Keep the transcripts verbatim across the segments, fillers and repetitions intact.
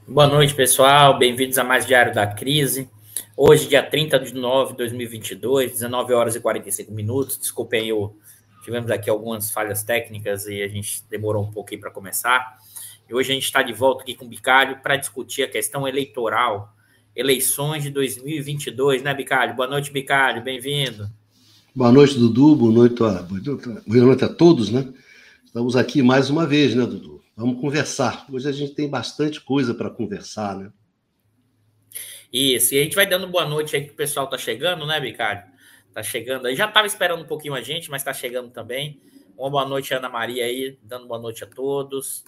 Boa noite, pessoal. Bem-vindos a mais Diário da Crise. Hoje, dia trinta de nove de dois mil e vinte e dois, dezenove horas e quarenta e cinco minutos. Desculpem, eu tivemos aqui algumas falhas técnicas e a gente demorou um pouquinho para começar. E hoje a gente está de volta aqui com o Bicalho para discutir a questão eleitoral, eleições de dois mil e vinte e dois, né, Bicalho? Boa noite, Bicalho. Bem-vindo. Boa noite, Dudu. Boa noite a, boa noite a todos, né? Estamos aqui mais uma vez, né, Dudu? Vamos conversar. Hoje a gente tem bastante coisa para conversar, né? Isso, e a gente vai dando boa noite aí que o pessoal tá chegando, né, Bicalho? Tá chegando aí. Já estava esperando um pouquinho a gente, mas tá chegando também. Uma boa noite, Ana Maria aí, dando boa noite a todos.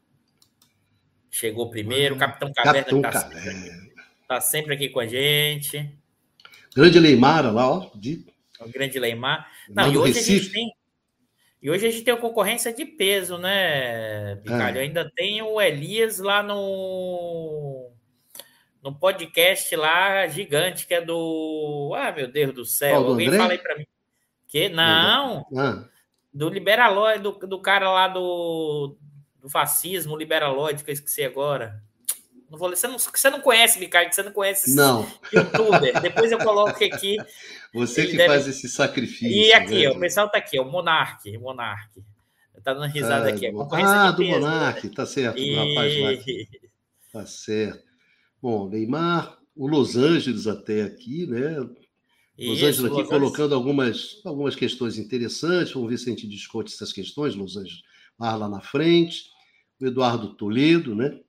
Chegou primeiro. Capitão Caverna Capitão tá, Caverna. sempre, tá sempre aqui com a gente. Grande Leimara lá, ó. De... O grande Leimar. Não, e hoje Recife. a gente tem. E hoje a gente tem uma concorrência de peso, né, Bicalho? É. Ainda tem o Elias lá no. No podcast lá gigante, que é do. Ah, meu Deus do céu. do Alguém André? fala aí pra mim. Que? Não. Ah. Do Liberalóide, do, do cara lá do, do fascismo, Liberalóide, que eu esqueci agora. Não vou ler. Você não, você não conhece, Bicalho, você não conhece esse não. youtuber. Depois eu coloco aqui. Você que deve... faz esse sacrifício. E aqui, né? Ó, o pessoal tá aqui, ó, o Monark, o Monark. Tá dando risada ah, aqui. Ah, do peso, Monark, né? Tá certo, e... do rapaz lá. Tá certo. Bom, Neymar, o Los Angeles até aqui, né? Los Isso, Angeles aqui Los colocando Angeles... algumas, algumas questões interessantes. Vamos ver se a gente discute essas questões. Los Angeles lá, lá na frente. O Eduardo Toledo, né?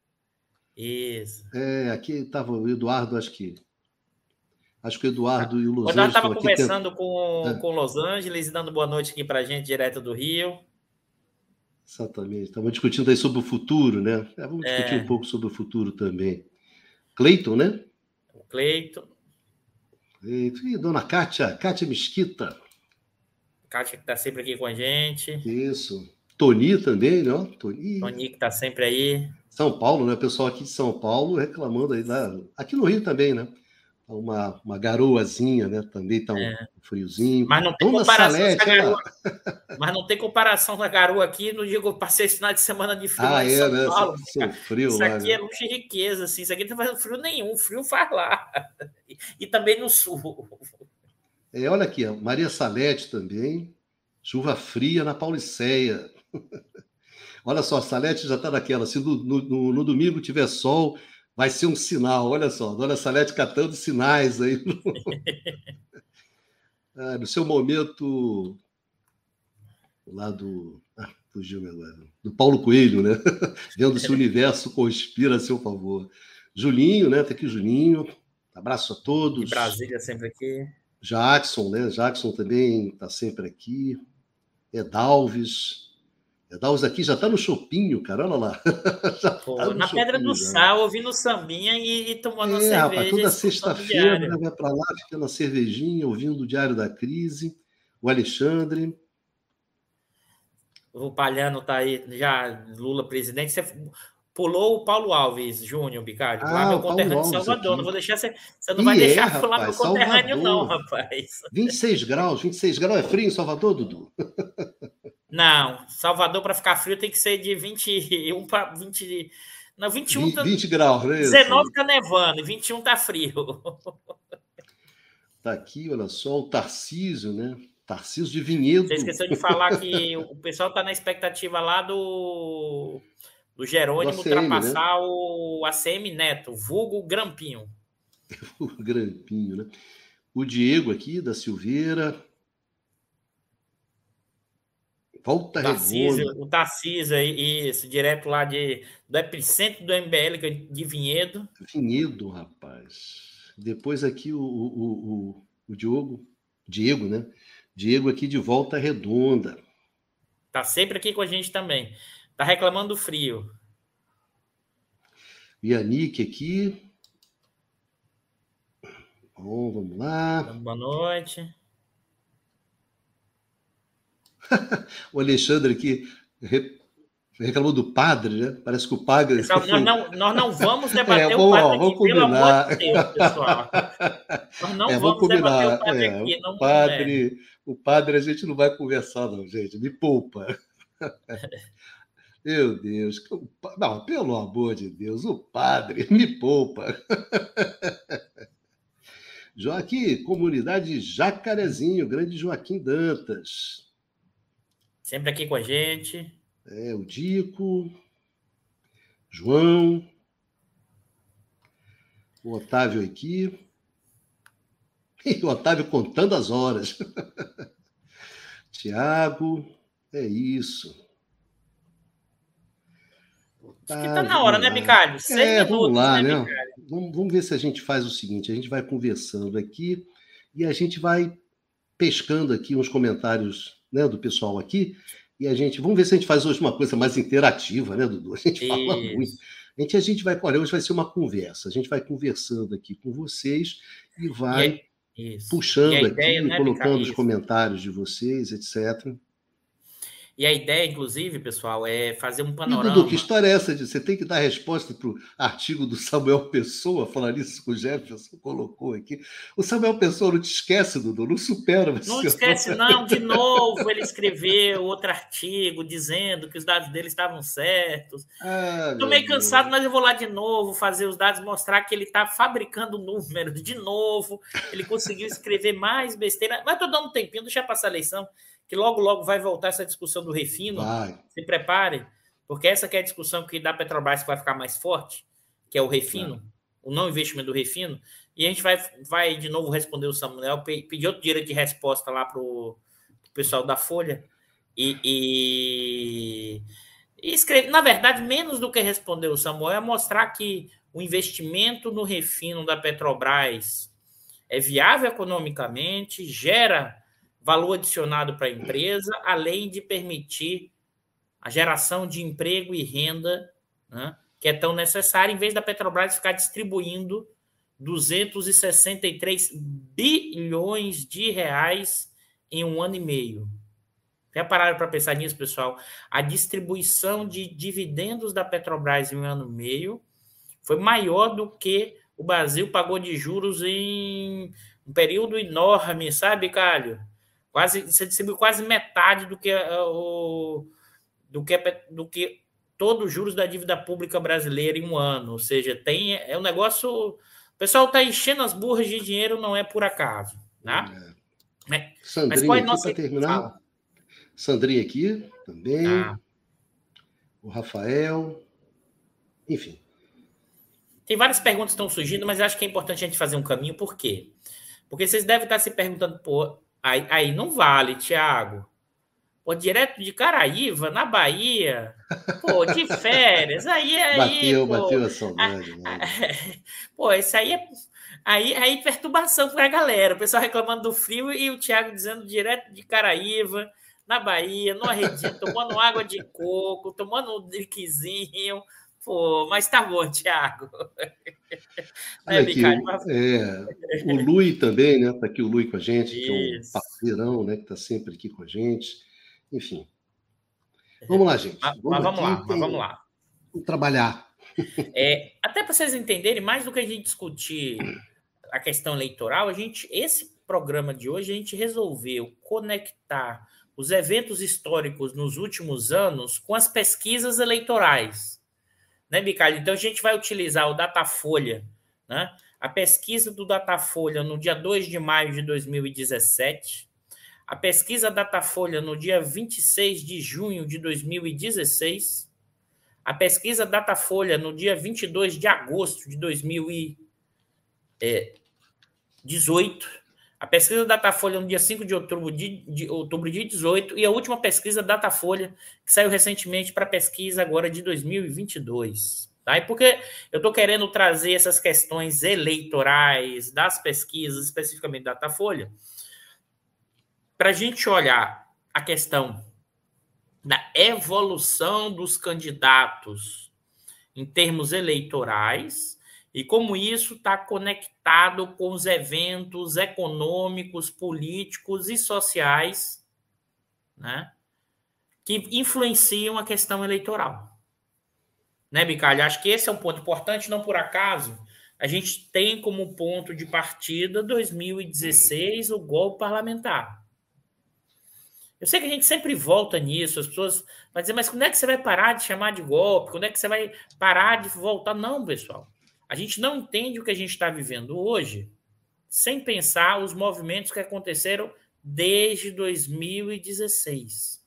Isso. É, aqui estava o Eduardo, acho que. Acho que o Eduardo ah, e o Los Angeles. Eu estava tent... conversando com, é. com Los Angeles, dando boa noite aqui para a gente, direto do Rio. Exatamente. Estamos discutindo aí sobre o futuro, né? É, vamos discutir é. um pouco sobre o futuro também. Cleiton, né? O Cleiton. Cleiton. E dona Kátia, Kátia Mesquita. Kátia que está sempre aqui com a gente. Isso. Toni também, né? Toni. Toni que está sempre aí. São Paulo, né? O pessoal aqui de São Paulo reclamando aí. Lá... Aqui no Rio também, né? Uma, uma garoazinha, né? Também tá um é. friozinho. Mas não tem Dona comparação Salete, essa garoa. Mas não tem comparação da garoa aqui. Não digo, eu passei esse final de semana de frio ah, lá em é, São né? Paulo. Seu frio isso lá, aqui né? é luxo e riqueza, assim. Isso aqui não faz frio nenhum. Frio faz lá. E, e também no sul. É, olha aqui, Maria Salete também. Chuva fria na Pauliceia. Olha só, a Salete já está naquela. Se no, no, no domingo tiver sol, vai ser um sinal. Olha só, a Dona Salete catando sinais aí. ah, no seu momento lá do... Ah, fugiu agora. Do Paulo Coelho, né? Vendo se o universo conspira a seu favor. Julinho, né? Tá aqui o Julinho. Abraço a todos. De Brasília sempre aqui. Jackson, né? Jackson também está sempre aqui. Edalves. Edalves aqui já está no chopinho, cara, olha lá. Pô, tá na Pedra do já. Sal, ouvindo sambinha e, e tomando é, cerveja. Rapaz, toda sexta-feira, né, vai para lá, fica na cervejinha, ouvindo o Diário da Crise. O Alexandre. O Palhano tá aí, já Lula presidente. Você pulou o Paulo Alves Júnior, Bicalho. Ah, lá meu conterrâneo de Salvador. Aqui. Não vou deixar você. Você não e vai é, deixar rapaz, pular meu conterrâneo, não, rapaz. vinte e seis graus, vinte e seis graus é frio em Salvador, Dudu? Não, Salvador para ficar frio tem que ser de vinte e um para vinte. Não, vinte e um tá, vinte graus, né? dezenove tá nevando e vinte e um tá frio. Tá aqui, olha só, o Tarcísio, né? Tarcísio de Vinhedo. Você esqueceu de falar que o pessoal tá na expectativa lá do, do Jerônimo do A C M, ultrapassar, né? O A C M Neto, vulgo Grampinho. O Grampinho, né? O Diego aqui, da Silveira. Volta Redonda. O Tarcísio, isso, direto lá de, do epicentro do M B L, de Vinhedo. Vinhedo, rapaz. Depois aqui o, o, o, o Diogo, Diego, né? Diego aqui de Volta Redonda. Tá sempre aqui com a gente também. Tá reclamando do frio. Yannick aqui. Bom, vamos lá. Boa noite. O Alexandre aqui reclamou do padre, né? Parece que o padre... Pessoal, nós, não, nós não vamos debater é, bom, o padre ó, aqui, pelo amor de Deus, pessoal. Nós não é, vamos, vamos debater o padre é, aqui. Não, o, padre, o padre a gente não vai conversar, não, gente. Me poupa. Meu Deus. Não, pelo amor de Deus, o padre, me poupa. Joaquim, comunidade Jacarezinho, grande Joaquim Dantas. Sempre aqui com a gente. É, o Dico, João, o Otávio aqui. E o Otávio contando as horas. Tiago, é isso. Acho que tá na hora, né, Bicalho? Seis é, minutos, vamos lá, né? né? Vamos, vamos ver se a gente faz o seguinte: a gente vai conversando aqui e a gente vai pescando aqui uns comentários, né, do pessoal aqui. E a gente, vamos ver se a gente faz hoje uma coisa mais interativa, né, Dudu? A gente isso. fala muito. A gente, a gente vai, olha, hoje vai ser uma conversa. A gente vai conversando aqui com vocês e vai e é, puxando e ideia, aqui, né, colocando isso. os comentários de vocês, etcétera. E a ideia, inclusive, pessoal, é fazer um panorama... E, Dudu, que história é essa? De você tem que dar resposta para o artigo do Samuel Pessoa, falar isso que o Jefferson colocou aqui. O Samuel Pessoa não te esquece, Dudu, não supera. Você não te esquece, não. De novo, ele escreveu outro artigo dizendo que os dados dele estavam certos. Estou ah, meio cansado, Deus. Mas eu vou lá de novo fazer os dados, mostrar que ele está fabricando números de novo. Ele conseguiu escrever mais besteira. Mas estou dando um tempinho, deixa eu passar a eleição, que logo, logo vai voltar essa discussão do refino. Vai. Se prepare, porque essa que é a discussão que da Petrobras que vai ficar mais forte, que é o refino, vai. O não investimento do refino. E a gente vai, vai de novo responder o Samuel, pedir outro direito de resposta lá para o pessoal da Folha. E, e, e escrever, na verdade, menos do que responder o Samuel, é mostrar que o investimento no refino da Petrobras é viável economicamente, gera valor adicionado para a empresa, além de permitir a geração de emprego e renda, né, que é tão necessária, em vez da Petrobras ficar distribuindo duzentos e sessenta e três bilhões de reais em um ano e meio. Já pararam para pensar nisso, pessoal? A distribuição de dividendos da Petrobras em um ano e meio foi maior do que o Brasil pagou de juros em um período enorme, sabe, Calho? Quase, você distribuiu quase metade do que, o, do que, do que todos os juros da dívida pública brasileira em um ano. Ou seja, tem, é um negócio... O pessoal está enchendo as burras de dinheiro, não é por acaso. Né? É. É. Sandrinha, mas qual é aqui para terminar. Fala? Sandrinha aqui também. Ah. O Rafael. Enfim. Tem várias perguntas que estão surgindo, mas eu acho que é importante a gente fazer um caminho. Por quê? Porque vocês devem estar se perguntando... Pô, Aí, aí não vale, Thiago. Pô, direto de Caraíva, na Bahia. Pô, de férias. Aí, aí. Bateu, pô, bateu a saudade. A, a, pô, isso aí é. Aí, aí perturbação para a galera. O pessoal reclamando do frio e o Thiago dizendo direto de Caraíva, na Bahia, no Arredinho, tomando água de coco, tomando um drinkzinho. Pô, mas tá bom, Thiago. Olha aqui, é, o Lui também, né? Tá aqui o Lui com a gente, Isso. que é um parceirão, né? Que tá sempre aqui com a gente. Enfim. Vamos lá, gente. Vamos mas vamos aqui, lá, mas vamos lá. Vamos trabalhar. É, até para vocês entenderem, mais do que a gente discutir a questão eleitoral, a gente, esse programa de hoje, a gente resolveu conectar os eventos históricos nos últimos anos com as pesquisas eleitorais. Né, Bicalho? Então, a gente vai utilizar o Datafolha, né? A pesquisa do Datafolha no dia dois de maio de dois mil e dezessete, a pesquisa Datafolha no dia vinte e seis de junho de dois mil e dezesseis, a pesquisa Datafolha no dia vinte e dois de agosto de dois mil e dezoito, a pesquisa Datafolha no dia cinco de outubro de, de outubro de dezoito e a última pesquisa Datafolha que saiu recentemente para a pesquisa agora de dois mil e vinte e dois. Tá? E por que eu estou querendo trazer essas questões eleitorais das pesquisas, especificamente Datafolha, para a gente olhar a questão da evolução dos candidatos em termos eleitorais e como isso está conectado com os eventos econômicos, políticos e sociais, né, que influenciam a questão eleitoral. Né, Bicalho? Acho que esse é um ponto importante, não por acaso. A gente tem como ponto de partida dois mil e dezesseis o golpe parlamentar. Eu sei que a gente sempre volta nisso, as pessoas vão dizer, mas quando é que você vai parar de chamar de golpe? Quando é que você vai parar de voltar? Não, pessoal. A gente não entende o que a gente está vivendo hoje sem pensar os movimentos que aconteceram desde dois mil e dezesseis.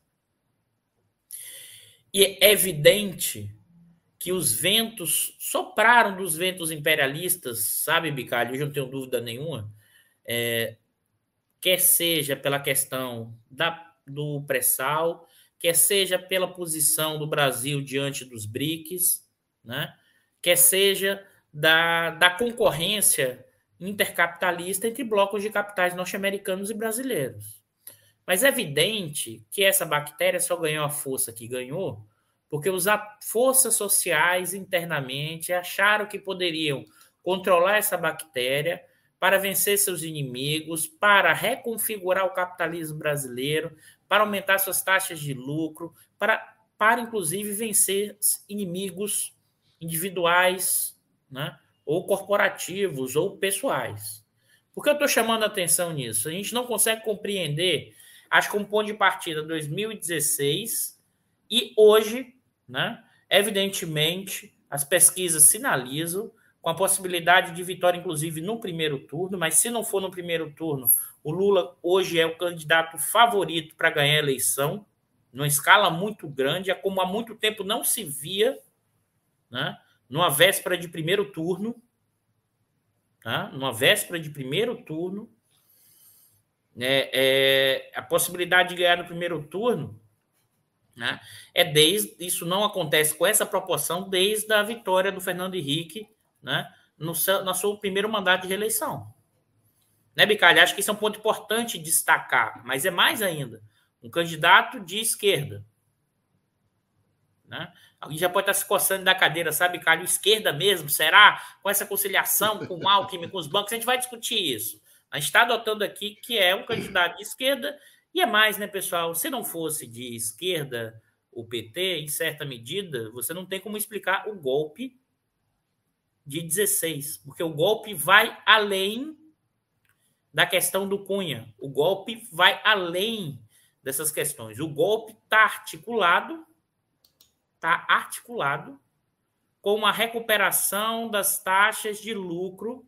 E é evidente que os ventos sopraram dos ventos imperialistas, sabe, Bicalho? Eu não tenho dúvida nenhuma. É, quer seja pela questão da, do pré-sal, quer seja pela posição do Brasil diante dos B R I C S, né? Quer seja da, da concorrência intercapitalista entre blocos de capitais norte-americanos e brasileiros. Mas é evidente que essa bactéria só ganhou a força que ganhou porque os forças sociais internamente acharam que poderiam controlar essa bactéria para vencer seus inimigos, para reconfigurar o capitalismo brasileiro, para aumentar suas taxas de lucro, para, para inclusive vencer inimigos individuais, né? Ou corporativos, ou pessoais. Por que eu estou chamando a atenção nisso? A gente não consegue compreender, acho que um ponto de partida dois mil e dezesseis e hoje, né? Evidentemente, as pesquisas sinalizam com a possibilidade de vitória, inclusive, no primeiro turno, mas se não for no primeiro turno, o Lula hoje é o candidato favorito para ganhar a eleição, numa escala muito grande, é como há muito tempo não se via, né? Numa véspera de primeiro turno, tá? Numa véspera de primeiro turno, é, é, a possibilidade de ganhar no primeiro turno, né? É desde, isso não acontece com essa proporção desde a vitória do Fernando Henrique, né, no, seu, no seu primeiro mandato de reeleição. Né, Bicalho? Acho que isso é um ponto importante destacar, mas é mais ainda, um candidato de esquerda. Né? Alguém já pode estar se coçando da cadeira, sabe, Bicalho? Esquerda mesmo, será? Com essa conciliação com o Alckmin, com os bancos, a gente vai discutir isso. A gente está adotando aqui que é um candidato de esquerda, e é mais, né, pessoal? Se não fosse de esquerda o P T, em certa medida, você não tem como explicar o golpe de dezesseis, porque o golpe vai além da questão do Cunha. O golpe vai além dessas questões. O golpe está articulado, está articulado com uma recuperação das taxas de lucro,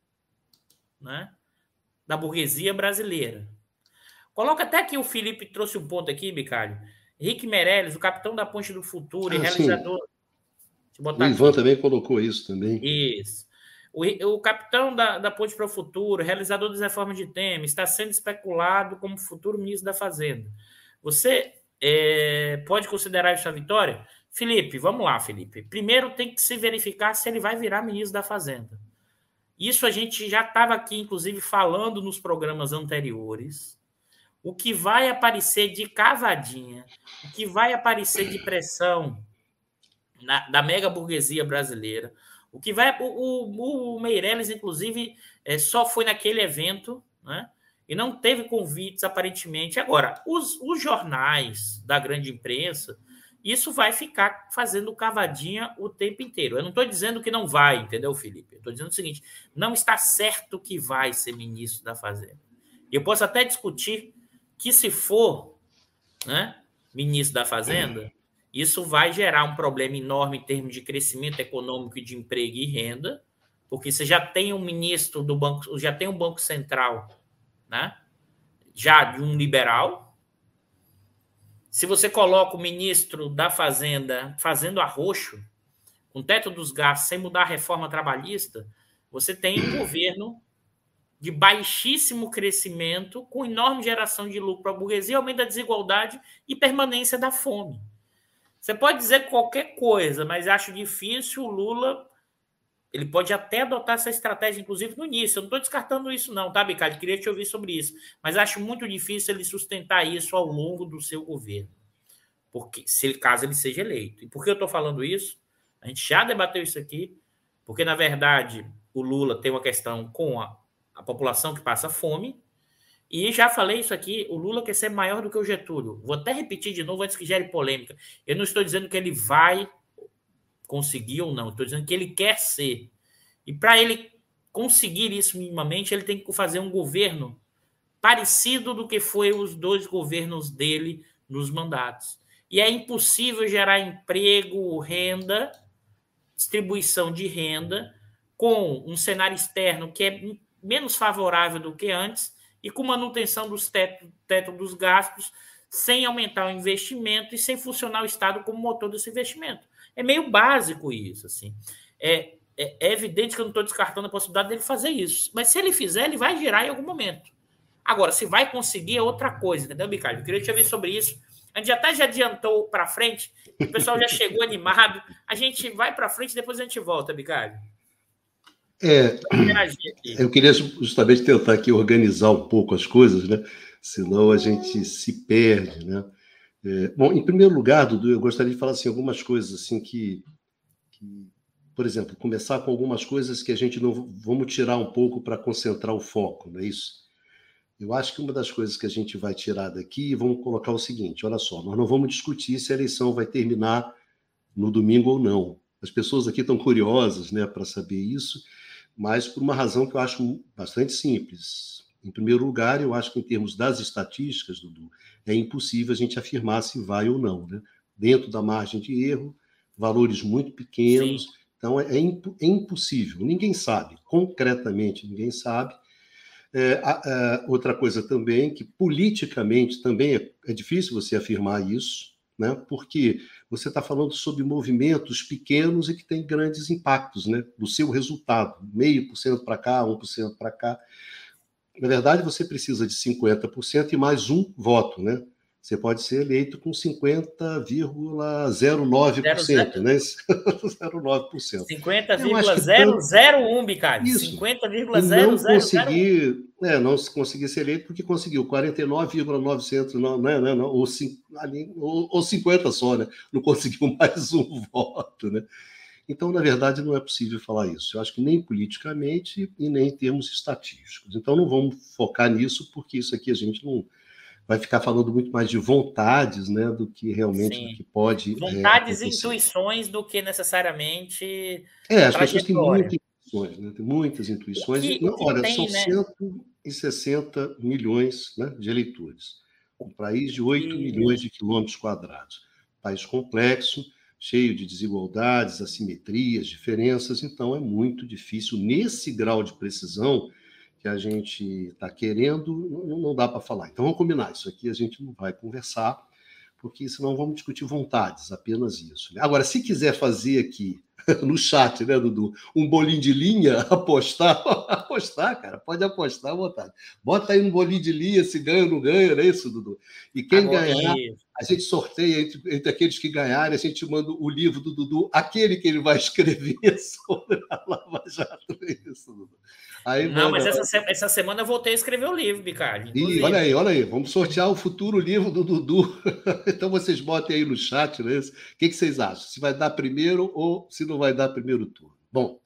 né, da burguesia brasileira. Coloca até que o Felipe trouxe um ponto aqui, Bicalho. Henrique Meirelles, o capitão da Ponte do Futuro ah, e realizador... O Ivan aqui. Também colocou isso também. Isso. O, o capitão da, da Ponte para o Futuro, realizador das reformas de Temer, está sendo especulado como futuro ministro da Fazenda. Você é, pode considerar isso a vitória? Felipe, vamos lá, Felipe. Primeiro tem que se verificar se ele vai virar ministro da Fazenda. Isso a gente já estava aqui, inclusive, falando nos programas anteriores. O que vai aparecer de cavadinha, o que vai aparecer de pressão Na, da mega burguesia brasileira. O que vai. O, o, o Meirelles, inclusive, é, só foi naquele evento, né? E não teve convites, aparentemente. Agora, os, os jornais da grande imprensa, isso vai ficar fazendo cavadinha o tempo inteiro. Eu não estou dizendo que não vai, entendeu, Felipe? Eu estou dizendo o seguinte: não está certo que vai ser ministro da Fazenda. Eu posso até discutir que, se for, né, ministro da Fazenda, isso vai gerar um problema enorme em termos de crescimento econômico e de emprego e renda, porque você já tem um ministro do banco, já tem um Banco Central, né? Já de um liberal. Se você coloca o ministro da Fazenda fazendo arroxo, com o teto dos gastos, sem mudar a reforma trabalhista, você tem um governo de baixíssimo crescimento, com enorme geração de lucro para a burguesia, aumento da desigualdade e permanência da fome. Você pode dizer qualquer coisa, mas acho difícil o Lula... Ele pode até adotar essa estratégia, inclusive, no início. Eu não estou descartando isso, não, tá, Bicalho? Queria te ouvir sobre isso. Mas acho muito difícil ele sustentar isso ao longo do seu governo. Porque, se caso ele seja eleito. E por que eu estou falando isso? A gente já debateu isso aqui, porque, na verdade, o Lula tem uma questão com a, a população que passa fome. E já falei isso aqui, o Lula quer ser maior do que o Getúlio. Vou até repetir de novo antes que gere polêmica. Eu não estou dizendo que ele vai conseguir ou não, estou dizendo que ele quer ser. E para ele conseguir isso minimamente, ele tem que fazer um governo parecido do que foi os dois governos dele nos mandatos. E é impossível gerar emprego, renda, distribuição de renda, com um cenário externo que é menos favorável do que antes e com manutenção dos teto, teto dos gastos, sem aumentar o investimento e sem funcionar o Estado como motor desse investimento. É meio básico isso. Assim. É, é, é evidente que eu não estou descartando a possibilidade dele fazer isso, mas se ele fizer, ele vai girar em algum momento. Agora, se vai conseguir é outra coisa, entendeu, Bicalho? Eu queria te ver sobre isso. A gente até já adiantou para frente, o pessoal já chegou animado. A gente vai para frente e depois a gente volta, Bicalho. É, eu queria justamente tentar aqui organizar um pouco as coisas, né? Senão a gente se perde, né? É, bom, em primeiro lugar, Dudu, eu gostaria de falar assim, algumas coisas assim que, que, por exemplo, começar com algumas coisas que a gente não vamos tirar um pouco para concentrar o foco, não é isso? Eu acho que uma das coisas que a gente vai tirar daqui, vamos colocar o seguinte, olha só, nós não vamos discutir se a eleição vai terminar no domingo ou não. As pessoas aqui estão curiosas, né, para saber isso, mas por uma razão que eu acho bastante simples. Em primeiro lugar, eu acho que em termos das estatísticas, Dudu, é impossível a gente afirmar se vai ou não, né? Dentro da margem de erro, valores muito pequenos, Sim. Então é, imp- é impossível, ninguém sabe, concretamente ninguém sabe. É, a, a, outra coisa também, que politicamente também é, é difícil você afirmar isso, né? Porque você está falando sobre movimentos pequenos e que têm grandes impactos, né? No seu resultado, meio por cento para cá, um por cento para cá. Na verdade, você precisa de cinquenta por cento e mais um voto, né? Você pode ser eleito com cinquenta vírgula zero nove por cento, né? zero vírgula nove por cento. cinquenta vírgula zero zero um, Bicalho. cinquenta vírgula zero zero zero um. Não conseguir, é, não conseguir ser eleito porque conseguiu quarenta e nove vírgula novecentos, não, não, não, não, ou, ou, ou cinquenta só, né? Não conseguiu mais um voto, né? Então, na verdade, não é possível falar isso. Eu acho que nem politicamente e nem em termos estatísticos. Então, não vamos focar nisso, porque isso aqui a gente não vai ficar falando muito mais de vontades, né, do que realmente do que pode vontades é, e intuições do que necessariamente é, as pessoas têm muitas intuições, né? Tem muitas intuições. Que, não, olha, tem, são né? cento e sessenta milhões, né, de eleitores. Um país de oito milhões de quilômetros quadrados. País complexo, cheio de desigualdades, assimetrias, diferenças. Então, é muito difícil, nesse grau de precisão que a gente está querendo, não, não dá para falar. Então, vamos combinar. Isso aqui a gente não vai conversar, porque senão vamos discutir vontades, apenas isso. Né? Agora, se quiser fazer aqui, no chat, né, Dudu, um bolinho de linha, apostar, apostar, cara, pode apostar à vontade. Bota aí um bolinho de linha, se ganha ou não ganha, não é isso, Dudu? E quem Agora, ganhar, isso. a gente sorteia entre, entre aqueles que ganharem, a gente manda o livro do Dudu, aquele que ele vai escrever sobre a Lava Jato, é isso, Dudu. Aí, não, manda, mas essa, se, essa semana eu voltei a escrever o livro, Bicalho. E olha aí, olha aí, vamos sortear o futuro livro do Dudu. Então vocês botem aí no chat, né? O que, que vocês acham? Se vai dar primeiro ou se não vai dar primeiro turno? Bom,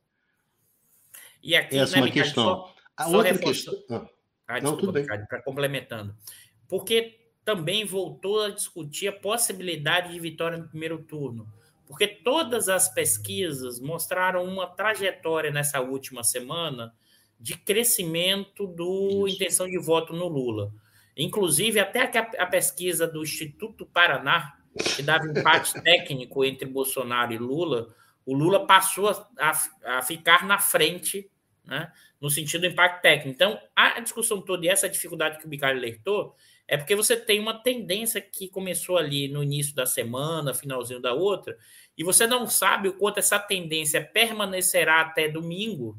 e aqui, essa é né, uma Bicalho, questão. Só, a só outra questão. Ah, ah, não, desculpa, Bicalho, para complementando. Porque também voltou a discutir a possibilidade de vitória no primeiro turno. Porque todas as pesquisas mostraram uma trajetória nessa última semana de crescimento do Isso. intenção de voto no Lula. Inclusive, até a pesquisa do Instituto Paraná, que dava empate técnico entre Bolsonaro e Lula, o Lula passou a, a ficar na frente, né, no sentido do impacto técnico. Então, a discussão toda e essa dificuldade que o Bicalho alertou é porque você tem uma tendência que começou ali no início da semana, finalzinho da outra, e você não sabe o quanto essa tendência permanecerá até domingo,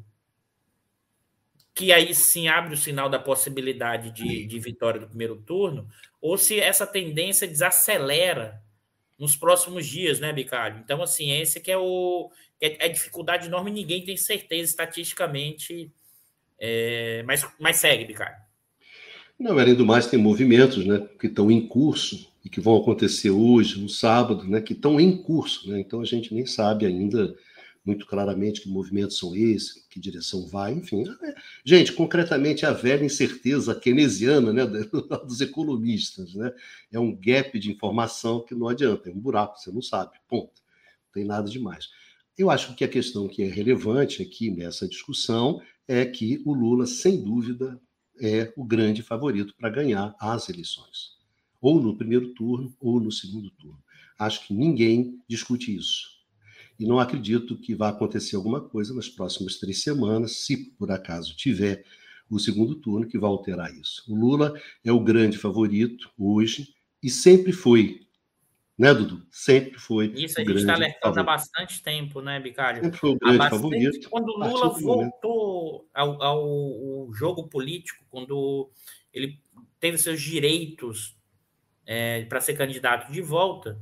que aí sim abre o sinal da possibilidade de, de vitória do primeiro turno, ou se essa tendência desacelera nos próximos dias, né, Bicalho? Então, assim, esse que é o que é a dificuldade enorme, ninguém tem certeza estatisticamente, é, mas, mas segue, Bicalho. Não, além do mais, tem movimentos, né, que estão em curso e que vão acontecer hoje, no sábado, né, que estão em curso, né? Então a gente nem sabe ainda muito claramente que movimentos são esses, que direção vai, enfim. Gente, concretamente, a velha incerteza keynesiana, né, dos economistas, né? É um gap de informação que não adianta, é um buraco, você não sabe, ponto. Não tem nada demais. Eu acho que a questão que é relevante aqui nessa discussão é que o Lula, sem dúvida, é o grande favorito para ganhar as eleições, ou no primeiro turno ou no segundo turno. Acho que ninguém discute isso. E não acredito que vá acontecer alguma coisa nas próximas três semanas, se por acaso tiver o segundo turno, que vai alterar isso. O Lula é o grande favorito hoje e sempre foi, né, Dudu? Sempre foi. Isso a gente está alertando há bastante tempo, né, Bicalho? Sempre foi o grande favorito. Quando o Lula voltou ao, ao, ao jogo político, quando ele teve seus direitos é, para ser candidato de volta,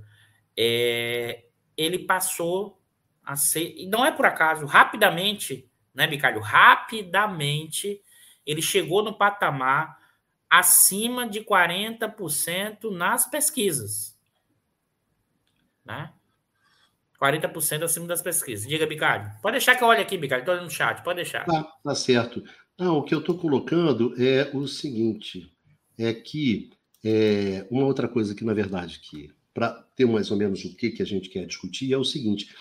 é, ele passou a ser, e não é por acaso, rapidamente, né, Bicalho? Rapidamente, ele chegou no patamar acima de quarenta por cento nas pesquisas. Né? quarenta por cento acima das pesquisas. Diga, Bicalho. Pode deixar que eu olhe aqui, Bicalho. Estou olhando no chat, pode deixar. Tá, tá certo. Não, o que eu estou colocando é o seguinte, é que é, uma outra coisa que, na verdade, que para ter mais ou menos o que, que a gente quer discutir, é o seguinte,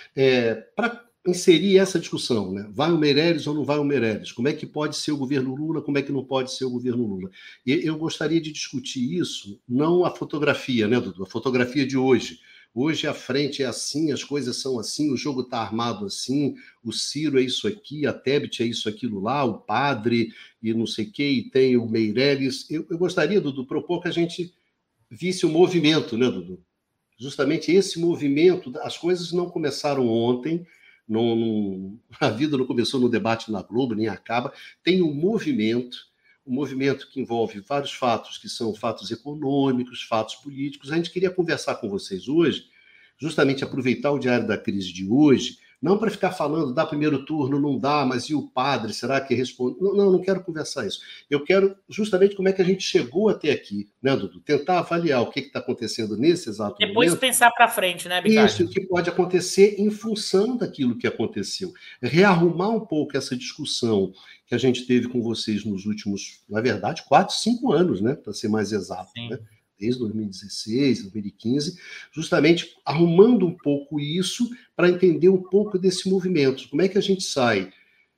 é, para inserir essa discussão, né? Vai o Meirelles ou não vai o Meirelles? Como é que pode ser o governo Lula, como é que não pode ser o governo Lula? E eu gostaria de discutir isso, não a fotografia, né, Dudu? A fotografia de hoje. Hoje a frente é assim, as coisas são assim, o jogo está armado assim, o Ciro é isso aqui, a Tebet é isso, aquilo lá, o padre e não sei o quê, e tem o Meirelles. Eu, eu gostaria, Dudu, propor que a gente visse o movimento, né, Dudu? Justamente esse movimento, as coisas não começaram ontem, não, não, a vida não começou no debate na Globo, nem acaba, tem um movimento, um movimento que envolve vários fatos, que são fatos econômicos, fatos políticos. A gente queria conversar com vocês hoje, justamente aproveitar o Diário da Crise de hoje, não para ficar falando, dá primeiro turno, não dá, mas e o padre, será que responde? Não, não, não quero conversar isso. Eu quero justamente como é que a gente chegou até aqui, né, Dudu? Tentar avaliar o que está acontecendo nesse exato Depois momento. Depois pensar para frente, né, Bicalho? Isso, o que pode acontecer em função daquilo que aconteceu. Rearrumar um pouco essa discussão que a gente teve com vocês nos últimos, na verdade, quatro, cinco anos, né, para ser mais exato, né? Desde dois mil e dezesseis, dois mil e quinze, justamente arrumando um pouco isso para entender um pouco desse movimento. Como é que a gente sai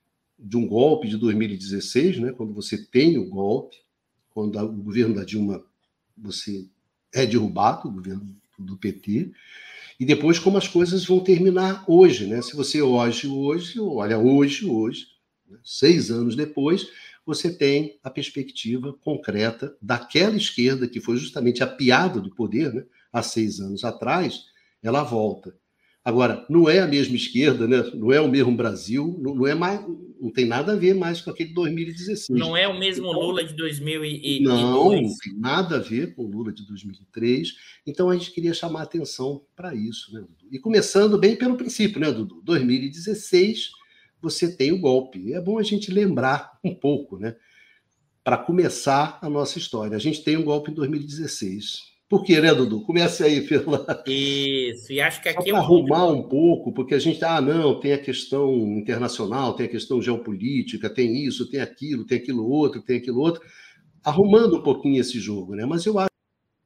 de um golpe de dois mil e dezesseis, né, quando você tem o golpe, quando o governo da Dilma você é derrubado, o governo do P T, e depois como as coisas vão terminar hoje, né? Se você hoje, hoje, olha, hoje, hoje, né? seis anos depois, você tem a perspectiva concreta daquela esquerda que foi justamente a piada do poder, né? Há seis anos atrás, ela volta. Agora, não é a mesma esquerda, né? Não é o mesmo Brasil, não, não é mais, não tem nada a ver mais com aquele dois mil e dezesseis. Não é o mesmo então, Lula de dois mil e dois. Não, não tem nada a ver com o Lula de dois mil e três. Então, a gente queria chamar a atenção para isso, né, Dudu? E começando bem pelo princípio, né, Dudu? dois mil e dezesseis, você tem o golpe. É bom a gente lembrar um pouco, né? Para começar a nossa história. A gente tem um golpe em dois mil e dezesseis. Por quê, né, Dudu? Comece aí pela... Isso, e acho que aqui... Só para arrumar um pouco, porque a gente... Ah, não, tem a questão internacional, tem a questão geopolítica, tem isso, tem aquilo, tem aquilo outro, tem aquilo outro. Arrumando um pouquinho esse jogo, né? Mas eu acho...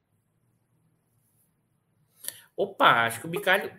Opa, acho que o Bicalho...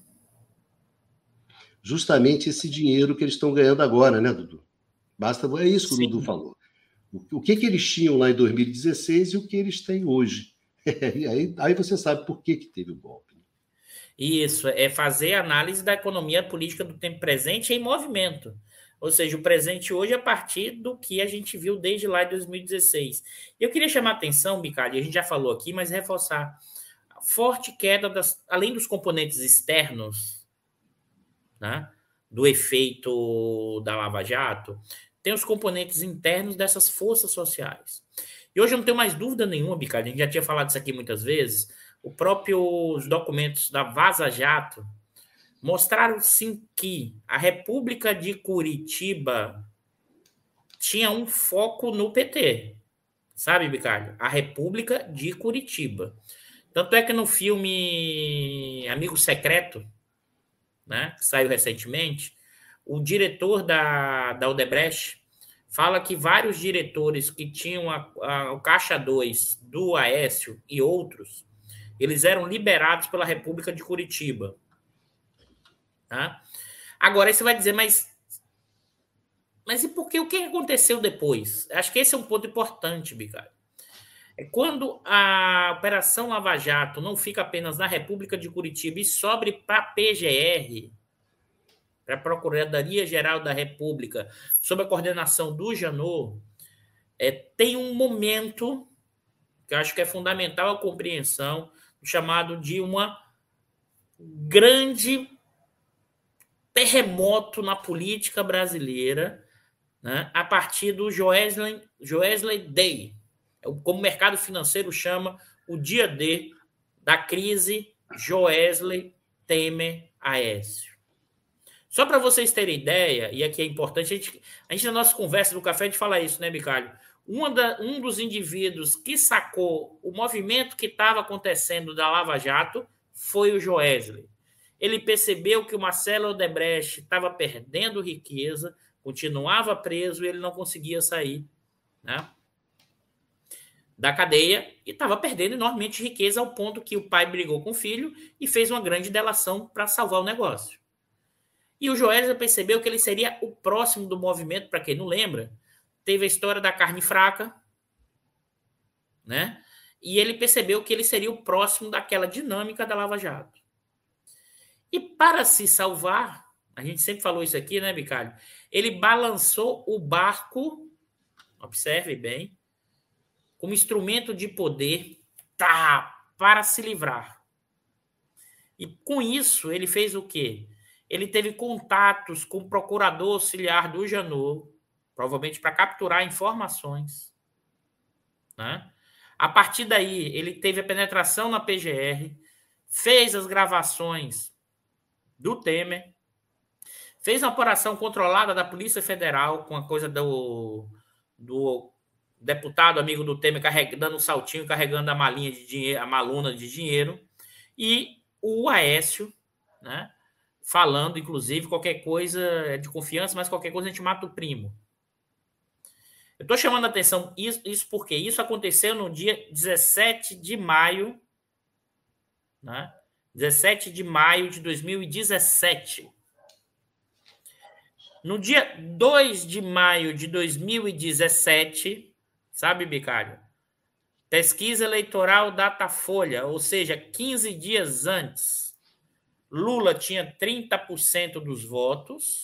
Justamente esse dinheiro que eles estão ganhando agora, né, Dudu? Basta... É isso que Sim. o Dudu falou. O que, que eles tinham lá em dois mil e dezesseis e o que eles têm hoje. E aí, aí você sabe por que, que teve o golpe. Isso, é fazer análise da economia política do tempo presente em movimento. Ou seja, o presente hoje é a partir do que a gente viu desde lá de dois mil e dezesseis. Eu queria chamar a atenção, Bicalho, a gente já falou aqui, mas reforçar. A forte queda, das, além dos componentes externos, né, do efeito da Lava Jato, tem os componentes internos dessas forças sociais. E hoje eu não tenho mais dúvida nenhuma, Bicalho, a gente já tinha falado isso aqui muitas vezes, os próprios documentos da Vaza Jato mostraram, sim, que a República de Curitiba tinha um foco no P T, sabe, Bicalho? A República de Curitiba. Tanto é que no filme Amigo Secreto, né, que saiu recentemente, o diretor da, da Odebrecht fala que vários diretores que tinham a, a, o Caixa dois do Aécio e outros, eles eram liberados pela República de Curitiba. Tá? Agora, aí você vai dizer, mas Mas e por que? O que aconteceu depois? Acho que esse é um ponto importante, Bicalho. É quando a Operação Lava Jato não fica apenas na República de Curitiba e sobe para a P G R, para a Procuradoria-Geral da República, sob a coordenação do Janot, é, tem um momento que eu acho que é fundamental a compreensão, chamado de uma grande terremoto na política brasileira, né, a partir do Joesley, Joesley Day, como o mercado financeiro chama, o dia D da crise Joesley Temer Aécio. Só para vocês terem ideia, e aqui é importante, a gente, a gente na nossa conversa do café, a gente fala isso, né, Bicalho? Um, da, um dos indivíduos que sacou o movimento que estava acontecendo da Lava Jato foi o Joesley. Ele percebeu que o Marcelo Odebrecht estava perdendo riqueza, continuava preso e ele não conseguia sair, né, da cadeia e estava perdendo enormemente riqueza ao ponto que o pai brigou com o filho e fez uma grande delação para salvar o negócio. E o Joesley percebeu que ele seria o próximo do movimento, para quem não lembra, teve a história da carne fraca, né? E ele percebeu que ele seria o próximo daquela dinâmica da Lava Jato. E para se salvar, a gente sempre falou isso aqui, né, Bicalho? Ele balançou o barco, observe bem, como instrumento de poder, tá, para se livrar. E com isso, ele fez o quê? Ele teve contatos com o procurador auxiliar do Janot, provavelmente para capturar informações, né? A partir daí, ele teve a penetração na P G R, fez as gravações do Temer, fez uma operação controlada da Polícia Federal com a coisa do, do deputado amigo do Temer carregando um saltinho, carregando a malinha de dinheiro, a maluna de dinheiro, e o Aécio, né, falando, inclusive, qualquer coisa de confiança, mas qualquer coisa a gente mata o primo. Eu estou chamando a atenção isso, isso porque isso aconteceu no dia dezessete de maio, né? dezessete de maio de dois mil e dezessete. No dia dois de maio de dois mil e dezessete, sabe, Bicalho? Pesquisa eleitoral Datafolha, ou seja, quinze dias antes, Lula tinha trinta por cento dos votos,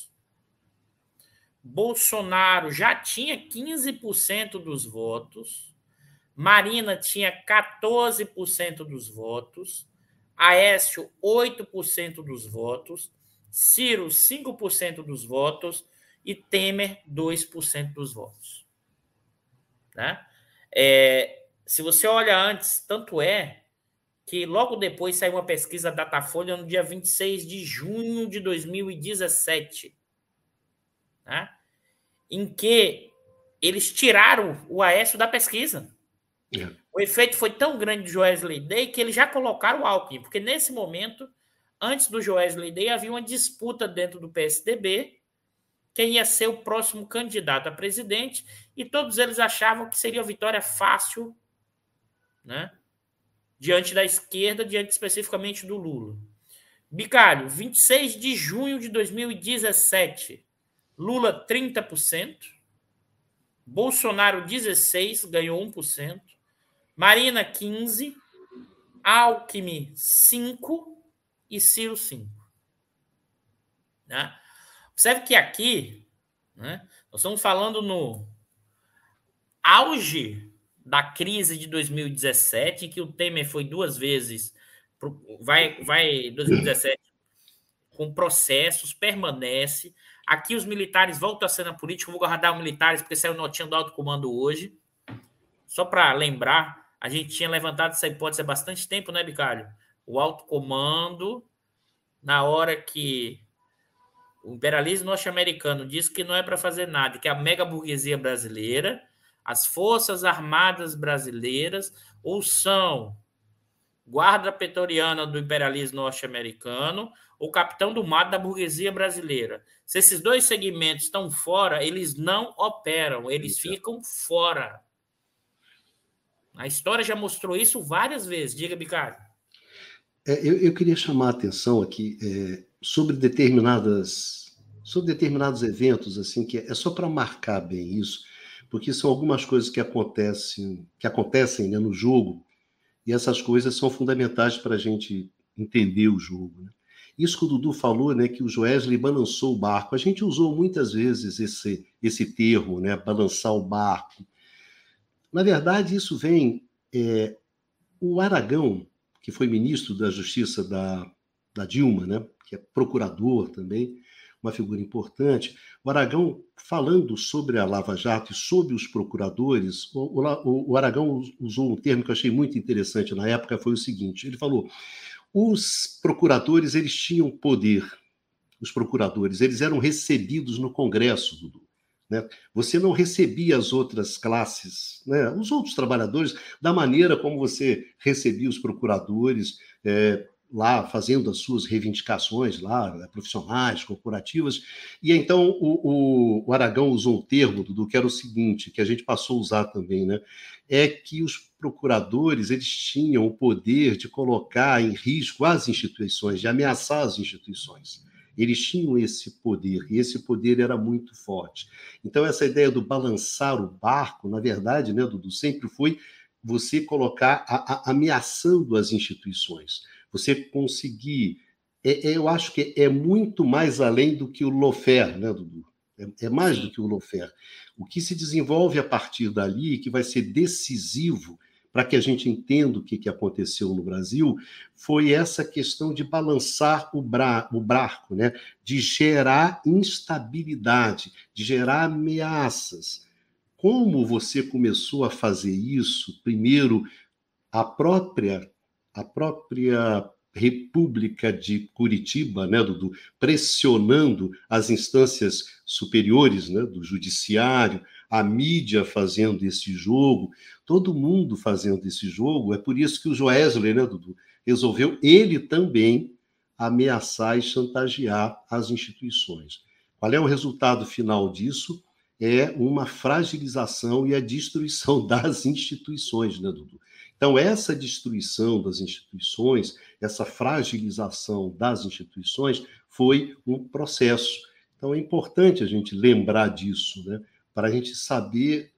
Bolsonaro já tinha quinze por cento dos votos, Marina tinha quatorze por cento dos votos, Aécio oito por cento dos votos, Ciro cinco por cento dos votos e Temer dois por cento dos votos. Né? É, se você olha antes, tanto é que logo depois saiu uma pesquisa Datafolha no dia vinte e seis de junho de dois mil e dezessete, né? Em que eles tiraram o Aécio da pesquisa. É. O efeito foi tão grande do Joesley Day que eles já colocaram o Alckmin, porque nesse momento, antes do Joesley Day, havia uma disputa dentro do P S D B, quem ia ser o próximo candidato a presidente, e todos eles achavam que seria uma vitória fácil, né, diante da esquerda, diante especificamente do Lula. Bicalho, vinte e seis de junho de dois mil e dezessete, Lula trinta por cento, Bolsonaro dezesseis por cento, ganhou um por cento, Marina quinze por cento, Alckmin cinco por cento e Ciro cinco por cento. Né? Observe que aqui, né, nós estamos falando no auge da crise de dois mil e dezessete, em que o Temer foi duas vezes, vai, vai dois mil e dezessete com processos, permanece. Aqui os militares voltam à cena política, vou guardar os militares porque saiu notinha do alto comando hoje. Só para lembrar, a gente tinha levantado essa hipótese há bastante tempo, né, Bicalho? O alto comando, na hora que o imperialismo norte-americano diz que não é para fazer nada, que a mega burguesia brasileira, as forças armadas brasileiras, ou são guarda pretoriana do imperialismo norte-americano, ou capitão do mato da burguesia brasileira. Se esses dois segmentos estão fora, eles não operam, eles ficam fora. A história já mostrou isso várias vezes. Diga, Bicalho. É, eu, eu queria chamar a atenção aqui é, sobre determinadas sobre determinados eventos, assim, que é só para marcar bem isso, porque são algumas coisas que acontecem, que acontecem, né, no jogo, e essas coisas são fundamentais para a gente entender o jogo, né? Isso que o Dudu falou, né, que o Joesley balançou o barco. A gente usou muitas vezes esse, esse termo, né, balançar o barco. Na verdade, isso vem... É, o Aragão, que foi ministro da Justiça da, da Dilma, né, que é procurador também, uma figura importante, o Aragão, falando sobre a Lava Jato e sobre os procuradores, o, o, o Aragão usou um termo que eu achei muito interessante na época, foi o seguinte, ele falou, os procuradores, eles tinham poder, os procuradores, eles eram recebidos no Congresso, Dudu. Né? Você não recebia as outras classes, né? Os outros trabalhadores, da maneira como você recebia os procuradores, é, lá fazendo as suas reivindicações lá, né, profissionais, corporativas. E então o, o, o Aragão usou um termo, Dudu, que era o seguinte, que a gente passou a usar também, né? É que os procuradores, eles tinham o poder de colocar em risco as instituições, de ameaçar as instituições. Eles tinham esse poder, e esse poder era muito forte. Então, essa ideia do balançar o barco, na verdade, né, Dudu, sempre foi você colocar, a, a, ameaçando as instituições. Você conseguir... É, é, eu acho que é muito mais além do que o lawfare, né, Dudu? É, é mais Sim. do que o lawfare. O que se desenvolve a partir dali, que vai ser decisivo para que a gente entenda o que, que aconteceu no Brasil, foi essa questão de balançar o, bra o barco, né? De gerar instabilidade, de gerar ameaças. Como você começou a fazer isso? Primeiro, a própria, a própria República de Curitiba, né, Dudu, pressionando as instâncias superiores, né, do judiciário, a mídia fazendo esse jogo, todo mundo fazendo esse jogo. É por isso que o Joesley, né, Dudu, resolveu ele também ameaçar e chantagear as instituições. Qual é o resultado final disso? É uma fragilização e a destruição das instituições, né, Dudu? Então, essa destruição das instituições, essa fragilização das instituições, foi um processo. Então, é importante a gente lembrar disso, né? Para a gente saber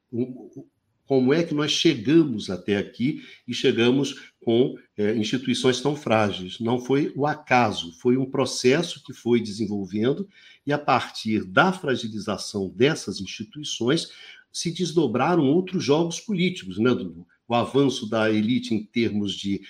como é que nós chegamos até aqui e chegamos com é, instituições tão frágeis. Não foi o acaso, foi um processo que foi desenvolvendo e, a partir da fragilização dessas instituições, se desdobraram outros jogos políticos, né, Dudu? O avanço da elite em termos de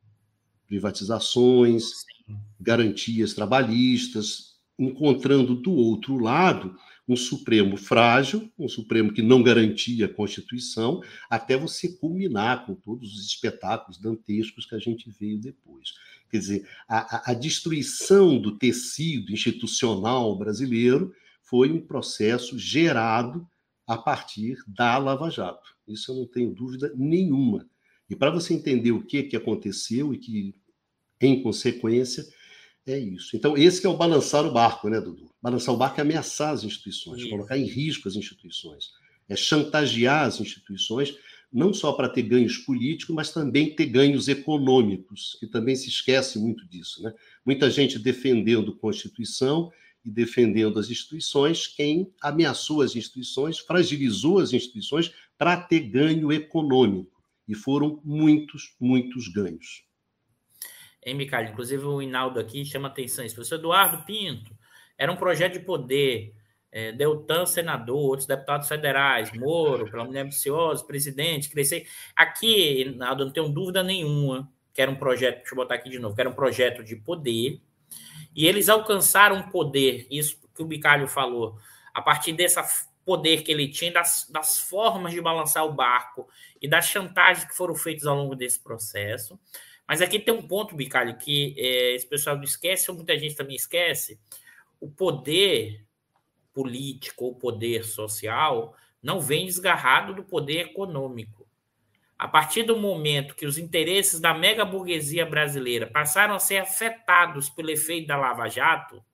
privatizações, Sim. garantias trabalhistas, encontrando do outro lado um Supremo frágil, um Supremo que não garantia a Constituição, até você culminar com todos os espetáculos dantescos que a gente veio depois. Quer dizer, a, a destruição do tecido institucional brasileiro foi um processo gerado a partir da Lava Jato. Isso eu não tenho dúvida nenhuma. E para você entender o que, que aconteceu e que, em consequência, é isso. Então, esse que é o balançar o barco, né, Dudu? Balançar o barco é ameaçar as instituições, isso. Colocar em risco as instituições, é chantagear as instituições, não só para ter ganhos políticos, mas também ter ganhos econômicos, que também se esquece muito disso, né? Muita gente defendendo a Constituição e defendendo as instituições, quem ameaçou as instituições, fragilizou as instituições para ter ganho econômico. E foram muitos, muitos ganhos. Hein, Micalho? Inclusive o Hinaldo aqui chama atenção. Esse professor Eduardo Pinto era um projeto de poder. É, Deltan, senador, outros deputados federais, Moro, pela mulher ambiciosa, presidente, crescer. Aqui, Hinaldo, não tenho dúvida nenhuma que era um projeto, deixa eu botar aqui de novo, que era um projeto de poder. E eles alcançaram poder, isso que o Micalho falou, a partir desse poder que ele tinha, das, das formas de balançar o barco e das chantagens que foram feitas ao longo desse processo. Mas aqui tem um ponto, Micalho, que é, esse pessoal não esquece, ou muita gente também esquece, o poder político ou poder social não vem desgarrado do poder econômico. A partir do momento que os interesses da mega burguesia brasileira passaram a ser afetados pelo efeito da Lava Jato,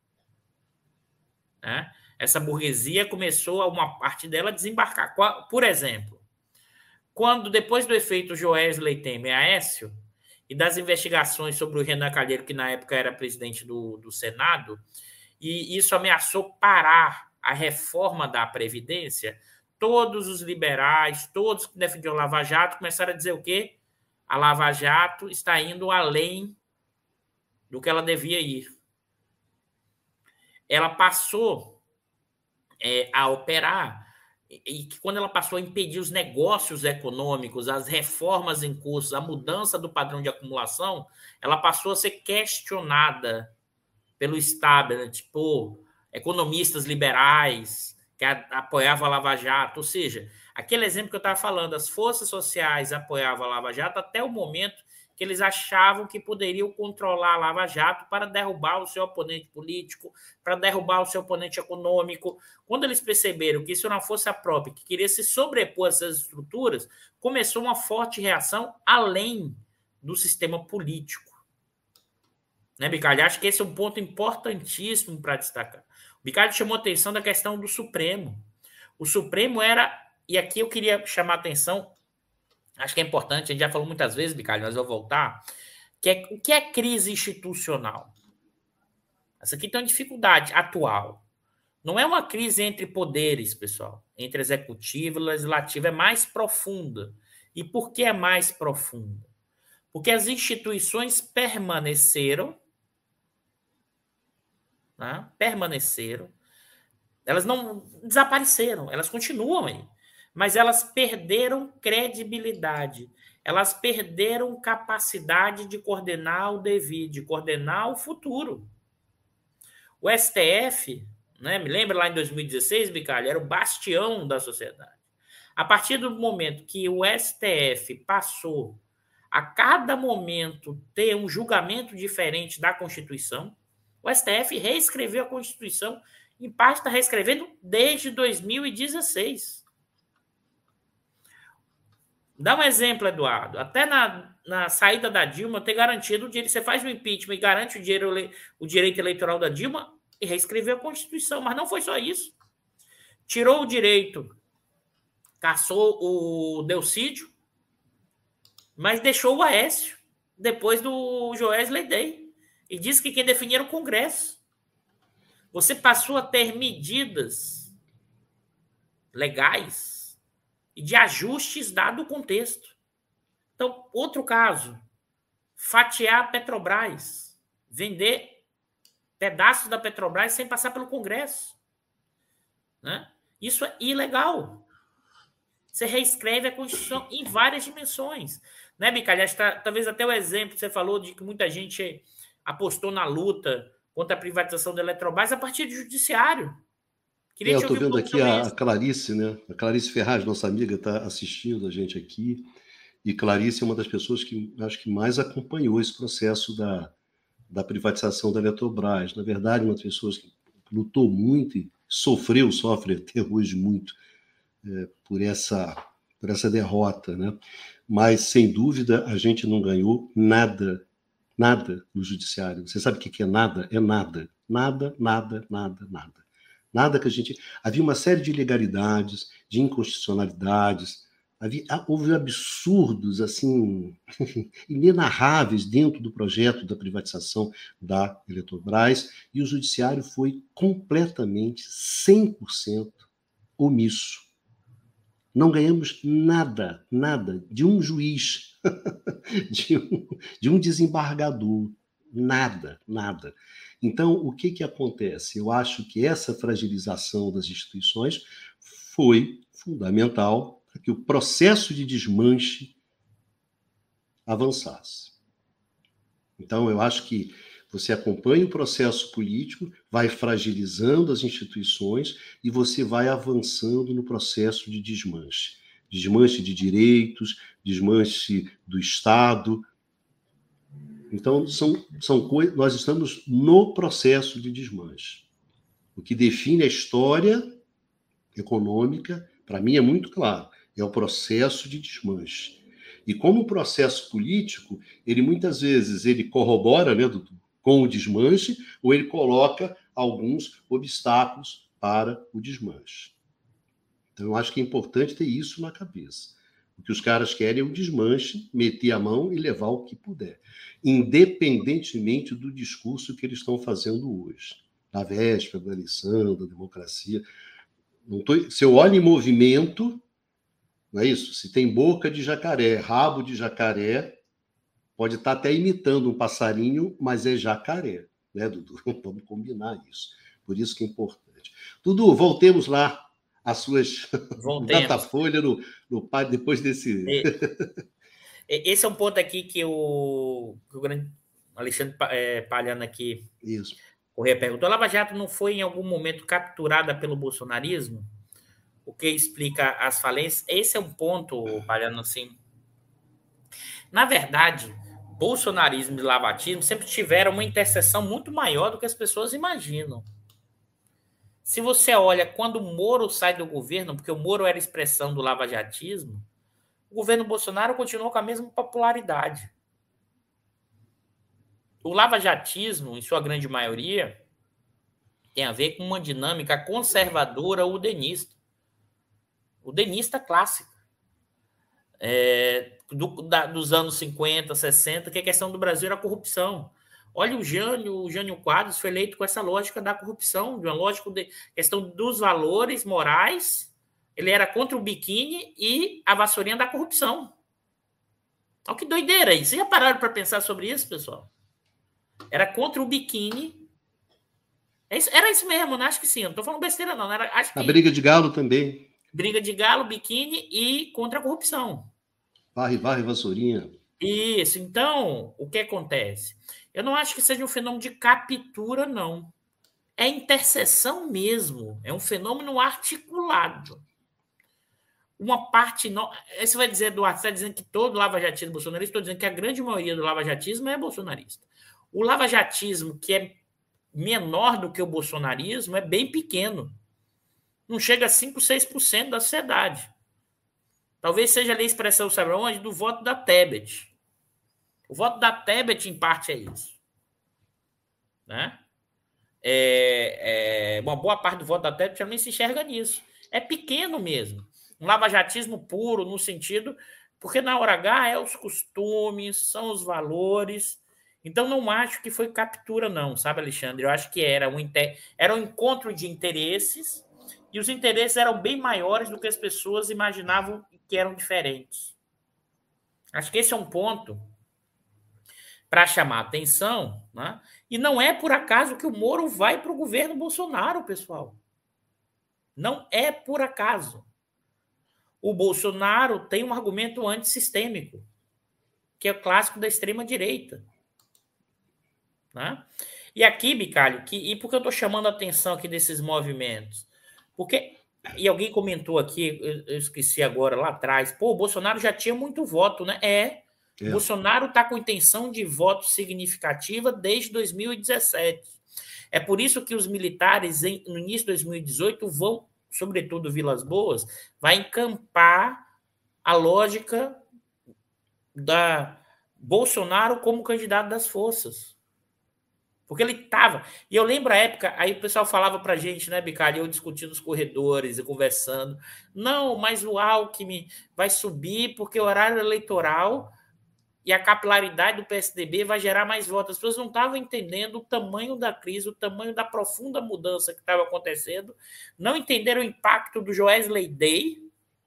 né, essa burguesia começou, a uma parte dela, a desembarcar. Por exemplo, quando, depois do efeito Joesley Temer Aécio, e das investigações sobre o Renan Calheiros, que na época era presidente do, do Senado, e isso ameaçou parar a reforma da Previdência, todos os liberais, todos que defendiam a Lava Jato, começaram a dizer o quê? A Lava Jato está indo além do que ela devia ir. Ela passou é, a operar, e que quando ela passou a impedir os negócios econômicos, as reformas em curso, a mudança do padrão de acumulação, ela passou a ser questionada pelo establishment, por economistas liberais que apoiavam a Lava Jato. Ou seja, aquele exemplo que eu estava falando, as forças sociais apoiavam a Lava Jato até o momento que eles achavam que poderiam controlar a Lava Jato para derrubar o seu oponente político, para derrubar o seu oponente econômico. Quando eles perceberam que isso era uma força própria, que queria se sobrepor a essas estruturas, começou uma forte reação além do sistema político. Né, Bicalho? Acho que esse é um ponto importantíssimo para destacar. O Bicalho chamou a atenção da questão do Supremo. O Supremo era, e aqui eu queria chamar a atenção, acho que é importante, a gente já falou muitas vezes, Bicalho, mas eu vou voltar, que é, o que é crise institucional? Essa aqui tem uma dificuldade atual. Não é uma crise entre poderes, pessoal, entre executivo e legislativo, é mais profunda. E por que é mais profunda? Porque as instituições permaneceram, né? permaneceram, elas não desapareceram, elas continuam aí, mas elas perderam credibilidade, elas perderam capacidade de coordenar o devido, de coordenar o futuro. O S T F, né, me lembra lá em dois mil e dezesseis, Bicalho, era o bastião da sociedade. A partir do momento que o S T F passou a cada momento ter um julgamento diferente da Constituição, o S T F reescreveu a Constituição, em parte está reescrevendo desde dois mil e dezesseis. Dá um exemplo, Eduardo. Até na, na saída da Dilma, ter garantido o direito. Você faz um impeachment e garante o, dinheiro, o direito eleitoral da Dilma e reescreveu a Constituição. Mas não foi só isso. Tirou o direito, caçou o Delcídio, mas deixou o Aécio depois do Joesley Day. E disse que quem definia era o Congresso. Você passou a ter medidas legais e de ajustes dado o contexto. Então, outro caso, fatiar a Petrobras, vender pedaços da Petrobras sem passar pelo Congresso. Né? Isso é ilegal. Você reescreve a Constituição em várias dimensões. Né, Bicalhas? Talvez até o exemplo que você falou de que muita gente apostou na luta contra a privatização da Eletrobras a partir do judiciário. É, eu estou vendo um aqui a, a Clarice, né? A Clarice Ferraz, nossa amiga, está assistindo a gente aqui. E Clarice é uma das pessoas que acho que mais acompanhou esse processo da, da privatização da Eletrobras. Na verdade, uma das pessoas que lutou muito e sofreu, sofre até hoje muito é, por, essa, por essa derrota, né? Mas, sem dúvida, a gente não ganhou nada, nada no judiciário. Você sabe o que é nada? É nada. Nada, nada, nada, nada. Nada que a gente... Havia uma série de ilegalidades, de inconstitucionalidades, havia, houve absurdos, assim, inenarráveis dentro do projeto da privatização da Eletrobras, e o judiciário foi completamente, cem por cento omisso. Não ganhamos nada, nada, de um juiz, de, um, de um desembargador, nada, nada. Então, o que, que acontece? Eu acho que essa fragilização das instituições foi fundamental para que o processo de desmanche avançasse. Então, eu acho que você acompanha o processo político, vai fragilizando as instituições e você vai avançando no processo de desmanche. Desmanche de direitos, desmanche do Estado. Então, são, são coisas, nós estamos no processo de desmanche. O que define a história econômica, para mim, é muito claro, é o processo de desmanche. E como o processo político, ele muitas vezes ele corrobora, né, do, com o desmanche, ou ele coloca alguns obstáculos para o desmanche. Então, eu acho que é importante ter isso na cabeça. O que os caras querem é o desmanche, meter a mão e levar o que puder, independentemente do discurso que eles estão fazendo hoje. na véspera da eleição, da democracia. Não tô, se eu olho em movimento, não é isso? Se tem boca de jacaré, rabo de jacaré, pode estar até imitando um passarinho, mas é jacaré, né, Dudu? Vamos combinar isso. Por isso que é importante. Dudu, voltemos lá às suas Datafolha no, no depois desse. Esse é um ponto aqui que o, que o grande Alexandre Palhano aqui isso. Correia perguntou: a Lava Jato não foi em algum momento capturada pelo bolsonarismo? O que explica as falências? Esse é um ponto, Palhano, assim. Na verdade, bolsonarismo e lavatismo sempre tiveram uma interseção muito maior do que as pessoas imaginam. Se você olha quando o Moro sai do governo, porque o Moro era expressão do lavajatismo, o governo Bolsonaro continuou com a mesma popularidade. O lavajatismo, em sua grande maioria, tem a ver com uma dinâmica conservadora udenista. Udenista clássica. É, do, da, dos anos cinquenta, sessenta, que a questão do Brasil era a corrupção. Olha o Jânio, o Jânio Quadros foi eleito com essa lógica da corrupção, de uma lógica de questão dos valores morais. Ele era contra o biquíni e a vassourinha da corrupção. Olha que doideira aí. Vocês já pararam para pensar sobre isso, pessoal? Era contra o biquíni. Era isso mesmo, né? Acho que sim. Não estou falando besteira, não. Era, acho que... A briga de galo também. Briga de galo, biquíni e contra a corrupção. Varre, varre, vassourinha. Isso. Então, o que acontece? Eu não acho que seja um fenômeno de captura, não. É interseção mesmo. É um fenômeno articulado. Uma parte... No... Você vai dizer, Eduardo, você está dizendo que todo lavajatismo é bolsonarista? Estou dizendo que a grande maioria do lavajatismo é bolsonarista. O lavajatismo, que é menor do que o bolsonarismo, é bem pequeno. Não chega a cinco, seis por cento da sociedade. Talvez seja ali a expressão, sabe onde? Do voto da Tebet. O voto da Tebet, em parte, é isso. Né? É, é, uma boa parte do voto da Tebet também se enxerga nisso. É pequeno mesmo. Um lavajatismo puro, no sentido... Porque na hora H é os costumes, são os valores. Então, não acho que foi captura, não, sabe, Alexandre? Eu acho que era um, inter... era um encontro de interesses. E os interesses eram bem maiores do que as pessoas imaginavam que eram diferentes. Acho que esse é um ponto para chamar atenção, né? E não é por acaso que o Moro vai para o governo Bolsonaro, pessoal. Não é por acaso. O Bolsonaro tem um argumento antissistêmico, que é o clássico da extrema-direita. Né? E aqui, Bicalho, que, e por que eu estou chamando a atenção aqui desses movimentos? Porque, e alguém comentou aqui, eu, eu esqueci agora, lá atrás, pô, o Bolsonaro já tinha muito voto, né? É, é. O Bolsonaro está com intenção de voto significativa desde dois mil e dezessete. É por isso que os militares, em, no início de dois mil e dezoito, vão, sobretudo Vilas Boas, vai encampar a lógica da Bolsonaro como candidato das forças. Porque ele estava... E eu lembro a época, aí o pessoal falava para a gente, né, Bicalho, eu discutindo nos corredores e conversando, não, mas o Alckmin vai subir porque o horário eleitoral e a capilaridade do P S D B vai gerar mais votos. As pessoas não estavam entendendo o tamanho da crise, o tamanho da profunda mudança que estava acontecendo, não entenderam o impacto do Joesley Day,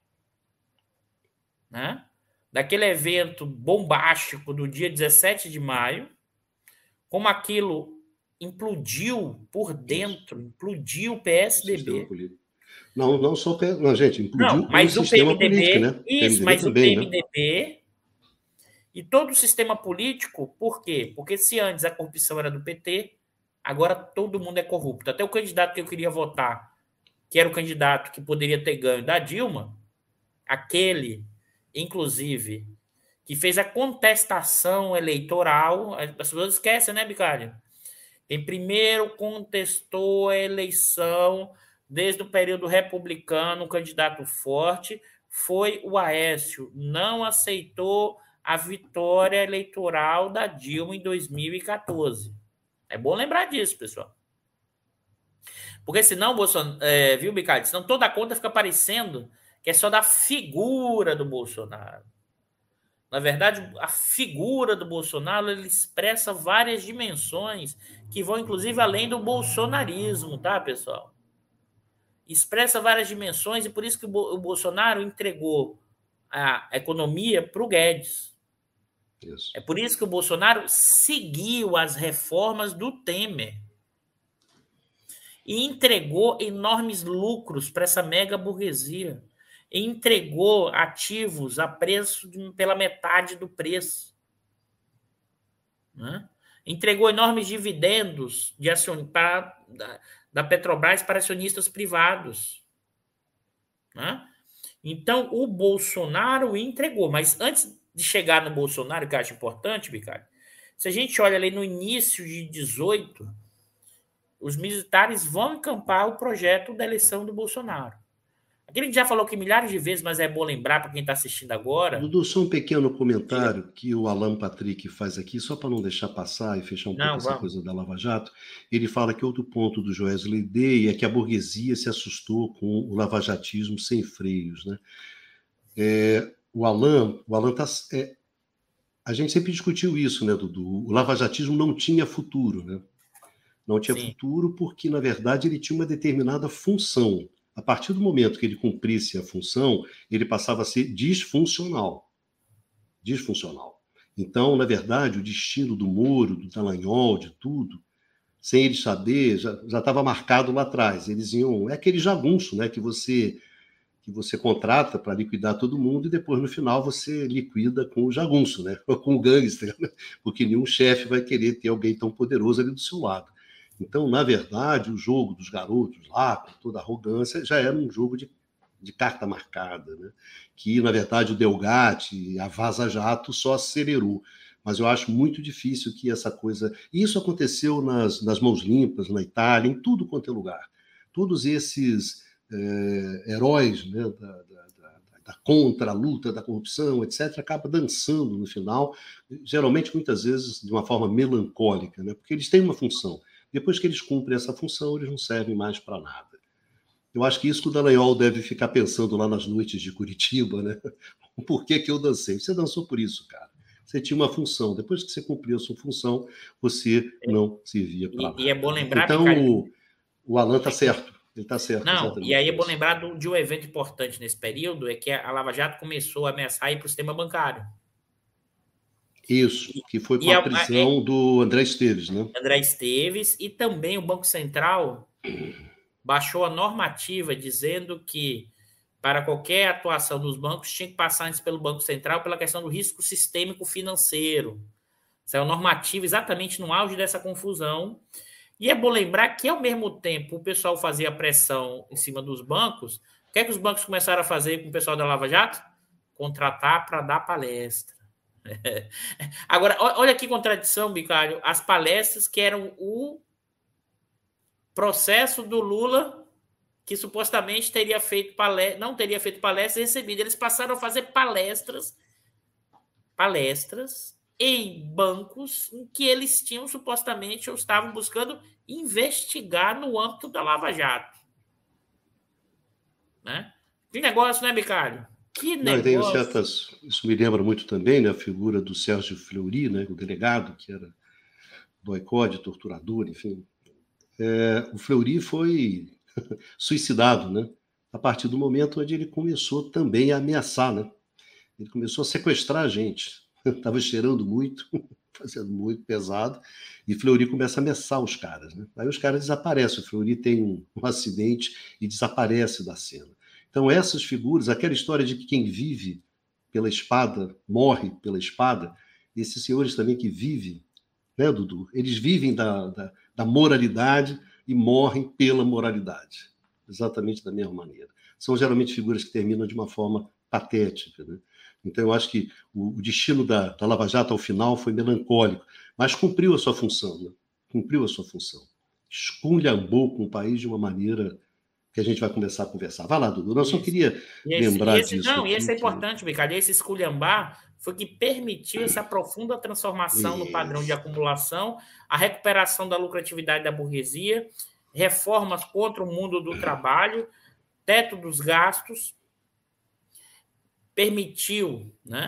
né, daquele evento bombástico do dia dezessete de maio, como aquilo implodiu por dentro, implodiu o P S D B. Não, não só o P S D B, não, gente, implodiu não, mas o, o sistema P M D B, político, né? Isso, P M D B mas também, o P M D B né? E todo o sistema político, por quê? Porque se antes a corrupção era do P T, agora todo mundo é corrupto. Até o candidato que eu queria votar, que era o candidato que poderia ter ganho da Dilma, aquele, inclusive, que fez a contestação eleitoral, as pessoas esquecem, né, Bicalho? Quem primeiro contestou a eleição desde o período republicano, um candidato forte, foi o Aécio. Não aceitou a vitória eleitoral da Dilma em dois mil e quatorze. É bom lembrar disso, pessoal. Porque senão, Bolsonaro, é, viu, Bicalho? Senão toda a conta fica parecendo que é só da figura do Bolsonaro. Na verdade, a figura do Bolsonaro ele expressa várias dimensões que vão, inclusive, além do bolsonarismo, tá, pessoal? Expressa várias dimensões e por isso que o Bolsonaro entregou a economia para o Guedes. Isso. É por isso que o Bolsonaro seguiu as reformas do Temer e entregou enormes lucros para essa mega burguesia. E entregou ativos a preço de, pela metade do preço. Né? Entregou enormes dividendos de acion, para, da, da Petrobras para acionistas privados. Né? Então, o Bolsonaro entregou. Mas antes de chegar no Bolsonaro, que eu acho importante, Bicalho, se a gente olha ali no início de dezoito, os militares vão encampar o projeto da eleição do Bolsonaro. Aquele que já falou que milhares de vezes, mas é bom lembrar para quem está assistindo agora. Dudu, só um pequeno comentário que o Alan Patrick faz aqui, só para não deixar passar e fechar um não, pouco vamos. essa coisa da Lava Jato. Ele fala que outro ponto do Joesley Day é que a burguesia se assustou com o lavajatismo sem freios. Né? É, o Alan, o Alan tá, é, a gente sempre discutiu isso, né, Dudu? O lavajatismo não tinha futuro. Né? Não tinha Sim. futuro porque, na verdade, ele tinha uma determinada função. A partir do momento que ele cumprisse a função, ele passava a ser disfuncional. Disfuncional. Então, na verdade, o destino do Moro, do Dallagnol, de tudo, sem eles saber, já estava marcado lá atrás. Eles iam... É aquele jagunço, né, que você, que você contrata para liquidar todo mundo e depois, no final, você liquida com o jagunço, né, ou com o gangster, né, porque nenhum chefe vai querer ter alguém tão poderoso ali do seu lado. Então, na verdade, o jogo dos garotos lá, com toda a arrogância, já era um jogo de, de carta marcada, né? Que, na verdade, o Delgatti, a Vaza Jato só acelerou. Mas eu acho muito difícil que essa coisa... Isso aconteceu nas, nas Mãos Limpas, na Itália, em tudo quanto é lugar. Todos esses é, heróis, né, da, da, da, da contra-luta, da corrupção, etcétera, acabam dançando no final, geralmente, muitas vezes, de uma forma melancólica, né? Porque eles têm uma função. Depois que eles cumprem essa função, eles não servem mais para nada. Eu acho que isso que o Dallagnol deve ficar pensando lá nas noites de Curitiba, né? Por que que eu dancei? Você dançou por isso, cara. Você tinha uma função. Depois que você cumpriu a sua função, você não servia para nada. E é bom lembrar, então, Ricardo, o, o Alan está certo. Ele está certo. Não, e aí é bom lembrar do, de um evento importante nesse período, é que a Lava Jato começou a ameaçar ir para o sistema bancário. Isso, que foi com a, a prisão é, do André Esteves, né? André Esteves, e também o Banco Central baixou a normativa dizendo que para qualquer atuação dos bancos tinha que passar antes pelo Banco Central pela questão do risco sistêmico financeiro. Saiu normativa exatamente no auge dessa confusão. E é bom lembrar que, ao mesmo tempo, o pessoal fazia pressão em cima dos bancos. O que é que os bancos começaram a fazer com o pessoal da Lava Jato? Contratar para dar palestra. Agora, olha que contradição, Bicalho. As palestras que eram o processo do Lula, que supostamente teria feito palestra, não teria feito palestra e recebido. Eles passaram a fazer palestras, palestras em bancos em que eles tinham supostamente ou estavam buscando investigar no âmbito da Lava Jato. Né? Que negócio, né, Bicalho? Que Não, eu tenho certas... Isso me lembra muito também, né, a figura do Sérgio Fleury, né, o delegado, que era do I C O D, torturador, enfim. É, o Fleury foi suicidado, né, a partir do momento onde ele começou também a ameaçar, né? Ele começou a sequestrar a gente. Estava cheirando muito, fazendo muito pesado, e Fleury começa a ameaçar os caras, né? Aí os caras desaparecem, o Fleury tem um, um acidente e desaparece da cena. Então, essas figuras, aquela história de que quem vive pela espada morre pela espada, esses senhores também que vivem, né, Dudu? Eles vivem da, da, da moralidade e morrem pela moralidade, exatamente da mesma maneira. São geralmente figuras que terminam de uma forma patética, né? Então, eu acho que o, o destino da, da Lava Jato, ao final, foi melancólico, mas cumpriu a sua função, né? Cumpriu a sua função. Esculhambou com o país de uma maneira que a gente vai começar a conversar. Vai lá, Dudu. Eu só queria e esse, lembrar e esse, disso. Não, aqui, e esse é que... importante, Bicalho. Esse esculhambar foi que permitiu essa profunda transformação Isso. no padrão de acumulação, a recuperação da lucratividade da burguesia, reformas contra o mundo do trabalho, teto dos gastos, permitiu, né,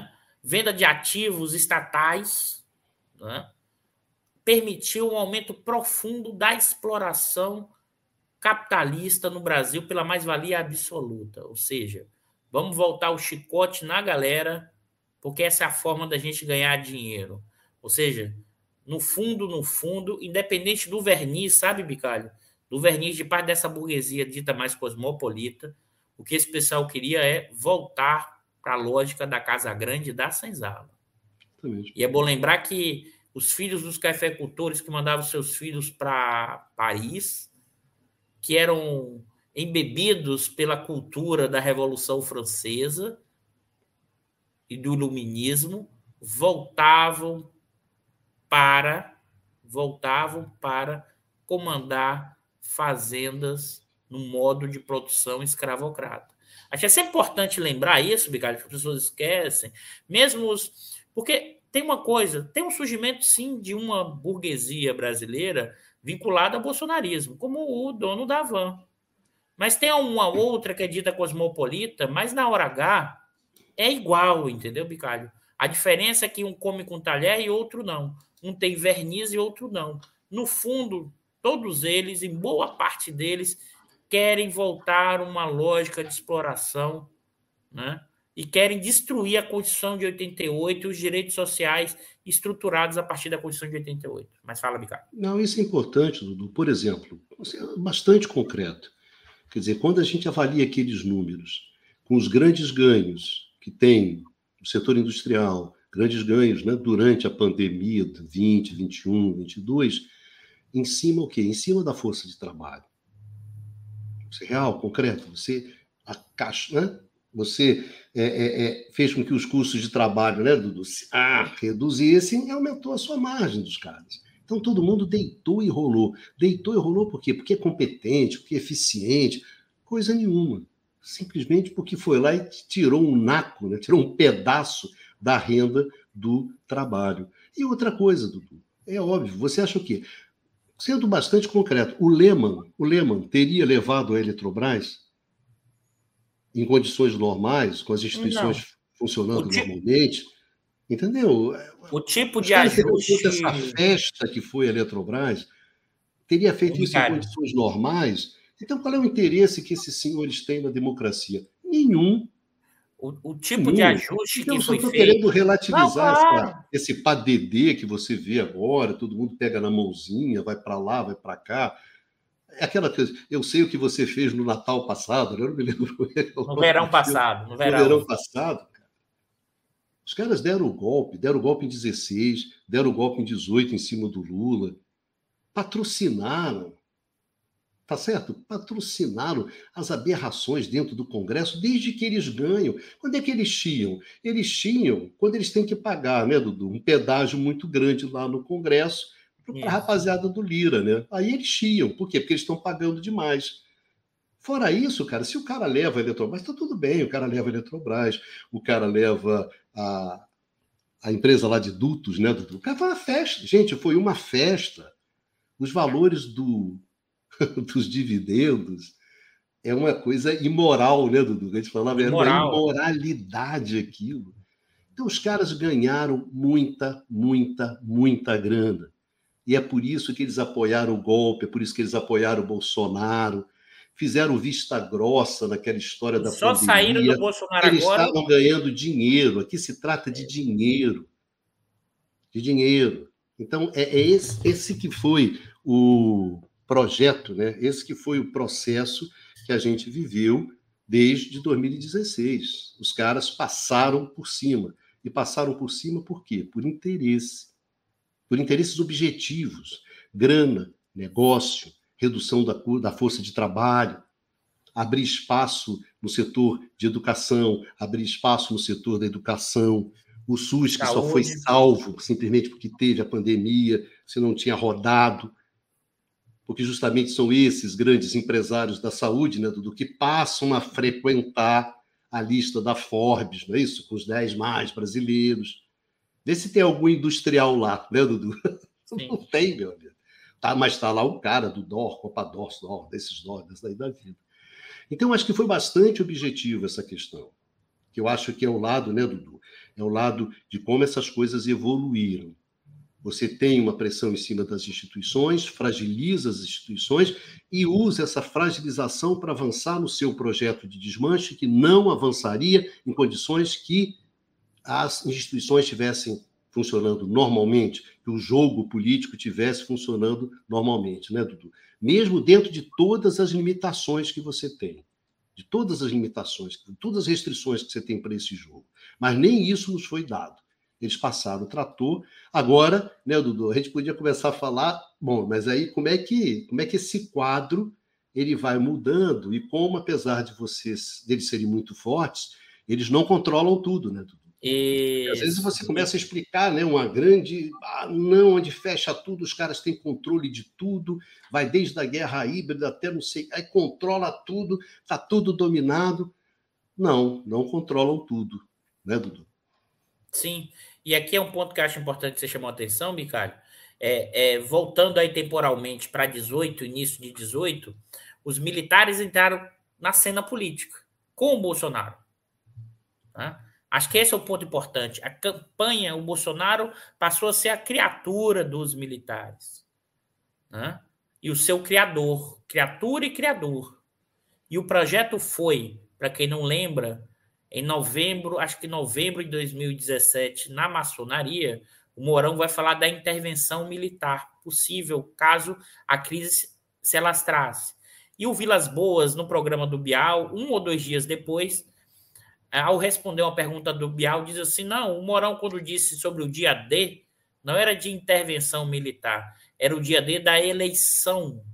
venda de ativos estatais, né? Permitiu um aumento profundo da exploração capitalista no Brasil pela mais-valia absoluta. Ou seja, vamos voltar o chicote na galera, porque essa é a forma da gente ganhar dinheiro. Ou seja, no fundo, no fundo, independente do verniz, sabe, Bicalho? Do verniz de parte dessa burguesia dita mais cosmopolita, o que esse pessoal queria é voltar para a lógica da casa grande e da senzala. E é bom lembrar que os filhos dos cafeicultores que mandavam seus filhos para Paris, que eram embebidos pela cultura da Revolução Francesa e do Iluminismo, voltavam para voltavam para comandar fazendas no modo de produção escravocrata. Acho que é sempre importante lembrar isso, Bicalho, que as pessoas esquecem, mesmo os... porque tem uma coisa, tem um surgimento, sim, de uma burguesia brasileira vinculada ao bolsonarismo, como o dono da Van. Mas tem uma outra que é dita cosmopolita, mas na hora H é igual, entendeu, Bicalho? A diferença é que um come com talher e outro não. Um tem verniz e outro não. No fundo, todos eles, em boa parte deles, querem voltar a uma lógica de exploração, né? E querem destruir a Constituição de oitenta e oito e os direitos sociais estruturados a partir da Constituição de oitenta e oito. Mas fala, Bicalho. Não, isso é importante, Dudu. Por exemplo, bastante concreto. Quer dizer, quando a gente avalia aqueles números com os grandes ganhos que tem o setor industrial, grandes ganhos, né, durante a pandemia de vinte, vinte e um, vinte e dois, em cima o quê? Em cima da força de trabalho. Isso é real, concreto. Você, a caixa, né? Você é, é, é, fez com que os custos de trabalho, né, Dudu, ah, reduzissem e aumentou a sua margem dos caras. Então todo mundo deitou e rolou. Deitou e rolou por quê? Porque é competente, porque é eficiente. Coisa nenhuma. Simplesmente porque foi lá e tirou um naco, né? Tirou um pedaço da renda do trabalho. E outra coisa, Dudu, é óbvio, você acha o quê? Sendo bastante concreto, o Lehman, o Lehman teria levado a Eletrobras em condições normais, com as instituições Não. funcionando tipo, normalmente, entendeu? O tipo de ajuste... Essa festa que foi a Eletrobras, teria feito isso em condições normais. Então, qual é o interesse que esses senhores têm na democracia? Nenhum. O, o tipo Nenhum. de ajuste então, que foi feito... Eu estou querendo relativizar Não, claro. essa, esse padedê que você vê agora, todo mundo pega na mãozinha, vai para lá, vai para cá. É aquela coisa, eu sei o que você fez no Natal passado, eu não me lembro. No verão passado. No verão, no verão passado, cara. Os caras deram o golpe, deram o golpe em dezesseis, deram o golpe em dezoito em cima do Lula, patrocinaram, tá certo? Patrocinaram as aberrações dentro do Congresso desde que eles ganham. Quando é que eles tinham? Eles tinham quando eles têm que pagar, né, Dudu, um pedágio muito grande lá no Congresso, para a rapaziada do Lira, né? Aí eles chiam. Por quê? Porque eles estão pagando demais. Fora isso, cara, se o cara leva a Eletrobras, está tudo bem, o cara leva a Eletrobras, o cara leva a, a empresa lá de dutos, né, Dudu? O cara foi uma festa. Gente, foi uma festa. Os valores do, dos dividendos é uma coisa imoral, né, Dudu? A gente falava, era uma imoralidade aquilo. Então, os caras ganharam muita, muita, muita grana. E é por isso que eles apoiaram o golpe, é por isso que eles apoiaram o Bolsonaro, fizeram vista grossa naquela história da Só pandemia. Saíram do Bolsonaro eles agora. Eles estavam ganhando dinheiro. Aqui se trata de dinheiro. De dinheiro. Então, é, é esse, esse que foi o projeto, né? Esse que foi o processo que a gente viveu desde dois mil e dezesseis. Os caras passaram por cima. E passaram por cima por quê? Por interesse. Por interesses objetivos, grana, negócio, redução da, da força de trabalho, abrir espaço no setor de educação, abrir espaço no setor da educação, o SUS que Saúde. Só foi salvo simplesmente porque teve a pandemia, se não tinha rodado, porque justamente são esses grandes empresários da saúde, né, Dudu, que passam a frequentar a lista da Forbes, não é isso? Com os dez mais brasileiros. Vê se tem algum industrial lá, né, Dudu? Sim. Não tem, meu amigo. Tá, mas está lá o cara do D O R, Copador, desses D O R, dessa daí da vida. Então, acho que foi bastante objetivo essa questão, que eu acho que é o lado, né, Dudu, é o lado de como essas coisas evoluíram. Você tem uma pressão em cima das instituições, fragiliza as instituições e usa essa fragilização para avançar no seu projeto de desmanche, que não avançaria em condições que as instituições estivessem funcionando normalmente, que o jogo político estivesse funcionando normalmente, né, Dudu? Mesmo dentro de todas as limitações que você tem, de todas as limitações, de todas as restrições que você tem para esse jogo. Mas nem isso nos foi dado. Eles passaram o trator. Agora, né, Dudu, a gente podia começar a falar, bom, mas aí como é que, como é que esse quadro ele vai mudando e como, apesar de vocês, deles serem muito fortes, eles não controlam tudo, né, Dudu? E às vezes você começa a explicar, né, uma grande... Ah, não, onde fecha tudo, os caras têm controle de tudo, vai desde a guerra híbrida até não sei... Aí controla tudo, está tudo dominado. Não, não controlam tudo, né, Dudu? Sim, e aqui é um ponto que eu acho importante que você chamou a atenção, Bicalho. É, é, voltando aí temporalmente para dezoito, início de dezoito, os militares entraram na cena política com o Bolsonaro. Tá? Acho que esse é o ponto importante. A campanha, o Bolsonaro passou a ser a criatura dos militares. Né? E o seu criador, criatura e criador. E o projeto foi, para quem não lembra, em novembro, acho que novembro de dois mil e dezessete, na maçonaria, o Mourão vai falar da intervenção militar possível, caso a crise se alastrasse. E o Vilas Boas, no programa do Bial, um ou dois dias depois, ao responder uma pergunta do Bial, diz assim, não, o Mourão, quando disse sobre o dia D, não era de intervenção militar, era o dia D da eleição.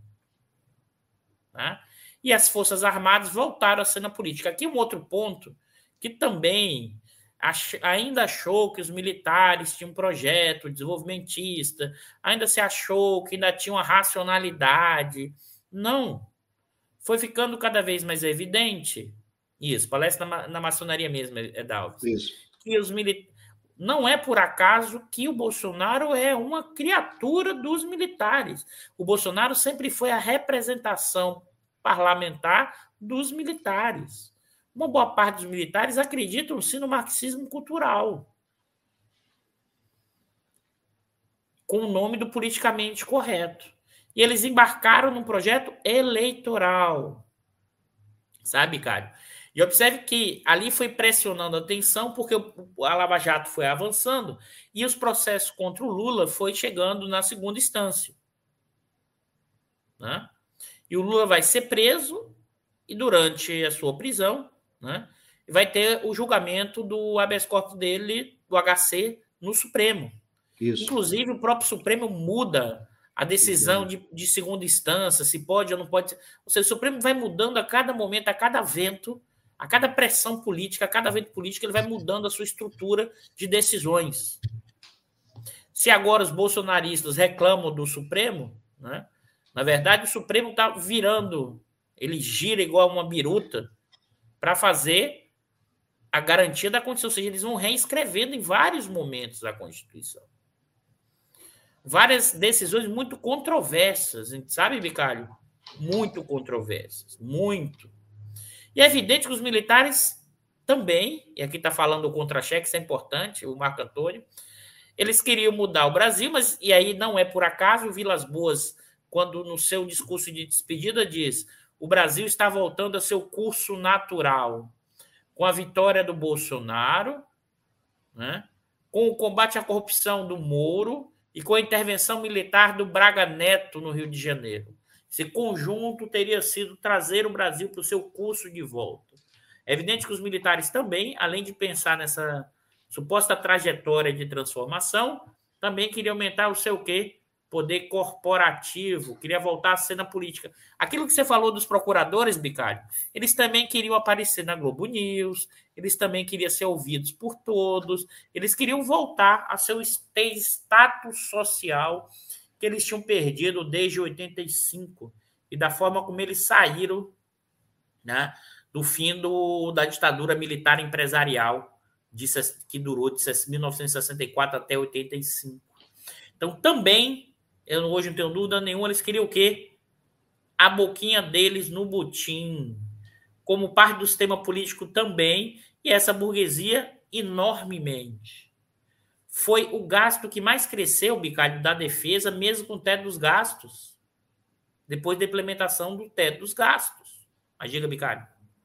Né? E as Forças Armadas voltaram à cena política. Aqui um outro ponto que também ach, ainda achou que os militares tinham um projeto desenvolvimentista, ainda se achou que ainda tinha uma racionalidade. Não. Foi ficando cada vez mais evidente, isso, palestra na, na maçonaria mesmo, Edalves, Isso. que os militares... Não é por acaso que o Bolsonaro é uma criatura dos militares. O Bolsonaro sempre foi a representação parlamentar dos militares. Uma boa parte dos militares acreditam sim no marxismo cultural, com o nome do politicamente correto. E eles embarcaram num projeto eleitoral. Sabe, Cário? E observe que ali foi pressionando a atenção porque a Lava Jato foi avançando e os processos contra o Lula foi chegando na segunda instância. Né? E o Lula vai ser preso e durante a sua prisão, né, vai ter o julgamento do habeas corpus dele, do H C, no Supremo. Isso. Inclusive, o próprio Supremo muda a decisão de, de segunda instância, se pode ou não pode. Ou seja, o Supremo vai mudando a cada momento, a cada vento, a cada pressão política, a cada vento político, ele vai mudando a sua estrutura de decisões. Se agora os bolsonaristas reclamam do Supremo, né, na verdade, o Supremo está virando, ele gira igual uma biruta para fazer a garantia da Constituição, ou seja, eles vão reescrevendo em vários momentos a Constituição. Várias decisões muito controversas, sabe, Bicalho? Muito controversas, muito. E é evidente que os militares também, e aqui está falando o contra-cheque, isso é importante, o Marco Antônio, eles queriam mudar o Brasil, mas, e aí não é por acaso, o Vilas Boas, quando no seu discurso de despedida diz, o Brasil está voltando a seu curso natural, com a vitória do Bolsonaro, né, com o combate à corrupção do Moro e com a intervenção militar do Braga Neto no Rio de Janeiro. Esse conjunto teria sido trazer o Brasil para o seu curso de volta. É evidente que os militares também, além de pensar nessa suposta trajetória de transformação, também queriam aumentar o seu quê? Poder corporativo, queria voltar à cena política. Aquilo que você falou dos procuradores, Bicalho, eles também queriam aparecer na Globo News, eles também queriam ser ouvidos por todos, eles queriam voltar a seu status social que eles tinham perdido desde oitenta e cinco e da forma como eles saíram, né, do fim do, da ditadura militar empresarial de, que durou de mil novecentos e sessenta e quatro até oitenta e cinco. Então, também, eu hoje não tenho dúvida nenhuma, eles queriam o quê? A boquinha deles no butim, como parte do sistema político também, e essa burguesia enormemente. Foi o gasto que mais cresceu, Bicalho, da defesa, mesmo com o teto dos gastos, depois da implementação do teto dos gastos. Mas diga, Bicalho.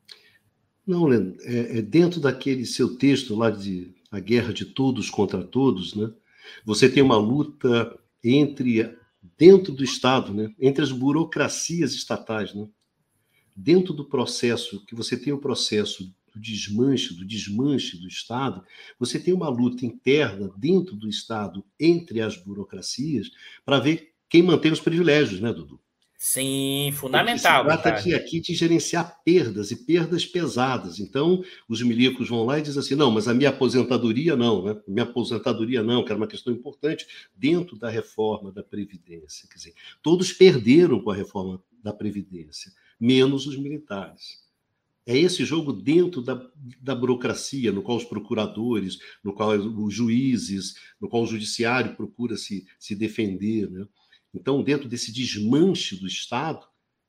Não, Leandro, é, é dentro daquele seu texto lá de A Guerra de Todos contra Todos, né? Você tem uma luta entre, dentro do Estado, né? Entre as burocracias estatais, né? Dentro do processo, que você tem o processo do desmanche, do desmanche do Estado, você tem uma luta interna dentro do Estado entre as burocracias para ver quem mantém os privilégios, né, Dudu? Sim, fundamental. Porque se trata de, aqui de gerenciar perdas, e perdas pesadas. Então, os milicos vão lá e dizem assim, não, mas a minha aposentadoria não, né? Minha aposentadoria não, que era uma questão importante dentro da reforma da Previdência. Quer dizer, todos perderam com a reforma da Previdência, menos os militares. É esse jogo dentro da, da burocracia, no qual os procuradores, no qual os juízes, no qual o judiciário procura se, se defender, né? Então, dentro desse desmanche do Estado,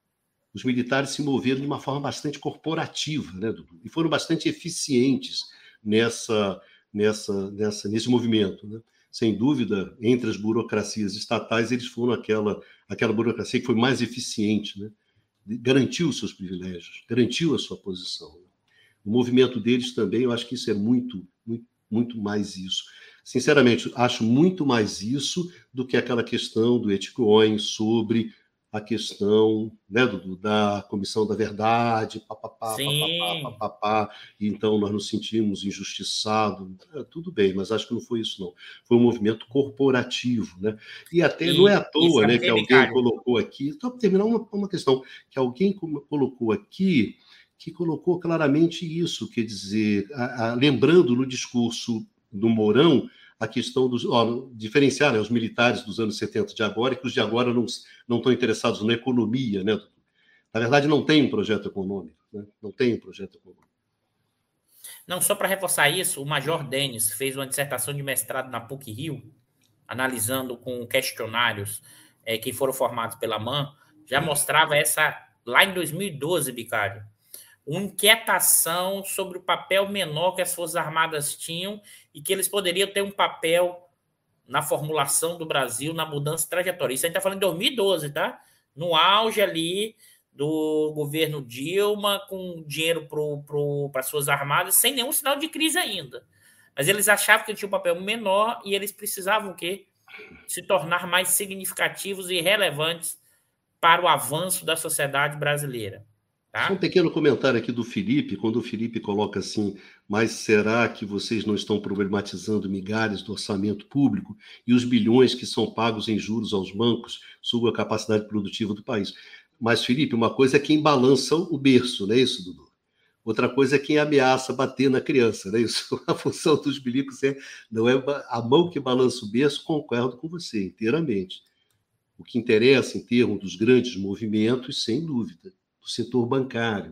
os militares se moveram de uma forma bastante corporativa, né, Dudu? E foram bastante eficientes nessa, nessa, nessa, nesse movimento, né? Sem dúvida, entre as burocracias estatais, eles foram aquela, aquela burocracia que foi mais eficiente, né? Garantiu os seus privilégios, garantiu a sua posição. O movimento deles também, eu acho que isso é muito, muito, muito mais isso. Sinceramente, acho muito mais isso do que aquela questão do Etcoin sobre a questão, né, do, da Comissão da Verdade, papapá, papapá, papapá, e então nós nos sentimos injustiçados. É, tudo bem, mas acho que não foi isso, não. Foi um movimento corporativo, né? E até e, não é à toa, né, que alguém Ricardo. colocou aqui, só para terminar uma, uma questão, que alguém colocou aqui, que colocou claramente isso, quer dizer, a, a, lembrando no discurso do Mourão, a questão dos... Ó, diferenciar, né, os militares dos anos setenta de agora e que os de agora não, não estão interessados na economia, né? Na verdade, não tem um projeto econômico, né? Não tem um projeto econômico. Não, só para reforçar isso, o Major Denis fez uma dissertação de mestrado na PUC-Rio, analisando com questionários é, que foram formados pela M A N, já mostrava essa, lá em dois mil e doze, Bicário, uma inquietação sobre o papel menor que as Forças Armadas tinham e que eles poderiam ter um papel na formulação do Brasil, na mudança de trajetória. Isso a gente está falando em dois mil e doze, tá? No auge ali do governo Dilma, com dinheiro para as Forças Armadas, sem nenhum sinal de crise ainda. Mas eles achavam que tinha um papel menor e eles precisavam o quê? Se tornar mais significativos e relevantes para o avanço da sociedade brasileira. Tá? Um pequeno comentário aqui do Felipe, quando o Felipe coloca assim, mas será que vocês não estão problematizando migalhas do orçamento público e os bilhões que são pagos em juros aos bancos sobre a capacidade produtiva do país? Mas, Felipe, uma coisa é quem balança o berço, não é isso, Dudu? Outra coisa é quem ameaça bater na criança, não é isso? A função dos milicos é, não é a mão que balança o berço, concordo com você inteiramente. O que interessa em termos dos grandes movimentos, sem dúvida, do setor bancário.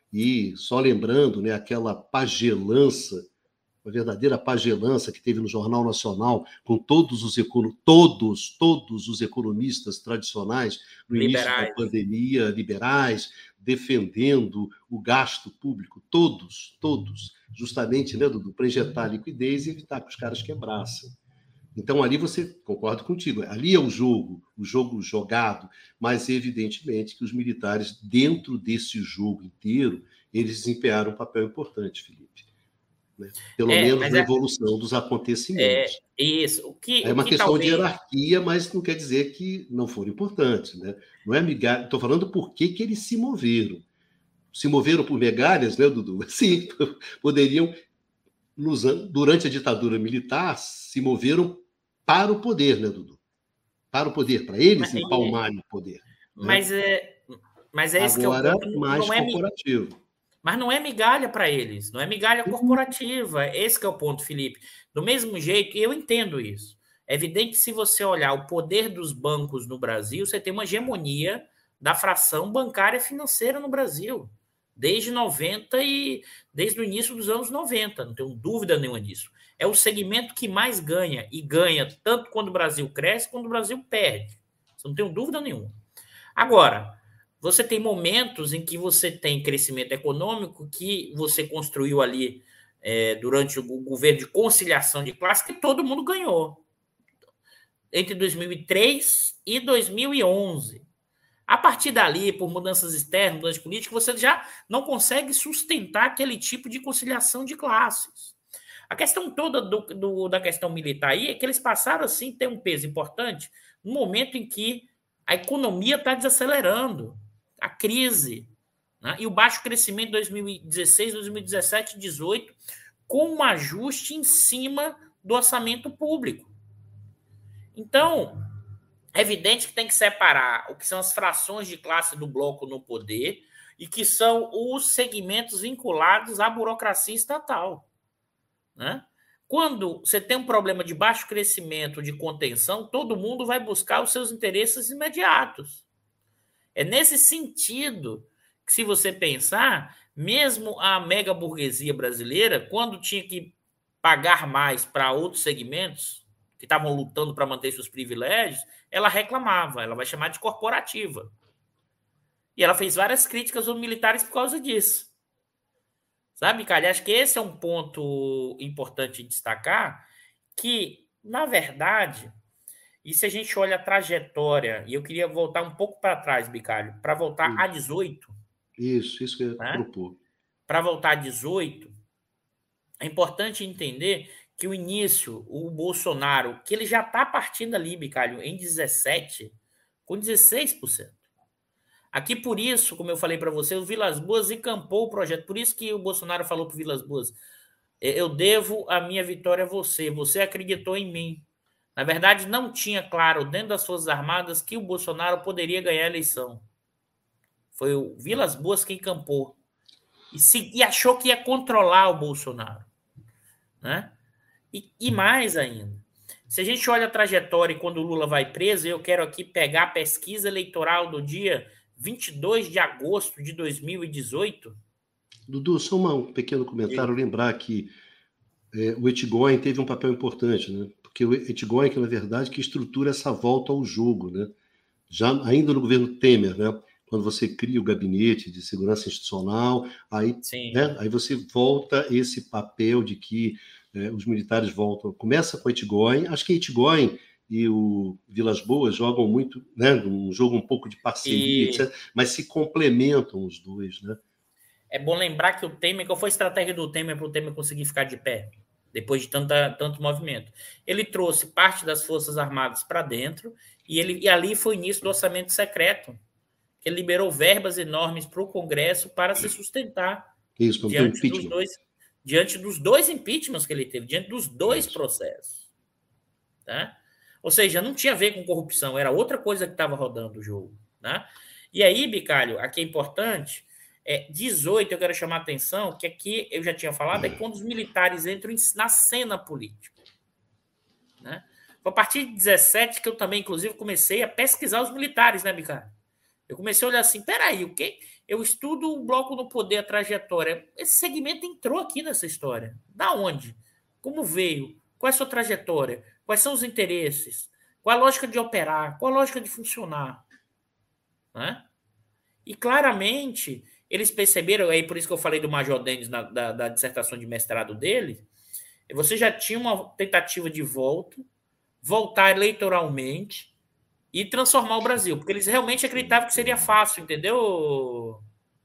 E só lembrando, né, aquela pagelança, a verdadeira pagelança que teve no Jornal Nacional, com todos os, econo- todos, todos os economistas tradicionais no liberais. Início da pandemia, liberais, defendendo o gasto público, todos, todos, justamente, né, Dudu, para injetar liquidez e evitar que os caras quebrassem. Então, ali você, concordo contigo, ali é o jogo, o jogo jogado, mas evidentemente que os militares, dentro desse jogo inteiro, eles desempenharam um papel importante, Felipe. Né? Pelo é, menos na é, evolução dos acontecimentos. É, isso. O que, é uma o que questão talvez... de hierarquia, mas não quer dizer que não foram importantes. Né? Não é migalha, estou falando por que, que eles se moveram. Se moveram por migalhas, né, Dudu? Sim, poderiam, nos, durante a ditadura militar, se moveram para o poder, né, Dudu? Para o poder, para eles mas, empalmarem o poder. Mas, né? é, mas é esse Agora, que é o ponto. mais não é, corporativo. Mas não é migalha para eles, não é migalha uhum. corporativa. Esse que é o ponto, Felipe. Do mesmo jeito, eu entendo isso. É evidente que se você olhar o poder dos bancos no Brasil, você tem uma hegemonia da fração bancária financeira no Brasil. Desde noventa e desde o início dos anos noventa, não tenho dúvida nenhuma disso. É o segmento que mais ganha, e ganha tanto quando o Brasil cresce, quando o Brasil perde. Isso não tenho dúvida nenhuma. Agora, você tem momentos em que você tem crescimento econômico que você construiu ali é, durante o governo de conciliação de classe, que todo mundo ganhou. Entre dois mil e três e dois mil e onze. A partir dali, por mudanças externas, mudanças políticas, você já não consegue sustentar aquele tipo de conciliação de classes. A questão toda do, do, da questão militar aí é que eles passaram, assim, a ter um peso importante no momento em que a economia está desacelerando, a crise, né? E o baixo crescimento de dois mil e dezesseis, dois mil e dezessete, dois mil e dezoito, com um ajuste em cima do orçamento público. Então, é evidente que tem que separar o que são as frações de classe do bloco no poder e que são os segmentos vinculados à burocracia estatal, né? Quando você tem um problema de baixo crescimento, de contenção, todo mundo vai buscar os seus interesses imediatos. É nesse sentido que, se você pensar, mesmo a mega burguesia brasileira, quando tinha que pagar mais para outros segmentos que estavam lutando para manter seus privilégios, ela reclamava, ela vai chamar de corporativa. E ela fez várias críticas aos militares por causa disso. Sabe, Calha? Acho que esse é um ponto importante de destacar, que, na verdade, e se a gente olha a trajetória, e eu queria voltar um pouco para trás, Bicalho, para voltar isso. a dezoito. Isso, isso que eu ia né? propor. Para voltar a dezoito, é importante entender que o início, o Bolsonaro, que ele já está partindo ali, Bicalho, em dezessete, com dezesseis por cento. Aqui, por isso, como eu falei para você, o Vilas Boas encampou o projeto. Por isso que o Bolsonaro falou para o Vilas Boas, eu devo a minha vitória a você, você acreditou em mim. Na verdade, não tinha claro dentro das Forças Armadas que o Bolsonaro poderia ganhar a eleição. Foi o Vilas Boas quem encampou. E, se, e achou que ia controlar o Bolsonaro, né? E, e mais ainda, se a gente olha a trajetória e quando o Lula vai preso, eu quero aqui pegar a pesquisa eleitoral do dia vinte e dois de agosto de dois mil e dezoito. Dudu, só uma, um pequeno comentário, e... lembrar que é, o Etgoin teve um papel importante, né? Porque o Etgoin, que na verdade, que estrutura essa volta ao jogo, né? Já ainda no governo Temer, né? Quando você cria o gabinete de segurança institucional, aí, né? Aí você volta esse papel de que é, os militares voltam. Começa com o Etgoin, acho que Etgoin e o Vilas Boas jogam muito, né? Um jogo um pouco de parceria, e... etcétera, mas se complementam os dois, né? É bom lembrar que o Temer, qual foi a estratégia do Temer para o Temer conseguir ficar de pé, depois de tanta, tanto movimento? Ele trouxe parte das Forças Armadas para dentro e, ele, e ali foi o início do orçamento secreto, que ele liberou verbas enormes para o Congresso para se sustentar. Isso, diante, dos dois, diante dos dois impeachments que ele teve, diante dos dois processos. Tá? Ou seja, não tinha a ver com corrupção, era outra coisa que estava rodando o jogo. Tá? E aí, Bicalho, aqui é importante, é, dezoito, eu quero chamar a atenção, que aqui eu já tinha falado, é quando os militares entram na cena política. Né? Foi a partir de dezessete que eu também, inclusive, comecei a pesquisar os militares, né, Bicalho? Eu comecei a olhar assim, peraí, o quê? Eu estudo o Bloco no Poder, a trajetória. Esse segmento entrou aqui nessa história. Da onde? Como veio? Qual é a sua trajetória? Quais são os interesses? Qual a lógica de operar? Qual a lógica de funcionar? Né? E claramente, eles perceberam, aí por isso que eu falei do Major Denis na, da, da dissertação de mestrado dele, você já tinha uma tentativa de volta, voltar eleitoralmente, e transformar o Brasil, porque eles realmente acreditavam que seria fácil, entendeu?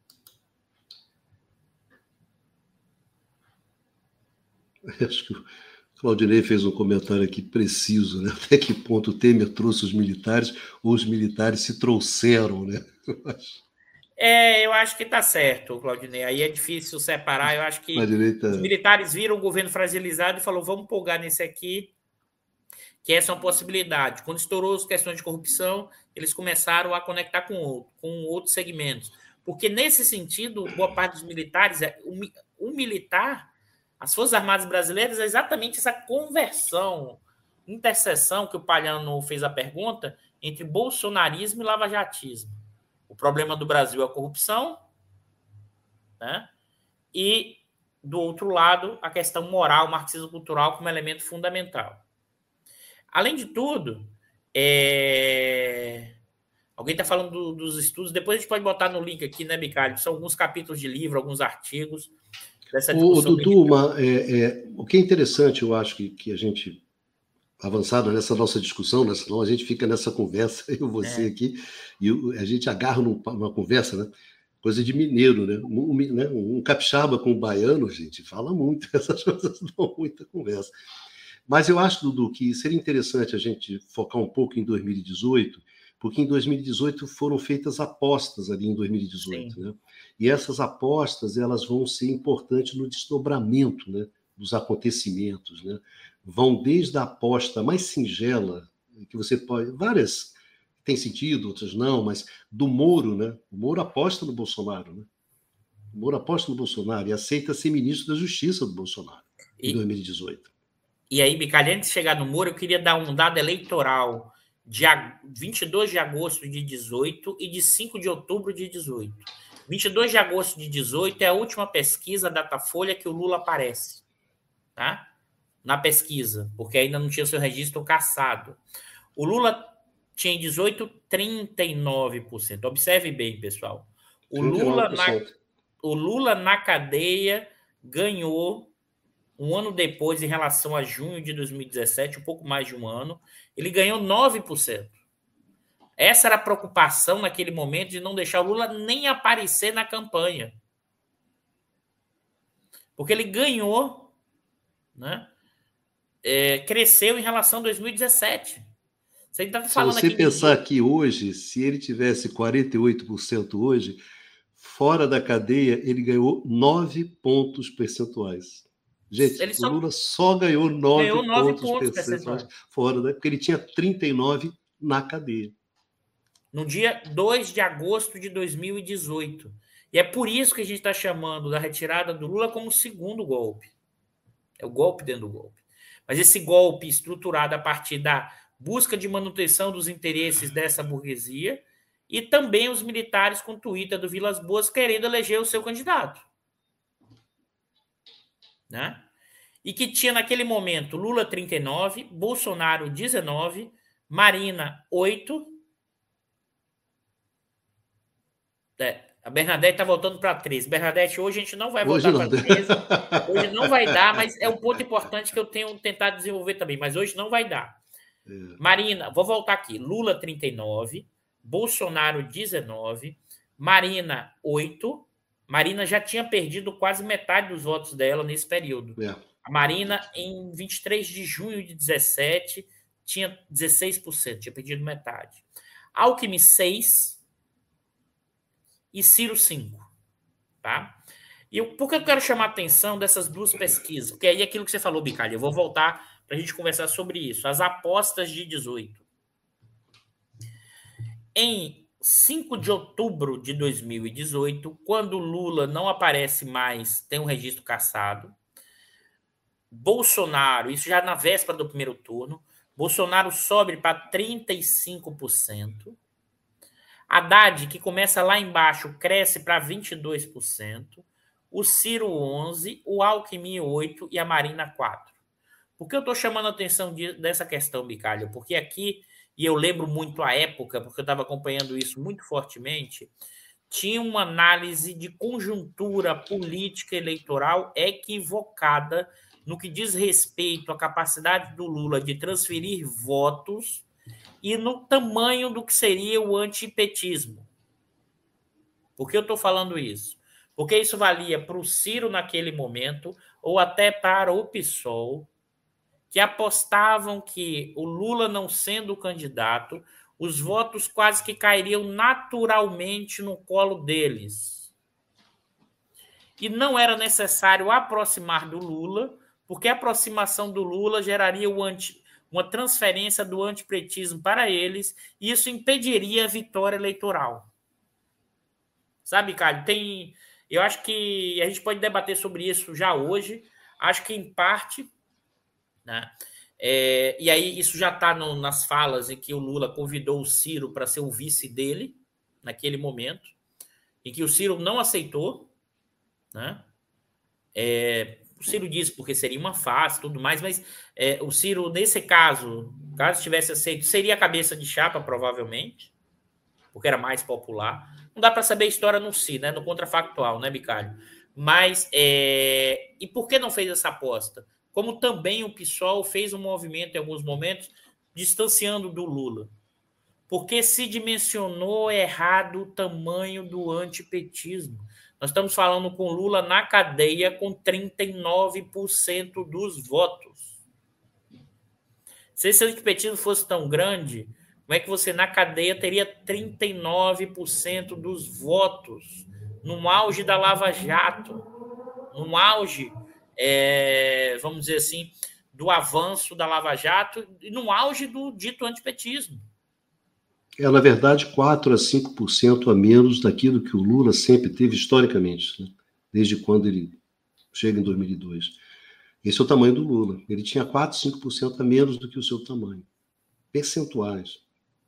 Acho que o Claudinei fez um comentário aqui preciso, né? Até que ponto o Temer trouxe os militares ou os militares se trouxeram, né? É, eu acho que tá certo, Claudinei. Aí é difícil separar. Eu acho que direita... os militares viram o governo fragilizado e falou, vamos polgar nesse aqui, que essa é uma possibilidade. Quando estourou as questões de corrupção, eles começaram a conectar com, outro, com outros segmentos. Porque, nesse sentido, boa parte dos militares, o, o militar, as Forças Armadas Brasileiras, é exatamente essa conversão, interseção, que o Palhano fez a pergunta, entre bolsonarismo e lavajatismo. O problema do Brasil é a corrupção, né? E, do outro lado, a questão moral, o marxismo cultural como elemento fundamental. Além de tudo, é... alguém está falando do, dos estudos, depois a gente pode botar no link aqui, né, Bicalho? São alguns capítulos de livro, alguns artigos. dessa discussão. O Dudu, uma, é, é, o que é interessante, eu acho que, que a gente, avançado nessa nossa discussão, né, senão a gente fica nessa conversa, eu e você é. aqui, e a gente agarra numa conversa, né? Coisa de mineiro, né? Um, né? um capixaba com um baiano, gente, fala muito, essas coisas dão muita conversa. Mas eu acho, Dudu, que seria interessante a gente focar um pouco em dois mil e dezoito, porque em dois mil e dezoito foram feitas apostas ali em dois mil e dezoito, né? E essas apostas, elas vão ser importantes no desdobramento, né, dos acontecimentos, né? Vão desde a aposta mais singela, que você pode... Várias tem sentido, outras não, mas do Moro, né? O Moro aposta no Bolsonaro, né? O Moro aposta no Bolsonaro e aceita ser ministro da Justiça do Bolsonaro em e, dois mil e dezoito. E aí, Bicalho, antes de chegar no Moro, eu queria dar um dado eleitoral de vinte e dois de agosto de dezoito e de cinco de outubro de dezoito. vinte e dois de agosto de dezoito é a última pesquisa Datafolha que o Lula aparece, tá? Na pesquisa, porque ainda não tinha seu registro cassado. O Lula tinha em dezoito, trinta e nove por cento. Observe bem, pessoal. O Lula, na, o Lula na cadeia ganhou um ano depois, em relação a junho de dois mil e dezessete, um pouco mais de um ano, ele ganhou nove por cento. Essa era a preocupação naquele momento de não deixar o Lula nem aparecer na campanha. Porque ele ganhou, né? É, cresceu em relação a dois mil e dezessete. Você tá falando se você aqui pensar de... que hoje, se ele tivesse quarenta e oito por cento hoje, fora da cadeia, ele ganhou nove pontos percentuais. Gente, ele o Lula só ganhou nove, ganhou nove pontos, pontos percentuais, percentuais fora, né? Porque ele tinha trinta e nove na cadeia. No dia dois de agosto de dois mil e dezoito. E é por isso que a gente está chamando da retirada do Lula como segundo golpe. É o golpe dentro do golpe. Mas esse golpe estruturado a partir da busca de manutenção dos interesses dessa burguesia e também os militares com o Twitter do Vilas Boas querendo eleger o seu candidato. Né? E que tinha naquele momento Lula trinta e nove, Bolsonaro dezenove, Marina oito. É, a Bernadette está voltando para treze. Bernadette, hoje a gente não vai voltar para treze. Hoje não vai dar, mas é um ponto importante que eu tenho tentado desenvolver também, mas hoje não vai dar. É. Marina, vou voltar aqui. Lula trinta e nove, Bolsonaro dezenove, Marina oito. Marina já tinha perdido quase metade dos votos dela nesse período. É. A Marina, em vinte e três de junho de dezessete, tinha dezesseis por cento, tinha perdido metade. Alckmin seis e Ciro cinco. Tá? E eu, por que eu quero chamar a atenção dessas duas pesquisas? Porque aí é aquilo que você falou, Bicalho, eu vou voltar para a gente conversar sobre isso. As apostas de dezoito. Em cinco de outubro de dois mil e dezoito, quando Lula não aparece mais, tem um registro cassado, Bolsonaro, isso já na véspera do primeiro turno, Bolsonaro sobe para trinta e cinco por cento. Haddad, que começa lá embaixo, cresce para vinte e dois por cento. O Ciro onze por cento, o Alckmin oito por cento e a Marina quatro por cento. Por que eu estou chamando a atenção de, dessa questão, Bicalho? Porque aqui, e eu lembro muito a época, porque eu estava acompanhando isso muito fortemente, tinha uma análise de conjuntura política eleitoral equivocada no que diz respeito à capacidade do Lula de transferir votos e no tamanho do que seria o antipetismo. Por que eu estou falando isso? Porque isso valia para o Ciro naquele momento, ou até para o PSOL, que apostavam que o Lula não sendo o candidato, os votos quase que cairiam naturalmente no colo deles. E não era necessário aproximar do Lula, porque a aproximação do Lula geraria o anti, uma transferência do antipetismo para eles, e isso impediria a vitória eleitoral. Sabe, Caio? Tem, eu acho que a gente pode debater sobre isso já hoje. Acho que, em parte, né? É, e aí isso já está nas falas em que o Lula convidou o Ciro para ser o vice dele, naquele momento, em que o Ciro não aceitou, né? É, o Ciro disse porque seria uma farsa e tudo mais, mas é, o Ciro, nesse caso, caso tivesse aceito, seria a cabeça de chapa, provavelmente, porque era mais popular. Não dá para saber a história no si, né, no contrafactual, né, Bicalho? Mas, é... e por que não fez essa aposta? Como também o PSOL fez um movimento em alguns momentos distanciando do Lula. Porque se dimensionou errado o tamanho do antipetismo. Nós estamos falando com Lula na cadeia com trinta e nove por cento dos votos. Se esse antipetismo fosse tão grande, como é que você na cadeia teria trinta e nove por cento dos votos no auge da Lava Jato, no auge, é, vamos dizer assim, do avanço da Lava Jato e no auge do dito antipetismo? É, na verdade, quatro a cinco por cento a menos daquilo que o Lula sempre teve historicamente, né? Desde quando ele chega em dois mil e dois. Esse é o tamanho do Lula. Ele tinha quatro, cinco por cento a menos do que o seu tamanho. Percentuais.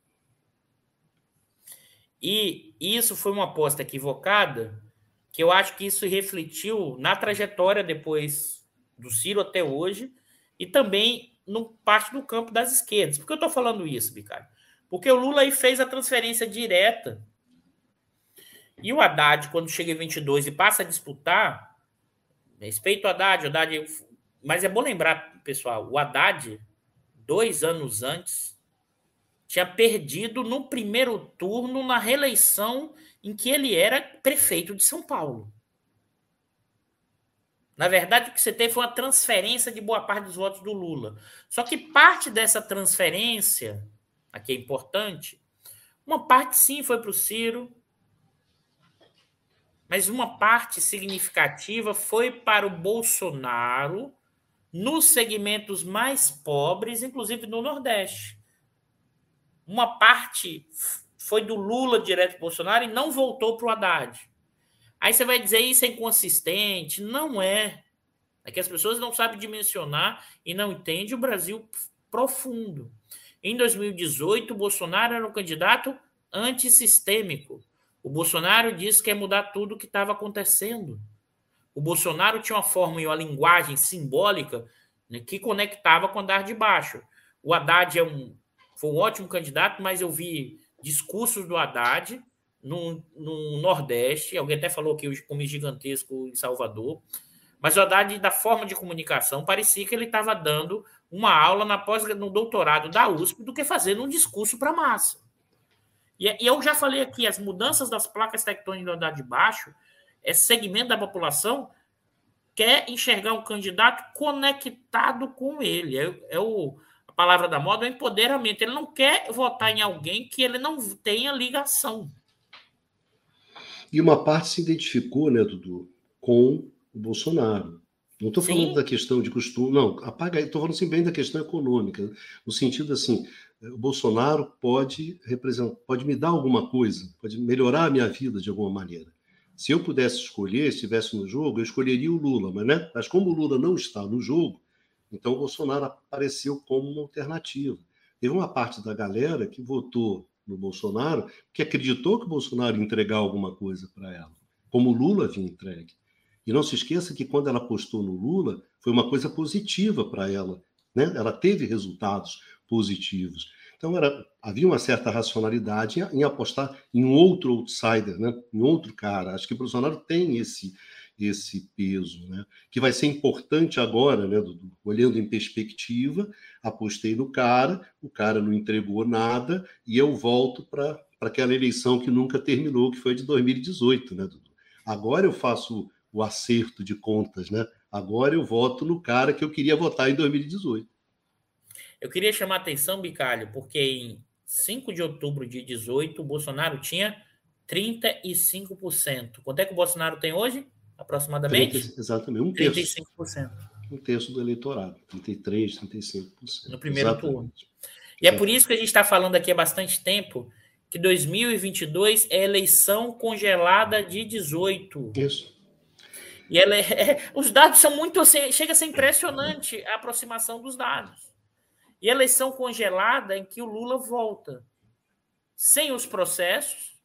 E isso foi uma aposta equivocada, que eu acho que isso refletiu na trajetória depois do Ciro até hoje e também no parte do campo das esquerdas. Por que eu estou falando isso, Bicalho? Porque o Lula aí fez a transferência direta e o Haddad, quando chega em vinte e dois e passa a disputar, respeito o Haddad, o Haddad, mas é bom lembrar, pessoal, o Haddad, dois anos antes, tinha perdido no primeiro turno na reeleição em que ele era prefeito de São Paulo. Na verdade, o que você teve foi uma transferência de boa parte dos votos do Lula. Só que parte dessa transferência, aqui é importante, uma parte sim foi para o Ciro, mas uma parte significativa foi para o Bolsonaro nos segmentos mais pobres, inclusive no Nordeste. Uma parte foi do Lula direto para o Bolsonaro e não voltou para o Haddad. Aí você vai dizer isso é inconsistente. Não é. É que as pessoas não sabem dimensionar e não entendem o Brasil profundo. Em dois mil e dezoito, o Bolsonaro era um candidato antissistêmico. O Bolsonaro disse que ia mudar tudo o que estava acontecendo. O Bolsonaro tinha uma forma e uma linguagem simbólica, né, que conectava com o andar de baixo. O Haddad é um, foi um ótimo candidato, mas eu vi discursos do Haddad no, no Nordeste, alguém até falou que o comi gigantesco em Salvador, mas o Haddad, da forma de comunicação, parecia que ele estava dando uma aula na pós, no doutorado da U S P do que fazendo um discurso para a massa. E, e eu já falei aqui, as mudanças das placas tectônicas do andar de baixo, esse segmento da população quer enxergar um candidato conectado com ele. É, é o, a palavra da moda, é o empoderamento. Ele não quer votar em alguém que ele não tenha ligação. E uma parte se identificou, né, Dudu, com o Bolsonaro. Não estou falando da questão de costume, não, apaga aí, estou falando assim, bem da questão econômica, no sentido assim, o Bolsonaro pode representar, pode me dar alguma coisa, pode melhorar a minha vida de alguma maneira. Se eu pudesse escolher, se estivesse no jogo, eu escolheria o Lula, mas, né? Mas como o Lula não está no jogo, então o Bolsonaro apareceu como uma alternativa. Teve uma parte da galera que votou no Bolsonaro, que acreditou que o Bolsonaro ia entregar alguma coisa para ela, como o Lula havia entregue. E não se esqueça que quando ela apostou no Lula, foi uma coisa positiva para ela, né? Ela teve resultados positivos. Então, era, havia uma certa racionalidade em, em apostar em um outro outsider, né? Em outro cara. Acho que o Bolsonaro tem esse, esse peso, né? Que vai ser importante agora, né, Dudu? Olhando em perspectiva, apostei no cara, o cara não entregou nada, e eu volto para aquela eleição que nunca terminou, que foi de dois mil e dezoito, né, Dudu? Agora eu faço o acerto de contas, né? Agora eu voto no cara que eu queria votar em dois mil e dezoito. Eu queria chamar a atenção, Bicalho, porque em cinco de outubro de dezoito, o Bolsonaro tinha trinta e cinco por cento. Quanto é que o Bolsonaro tem hoje, aproximadamente? trinta, exatamente, um terço. trinta e cinco por cento. Um terço do eleitorado, trinta e três, trinta e cinco por cento. No primeiro exatamente. turno. E exatamente. É por isso que a gente está falando aqui há bastante tempo que dois mil e vinte e dois é eleição congelada de dezoito. Isso. E ela é, os dados são muito... Chega a ser impressionante a aproximação dos dados. E eleição congelada em que o Lula volta. Sem os processos.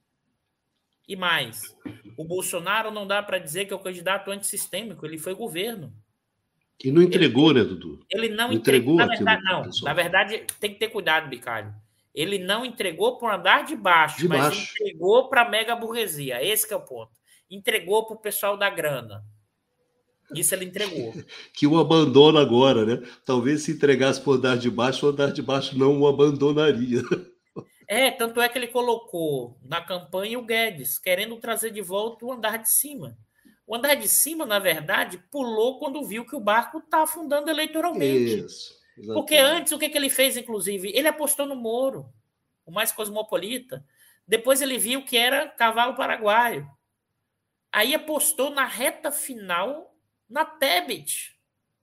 E mais. O Bolsonaro não dá para dizer que é o candidato antissistêmico. Ele foi governo. E não entregou, ele, né, Dudu? Ele não, não entregou. Na verdade, não. Na verdade, tem que ter cuidado, Bicalho. Ele não entregou para o andar de baixo, de mas baixo. entregou para a mega burguesia. Esse que é o ponto. entregou para o pessoal da grana. Isso ele entregou. Que o abandona agora, né? Talvez se entregasse para o andar de baixo, o andar de baixo não o abandonaria. É, tanto é que ele colocou na campanha o Guedes, querendo trazer de volta o andar de cima. O andar de cima, na verdade, pulou quando viu que o barco está afundando eleitoralmente. Isso. Exatamente. Porque antes, o que, que ele fez, inclusive? Ele apostou no Moro, o mais cosmopolita. Depois ele viu que era cavalo paraguaio. Aí apostou na reta final na Tebet.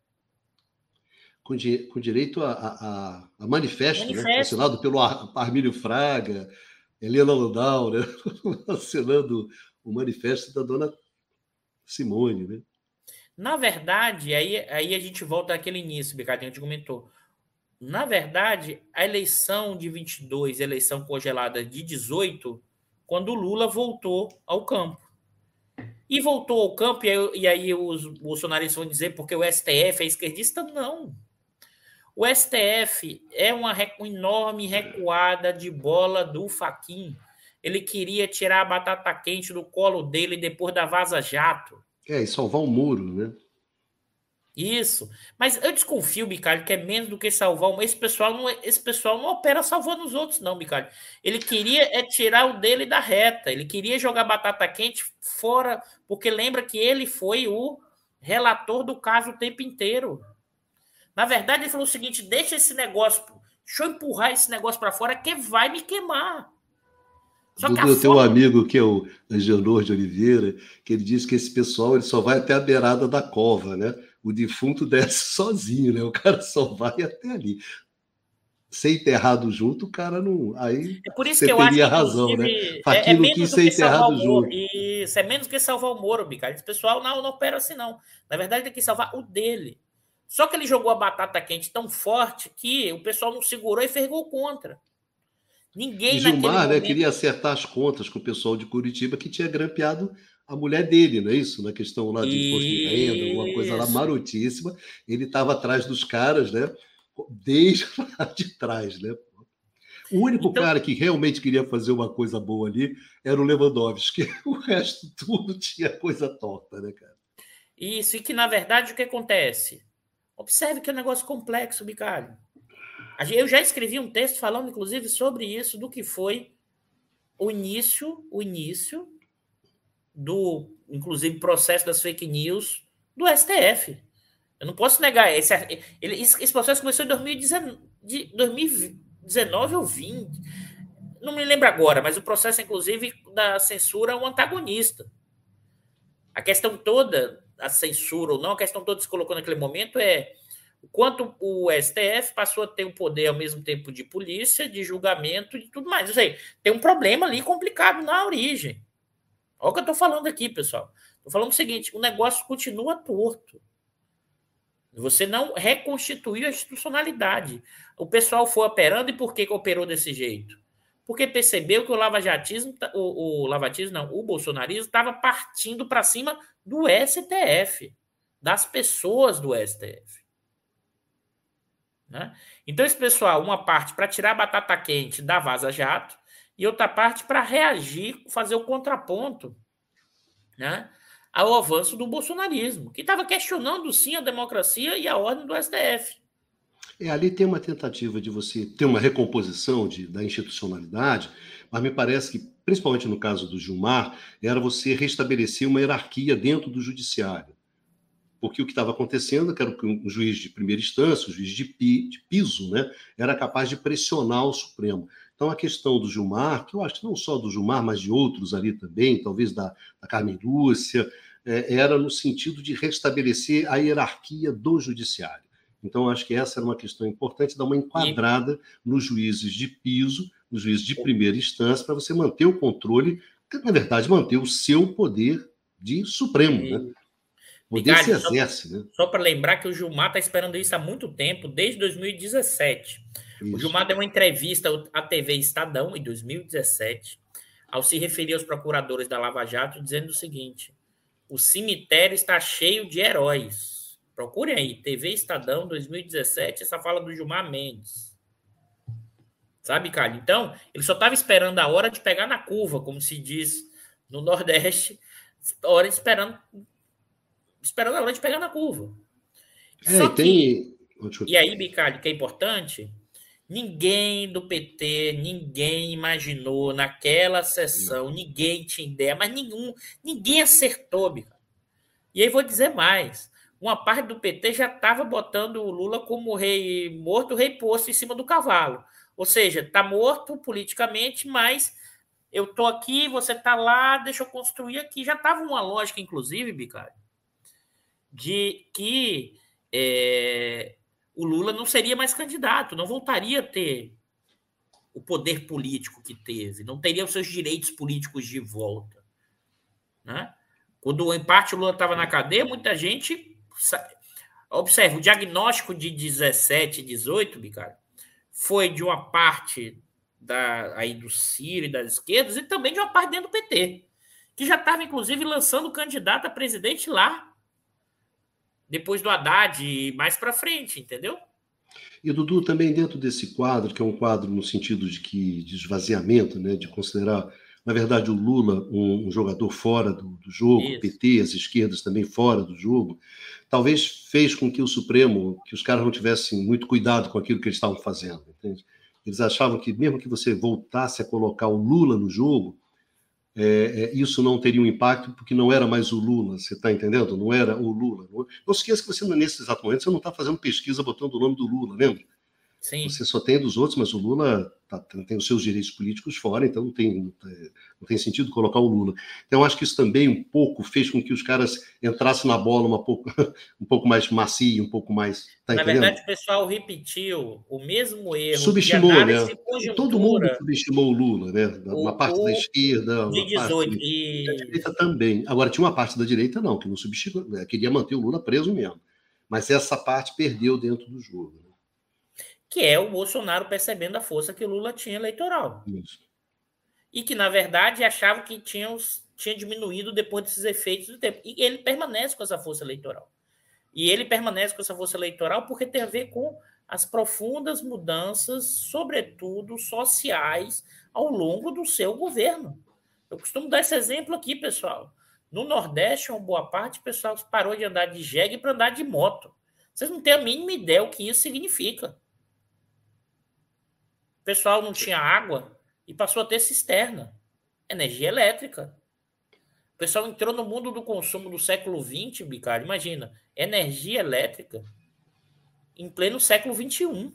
Com, di com direito a, a, a manifesto, manifesto. Né? Assinado pelo Ar Armílio Fraga, Helena Ludau, né? Assinando o manifesto da dona Simone. Né? Na verdade, aí, aí a gente volta àquele início, Bicardinho, a gente comentou. Na verdade, a eleição de vinte e dois, a eleição congelada de dezoito, quando o Lula voltou ao campo. E voltou ao campo, e aí, e aí os bolsonaristas vão dizer porque o S T F é esquerdista? Não. O S T F é uma, uma enorme recuada de bola do Fachin. Ele queria tirar a batata quente do colo dele depois da Vaza Jato. É, e salvar o Moro, né? Isso. Mas eu desconfio, Bicalho, que é menos do que salvar o... Esse pessoal não, esse pessoal não opera salvando os outros, não, Bicalho. Ele queria é tirar o dele da reta. Ele queria jogar batata quente fora, porque lembra que ele foi o relator do caso o tempo inteiro. Na verdade, ele falou o seguinte, deixa esse negócio, deixa eu empurrar esse negócio para fora que vai me queimar. Só que eu tenho um amigo que é o Angenor de Oliveira, que ele diz que esse pessoal ele só vai até a beirada da cova, né? O defunto desce sozinho, né? O cara só vai até ali. Ser enterrado junto, o cara não... Aí é por isso você que eu teria acho que, razão, né? É, é menos quis do ser que enterrado junto. Isso, é menos do que salvar o Moro, Bicalho. Esse pessoal não, não opera assim, não. Na verdade, tem que salvar o dele. Só que ele jogou a batata quente tão forte que o pessoal não segurou e fergou contra. Ninguém e Gilmar, naquele né, momento... queria acertar as contas com o pessoal de Curitiba que tinha grampeado a mulher dele, não é isso? Na questão lá de imposto de renda, uma coisa lá marotíssima. Ele estava atrás dos caras, né? Desde lá de trás, né? O único então, cara que realmente queria fazer uma coisa boa ali era o Lewandowski. O resto tudo tinha coisa torta, né, cara? Isso, e que, na verdade, o que acontece? Observe que é um negócio complexo, Bicalho. Eu já escrevi um texto falando, inclusive, sobre isso, do que foi o início, o início do, inclusive, processo das fake news do S T F. Eu não posso negar. Esse, ele, esse processo começou em dois mil e dezenove ou vinte. Não me lembro agora, mas o processo, inclusive, da censura é um antagonista. A questão toda, a censura ou não, a questão toda que se colocou naquele momento é o quanto o S T F passou a ter o poder ao mesmo tempo de polícia, de julgamento e tudo mais. Ou seja, tem um problema ali complicado na origem. Olha o que eu estou falando aqui, pessoal. Estou falando o seguinte, o negócio continua torto. Você não reconstituiu a institucionalidade. O pessoal foi operando, e por que, que operou desse jeito? Porque percebeu que o lavajatismo, o, o lavatismo não, o bolsonarismo estava partindo para cima do S T F, das pessoas do S T F. Né? Então, esse pessoal, uma parte para tirar a batata quente da Vaza Jato e outra parte para reagir, fazer o contraponto, né, ao avanço do bolsonarismo, que estava questionando, sim, a democracia e a ordem do S T F. É, ali tem uma tentativa de você ter uma recomposição de, da institucionalidade, mas me parece que, principalmente no caso do Gilmar, era você restabelecer uma hierarquia dentro do judiciário. Porque o que estava acontecendo é que era que um juiz de primeira instância, um juiz de, pi, de piso, né, era capaz de pressionar o Supremo. Então, a questão do Gilmar, que eu acho que não só do Gilmar, mas de outros ali também, talvez da, da Carmen Lúcia, é, era no sentido de restabelecer a hierarquia do judiciário. Então, acho que essa era uma questão importante, dar uma enquadrada nos juízes de piso, nos juízes de primeira instância, para você manter o controle, na verdade, manter o seu poder de Supremo, né? Poder se exerce, só, né? Só para lembrar que o Gilmar está esperando isso há muito tempo, desde dois mil e dezessete. Isso. O Gilmar deu uma entrevista à T V Estadão em dois mil e dezessete, ao se referir aos procuradores da Lava Jato, dizendo o seguinte: o cemitério está cheio de heróis. Procurem aí, T V Estadão dois mil e dezessete, essa fala do Gilmar Mendes. Sabe, Carlos? Então, ele só estava esperando a hora de pegar na curva, como se diz no Nordeste, hora esperando, esperando a hora de pegar na curva. É, Só tem... que, e aí, Bicalho, que é importante, ninguém do P T, ninguém imaginou naquela sessão, Não. ninguém tinha ideia, mas nenhum, ninguém acertou, Bicalho. E aí vou dizer mais, uma parte do P T já estava botando o Lula como rei morto, rei posto em cima do cavalo. Ou seja, está morto politicamente, mas eu estou aqui, você está lá, deixa eu construir aqui. Já estava uma lógica, inclusive, Bicalho, de que é, o Lula não seria mais candidato, não voltaria a ter o poder político que teve, não teria os seus direitos políticos de volta. Né? Quando, em parte, o Lula estava na cadeia, muita gente... Observe, o diagnóstico de dezessete, dezoito, Bicalho, foi de uma parte da, aí do Ciro e das esquerdas e também de uma parte dentro do P T, que já estava, inclusive, lançando candidato a presidente lá, depois do Haddad e mais para frente, entendeu? E, Dudu, também dentro desse quadro, que é um quadro no sentido de, que, de esvaziamento, né, de considerar, na verdade, o Lula um, um jogador fora do, do jogo, Isso. o P T, as esquerdas também fora do jogo, talvez fez com que o Supremo, que os caras não tivessem muito cuidado com aquilo que eles estavam fazendo, entende? Eles achavam que mesmo que você voltasse a colocar o Lula no jogo, é, é, isso não teria um impacto, porque não era mais o Lula, você está entendendo? Não era o Lula. Não, não se esqueça que você, nesse exato momento, você não está fazendo pesquisa botando o nome do Lula, lembra? Sim. Você só tem dos outros, mas o Lula tá, tem os seus direitos políticos fora, então não tem, não tem sentido colocar o Lula. Então, acho que isso também um pouco fez com que os caras entrassem na bola uma pouco, um pouco mais macio, um pouco mais... Tá na entendendo? verdade, o pessoal repetiu o mesmo erro. Subestimou, né? Todo mundo subestimou o Lula, né? Uma o, parte o, da esquerda, uma dezoito, parte e... da direita também. Agora, tinha uma parte da direita, não, que não subestimou, né? Queria manter o Lula preso mesmo. Mas essa parte perdeu dentro do jogo, né? Que é o Bolsonaro percebendo a força que o Lula tinha eleitoral. Isso. E que, na verdade, achava que tinha, tinha diminuído depois desses efeitos do tempo. E ele permanece com essa força eleitoral. E ele permanece com essa força eleitoral porque tem a ver com as profundas mudanças, sobretudo sociais, ao longo do seu governo. Eu costumo dar esse exemplo aqui, pessoal. No Nordeste, uma boa parte, o pessoal parou de andar de jegue para andar de moto. Vocês não têm a mínima ideia o que isso significa. O pessoal não tinha água e passou a ter cisterna, energia elétrica. O pessoal entrou no mundo do consumo do século vinte, Bicalho, imagina, energia elétrica em pleno século vinte e um.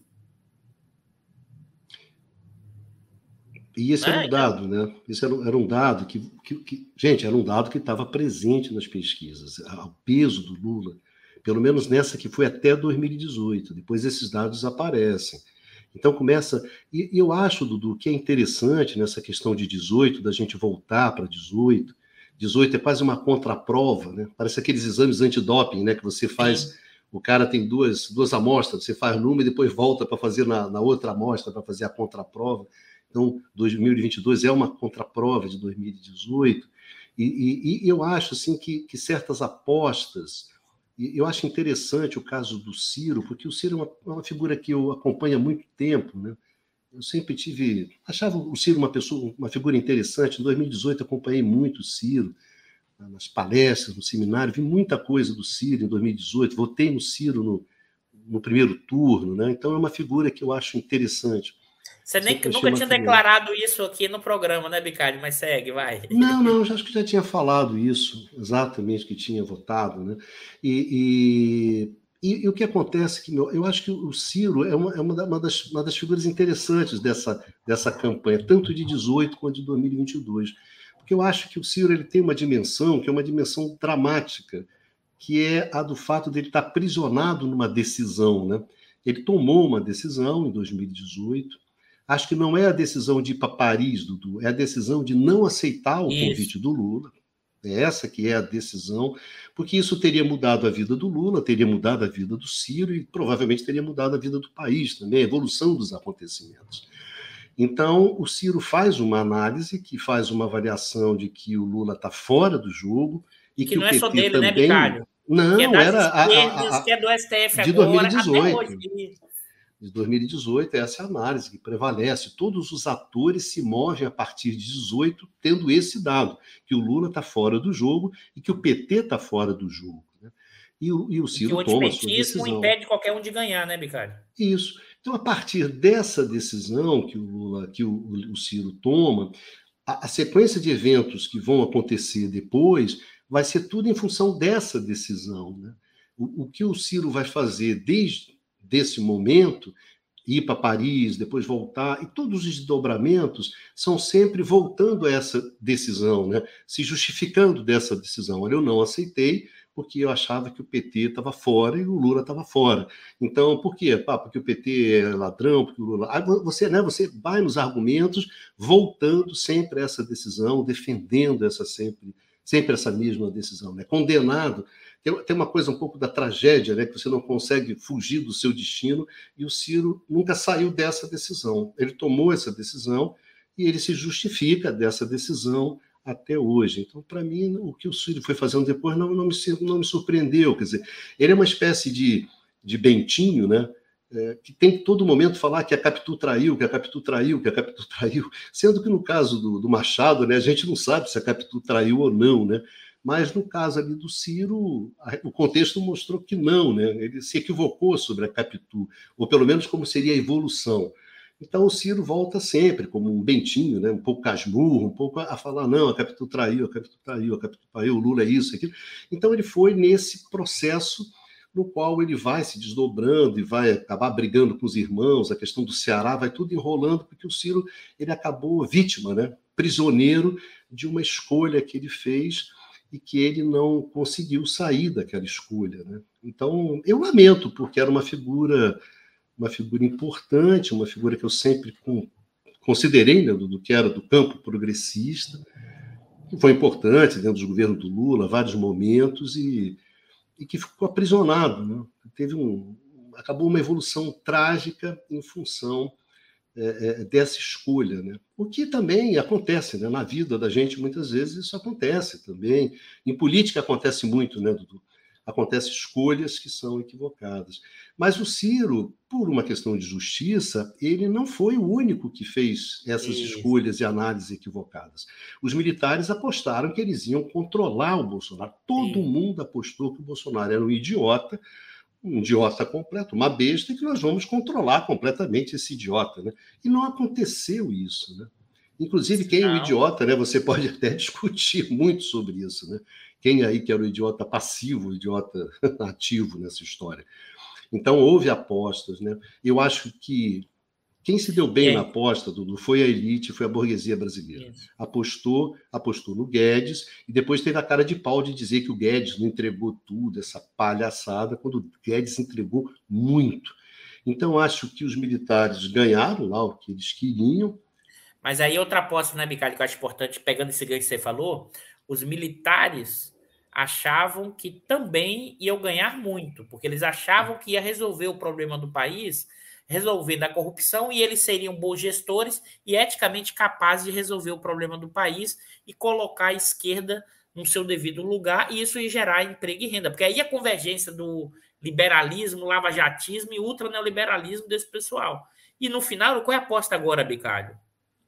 E esse era um dado, né? Esse era, era um dado que, que, que... Gente, era um dado que estava presente nas pesquisas. O peso do Lula, pelo menos nessa que foi até dois mil e dezoito. Depois esses dados aparecem. Então começa... E, e eu acho, Dudu, que é interessante nessa questão de dezoito, da gente voltar para dezoito. dezoito é quase uma contraprova, né? Parece aqueles exames antidoping, né? Que você faz... Sim. O cara tem duas, duas amostras, você faz numa e depois volta para fazer na, na outra amostra, para fazer a contraprova. Então, dois mil e vinte e dois é uma contraprova de dois mil e dezoito. E, e, e eu acho assim, que, que certas apostas... Eu acho interessante o caso do Ciro, porque o Ciro é uma, uma figura que eu acompanho há muito tempo, né? Eu sempre tive... Achava o Ciro uma pessoa, uma figura interessante. Em dois mil e dezoito, acompanhei muito o Ciro, nas palestras, no seminário, vi muita coisa do Ciro em dois mil e dezoito, votei no Ciro no, no primeiro turno, né? Então é uma figura que eu acho interessante. Você nem, nunca tinha declarado isso aqui no programa, né, Bicalho? Mas segue, vai. Não, não, acho que já tinha falado isso, exatamente, que tinha votado, né? E, e, e, e o que acontece, que meu, eu acho que o Ciro é uma, é uma, das, uma das figuras interessantes dessa, dessa campanha, tanto de dezoito quanto de dois mil e vinte e dois. Porque eu acho que o Ciro ele tem uma dimensão, que é uma dimensão dramática, que é a do fato de ele estar aprisionado numa decisão, né? Ele tomou uma decisão em dois mil e dezoito. Acho que não é a decisão de ir para Paris, Dudu, é a decisão de não aceitar o isso. convite do Lula. É essa que é a decisão, porque isso teria mudado a vida do Lula, teria mudado a vida do Ciro e provavelmente teria mudado a vida do país também, a evolução dos acontecimentos. Então, o Ciro faz uma análise, que faz uma avaliação de que o Lula está fora do jogo e que, que não o é P T só dele, também... né, Bicalho? Não, que é das era... esquerdas, a, a, a, que é do S T F de agora, dois mil e dezoito. até hoje. de dois mil e dezoito, essa é a análise que prevalece. Todos os atores se movem a partir de dezoito, tendo esse dado, que o Lula está fora do jogo e que o P T está fora do jogo. Né? E, o, e o Ciro toma a sua decisão. O impede qualquer um de ganhar, né, Bicalho? Isso. Então, a partir dessa decisão que o Lula, que o, o Ciro toma, a, a sequência de eventos que vão acontecer depois vai ser tudo em função dessa decisão. Né? O, o que o Ciro vai fazer desde desse momento, ir para Paris, depois voltar, e todos os desdobramentos são sempre voltando a essa decisão, né? Se justificando dessa decisão. Olha, eu não aceitei, porque eu achava que o P T estava fora e o Lula estava fora. Então, por quê? Ah, porque o P T é ladrão, porque o Lula... Aí você, né, você vai nos argumentos, voltando sempre a essa decisão, defendendo essa sempre, sempre essa mesma decisão, né? Condenado. Tem uma coisa um pouco da tragédia, né, que você não consegue fugir do seu destino, e o Ciro nunca saiu dessa decisão. Ele tomou essa decisão e ele se justifica dessa decisão até hoje. Então, para mim, o que o Ciro foi fazendo depois não, não, me, não me surpreendeu. Quer dizer, ele é uma espécie de, de Bentinho, né, é, que tem que todo momento falar que a Capitu traiu, que a Capitu traiu, que a Capitu traiu, sendo que no caso do, do Machado, né, a gente não sabe se a Capitu traiu ou não, né? Mas no caso ali do Ciro, o contexto mostrou que não, né? Ele se equivocou sobre a Capitu, ou pelo menos como seria a evolução. Então o Ciro volta sempre como um Bentinho, né? Um pouco casmurro, um pouco a falar, não, a Capitu traiu, a Capitu traiu, a Capitu traiu, o Lula é isso, aquilo. Então ele foi nesse processo no qual ele vai se desdobrando e vai acabar brigando com os irmãos, a questão do Ceará vai tudo enrolando, porque o Ciro ele acabou vítima, né? Prisioneiro de uma escolha que ele fez e que ele não conseguiu sair daquela escolha, né? Então, eu lamento, porque era uma figura, uma figura importante, uma figura que eu sempre considerei, né, do, do que era do campo progressista, que foi importante dentro dos governos do Lula, vários momentos, e, e que ficou aprisionado, né? Teve um, acabou uma evolução trágica em função É, é, dessa escolha, né? O que também acontece, né? Na vida da gente, muitas vezes isso acontece também. Em política acontece muito, né, Dudu? Acontecem escolhas que são equivocadas. Mas o Ciro, por uma questão de justiça, ele não foi o único que fez essas isso. escolhas e análises equivocadas. Os militares apostaram que eles iam controlar o Bolsonaro. Todo Sim. mundo apostou que o Bolsonaro era um idiota, um idiota completo, uma besta, e que nós vamos controlar completamente esse idiota, né? E não aconteceu isso, né? Inclusive, quem é o idiota, né? Você pode até discutir muito sobre isso, né? Quem aí que era o idiota passivo, o idiota ativo nessa história. Então, houve apostas, né? Eu acho que quem se deu bem na aposta, Dudu, foi a elite, foi a burguesia brasileira. Isso. Apostou, apostou no Guedes, e depois teve a cara de pau de dizer que o Guedes não entregou tudo, essa palhaçada, quando o Guedes entregou muito. Então, acho que os militares ganharam lá o que eles queriam. Mas aí outra aposta, né, Bicalho, que eu acho importante, pegando esse gancho que você falou, os militares achavam que também iam ganhar muito, porque eles achavam que ia resolver o problema do país resolvendo a corrupção, e eles seriam bons gestores e eticamente capazes de resolver o problema do país e colocar a esquerda no seu devido lugar, e isso ia gerar emprego e renda, porque aí a convergência do liberalismo, lavajatismo e ultraneoliberalismo desse pessoal. E no final, qual é a aposta agora, Bicalho?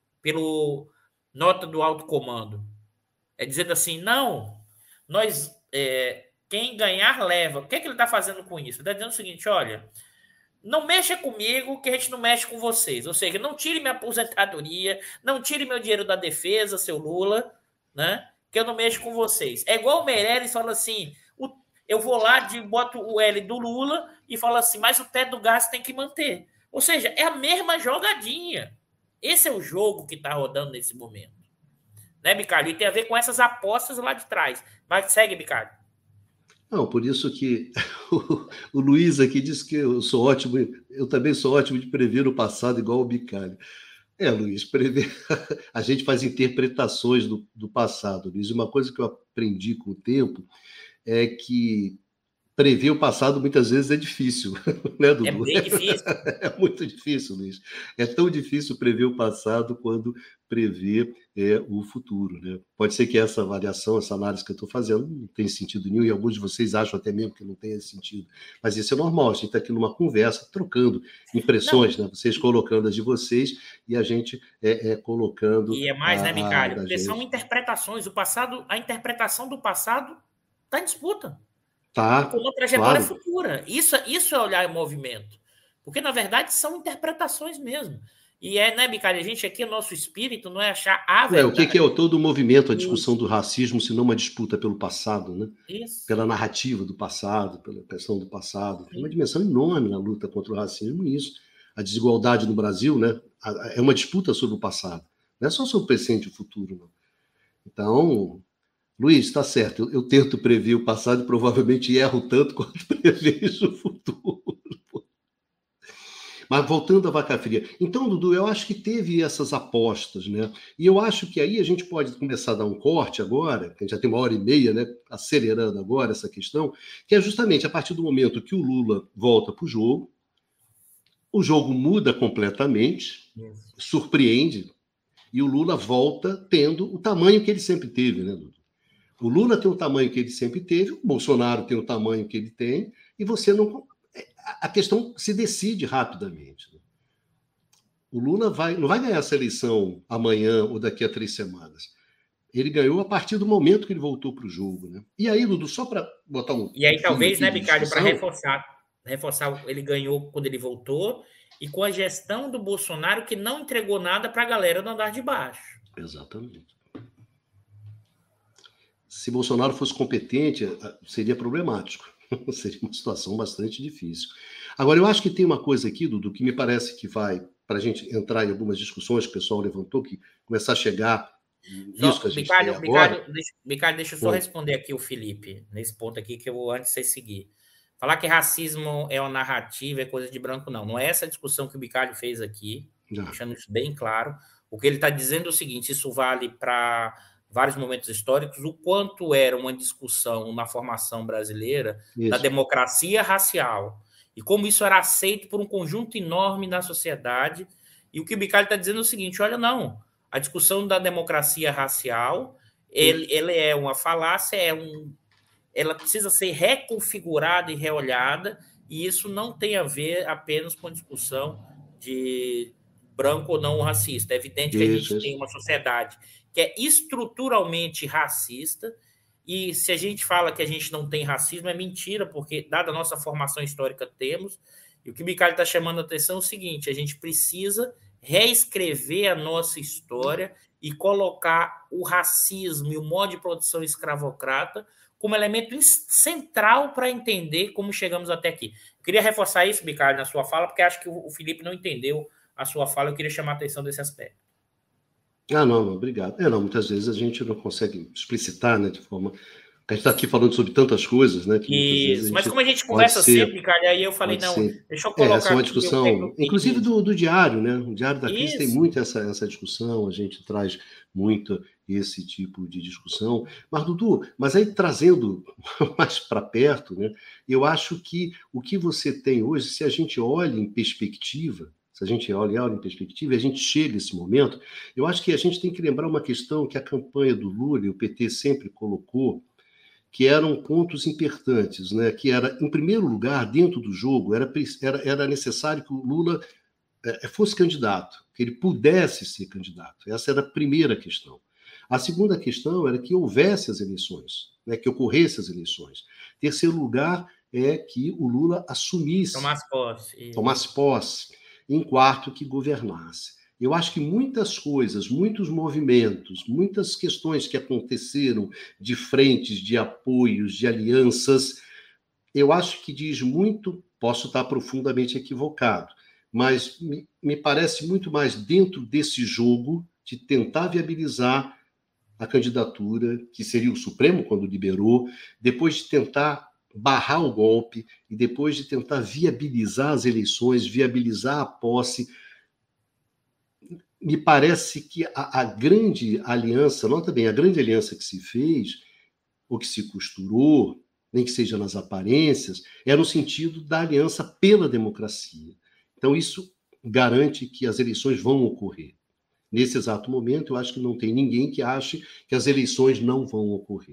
Pelo nota do alto comando. É dizendo assim, não, nós, é, quem ganhar leva. O que é que ele está fazendo com isso? Ele está dizendo o seguinte, olha, não mexa comigo que a gente não mexe com vocês. Ou seja, não tire minha aposentadoria, não tire meu dinheiro da defesa, seu Lula, né? Que eu não mexo com vocês. É igual o Meirelles fala assim, o, eu vou lá, de, boto o L do Lula e falo assim, mas o teto do gás tem que manter. Ou seja, é a mesma jogadinha. Esse é o jogo que está rodando nesse momento. Né, Bicalho? E tem a ver com essas apostas lá de trás. Mas segue, Bicalho. Não, por isso que o, o Luiz aqui disse que eu sou ótimo, eu também sou ótimo de prever o passado igual o Bicalho. É, Luiz, prever, a gente faz interpretações do, do passado, Luiz. Uma coisa que eu aprendi com o tempo é que prever o passado muitas vezes é difícil, né, Dudu? É bem difícil. É muito difícil, Luiz. É tão difícil prever o passado quando prever é, o futuro, né? Pode ser que essa avaliação, essa análise que eu estou fazendo não tenha sentido nenhum, e alguns de vocês acham até mesmo que não tenha sentido. Mas isso é normal, a gente está aqui numa conversa, trocando impressões, não. né? Vocês colocando as de vocês e a gente é, é, colocando... E é mais, a, né, Bicalho? Porque gente. são interpretações. O passado, a interpretação do passado está em disputa. Tá, com uma trajetória claro. futura. Isso, isso é olhar em movimento. Porque, na verdade, são interpretações mesmo. E é, né, Bicalho, a gente aqui, o nosso espírito não é achar a verdade. Ué, o que, que é todo o movimento, a discussão isso. do racismo, se não uma disputa pelo passado, né? Isso. Pela narrativa do passado, pela questão do passado. Tem uma dimensão enorme na luta contra o racismo e isso. A desigualdade no Brasil, né, é uma disputa sobre o passado. Não é só sobre o presente e o futuro, não. Então... Luiz, está certo, eu, eu tento prever o passado e provavelmente erro tanto quanto prevejo o futuro. Mas voltando à vaca fria. Então, Dudu, eu acho que teve essas apostas, né? E eu acho que aí a gente pode começar a dar um corte agora, que a gente já tem uma hora e meia, né? Acelerando agora essa questão, que é justamente a partir do momento que o Lula volta para o jogo, o jogo muda completamente, Isso. surpreende, e o Lula volta tendo o tamanho que ele sempre teve, né, Dudu? O Lula tem o tamanho que ele sempre teve, o Bolsonaro tem o tamanho que ele tem, e você não... A questão se decide rapidamente. O Lula vai, não vai ganhar essa eleição amanhã ou daqui a três semanas. Ele ganhou a partir do momento que ele voltou para o jogo. Né? E aí, Dudu, só para botar um... E aí, um talvez, né, Bicalho, para reforçar, reforçar, ele ganhou quando ele voltou, e com a gestão do Bolsonaro, que não entregou nada para a galera do andar de baixo. Exatamente. Se Bolsonaro fosse competente, seria problemático. Seria uma situação bastante difícil. Agora, eu acho que tem uma coisa aqui, Dudu, que me parece que vai, para a gente entrar em algumas discussões que o pessoal levantou, que começar a chegar nisso só, que a gente Bicalho, tem Bicalho, agora. Deixa, Bicalho, deixa eu só Bom. responder aqui o Felipe, nesse ponto aqui, que eu vou antes de você seguir. Falar que racismo é uma narrativa, é coisa de branco, não. Não é essa discussão que o Bicalho fez aqui, Já. deixando isso bem claro. O que ele está dizendo é o seguinte, isso vale para... vários momentos históricos, o quanto era uma discussão na formação brasileira isso. da democracia racial, e como isso era aceito por um conjunto enorme da sociedade, e o que o Bicalho está dizendo é o seguinte, olha, não, a discussão da democracia racial, ele, ele é uma falácia, é um, ela precisa ser reconfigurada e reolhada, e isso não tem a ver apenas com a discussão de branco ou não racista. É evidente que a gente isso. tem uma sociedade que é estruturalmente racista, e se a gente fala que a gente não tem racismo, é mentira, porque, dada a nossa formação histórica, temos, e o que o Bicalho está chamando a atenção é o seguinte, a gente precisa reescrever a nossa história e colocar o racismo e o modo de produção escravocrata como elemento central para entender como chegamos até aqui. Eu queria reforçar isso, Bicalho, na sua fala, porque acho que o Felipe não entendeu a sua fala, eu queria chamar a atenção desse aspecto. Ah, não, não, obrigado. É, não, muitas vezes a gente não consegue explicitar, né, de forma... A gente está aqui falando sobre tantas coisas, né? Que Isso, mas como a gente conversa ser, sempre, cara, aí eu falei, não, ser. deixa eu colocar... É, essa é uma discussão, inclusive do, do Diário, né? O Diário da Crise tem muito essa, essa discussão, a gente traz muito esse tipo de discussão. Mas, Dudu, mas aí trazendo mais para perto, né? Eu acho que o que você tem hoje, se a gente olha em perspectiva, se a gente olha em perspectiva e a gente chega a esse momento, eu acho que a gente tem que lembrar uma questão que a campanha do Lula e o P T sempre colocou, que eram pontos importantes, né? Que era, em primeiro lugar, dentro do jogo, era, era, era necessário que o Lula é, fosse candidato, que ele pudesse ser candidato. Essa era a primeira questão. A segunda questão era que houvesse as eleições, né? Que ocorressem as eleições. Terceiro lugar é que o Lula assumisse. Tomasse posse. Tomasse posse. Em quarto, que governasse. Eu acho que muitas coisas, muitos movimentos, muitas questões que aconteceram de frentes, de apoios, de alianças, eu acho que diz muito, posso estar profundamente equivocado, mas me, me parece muito mais dentro desse jogo de tentar viabilizar a candidatura, que seria o Supremo quando liberou, depois de tentar barrar o golpe e depois de tentar viabilizar as eleições, viabilizar a posse. Me parece que a, a grande aliança, nota bem, a grande aliança que se fez, ou que se costurou, nem que seja nas aparências, é no sentido da aliança pela democracia. Então, isso garante que as eleições vão ocorrer. Nesse exato momento, eu acho que não tem ninguém que ache que as eleições não vão ocorrer.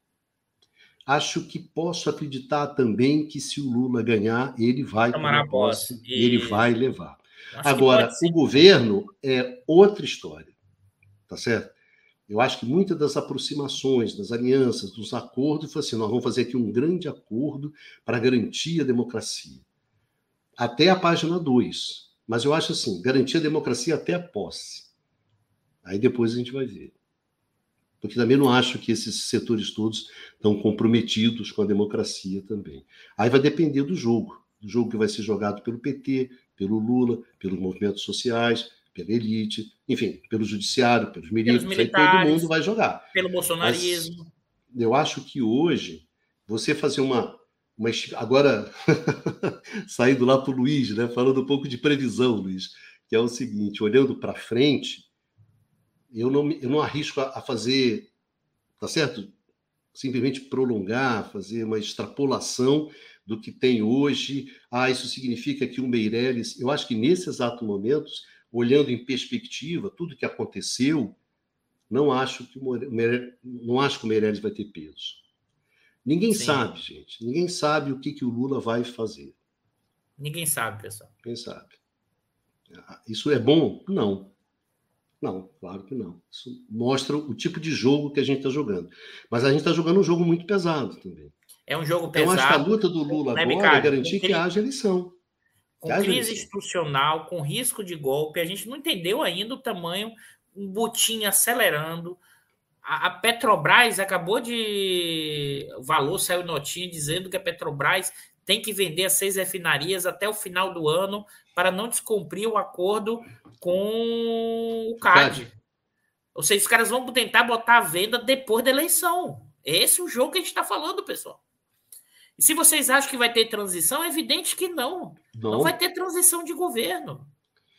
Acho que posso acreditar também que se o Lula ganhar, ele vai tomar posse, e ele vai levar. Agora, o governo é outra história, tá certo? Eu acho que muitas das aproximações, das alianças, dos acordos, foi assim, nós vamos fazer aqui um grande acordo para garantir a democracia. Até a página dois. Mas eu acho assim, garantir a democracia até a posse. Aí depois a gente vai ver. Porque também não acho que esses setores todos estão comprometidos com a democracia também. Aí vai depender do jogo. Do jogo que vai ser jogado pelo P T, pelo Lula, pelos movimentos sociais, pela elite, enfim, pelo judiciário, pelos militares, aí todo mundo vai jogar. Pelo bolsonarismo. Mas eu acho que hoje, você fazer uma... uma agora, saindo lá para o Luiz, né, falando um pouco de previsão, Luiz, que é o seguinte, olhando para frente, eu não, eu não arrisco a, a fazer, tá certo? Simplesmente prolongar, fazer uma extrapolação do que tem hoje. Ah, isso significa que o Meirelles... Eu acho que nesse exato momento, olhando em perspectiva, tudo que aconteceu, não acho que o Meirelles, não acho que o Meirelles vai ter peso. Ninguém Sim. sabe, gente. Ninguém sabe o que, que o Lula vai fazer. Ninguém sabe, pessoal. Ninguém sabe. Isso é bom? Não. Não, claro que não. Isso mostra o tipo de jogo que a gente está jogando. Mas a gente está jogando um jogo muito pesado também. É um jogo pesado. Então, acho que a luta do Lula né, agora Ricardo, é garantir que haja eleição. Com haja crise eleição. institucional, com risco de golpe, a gente não entendeu ainda o tamanho, um botim acelerando. A, a Petrobras acabou de... O valor saiu notinha dizendo que a Petrobras tem que vender as seis refinarias até o final do ano para não descumprir o acordo com o C A D. Ou seja, os caras vão tentar botar a venda depois da eleição. Esse é o jogo que a gente está falando, pessoal. E se vocês acham que vai ter transição, é evidente que não. Não, não vai ter transição de governo.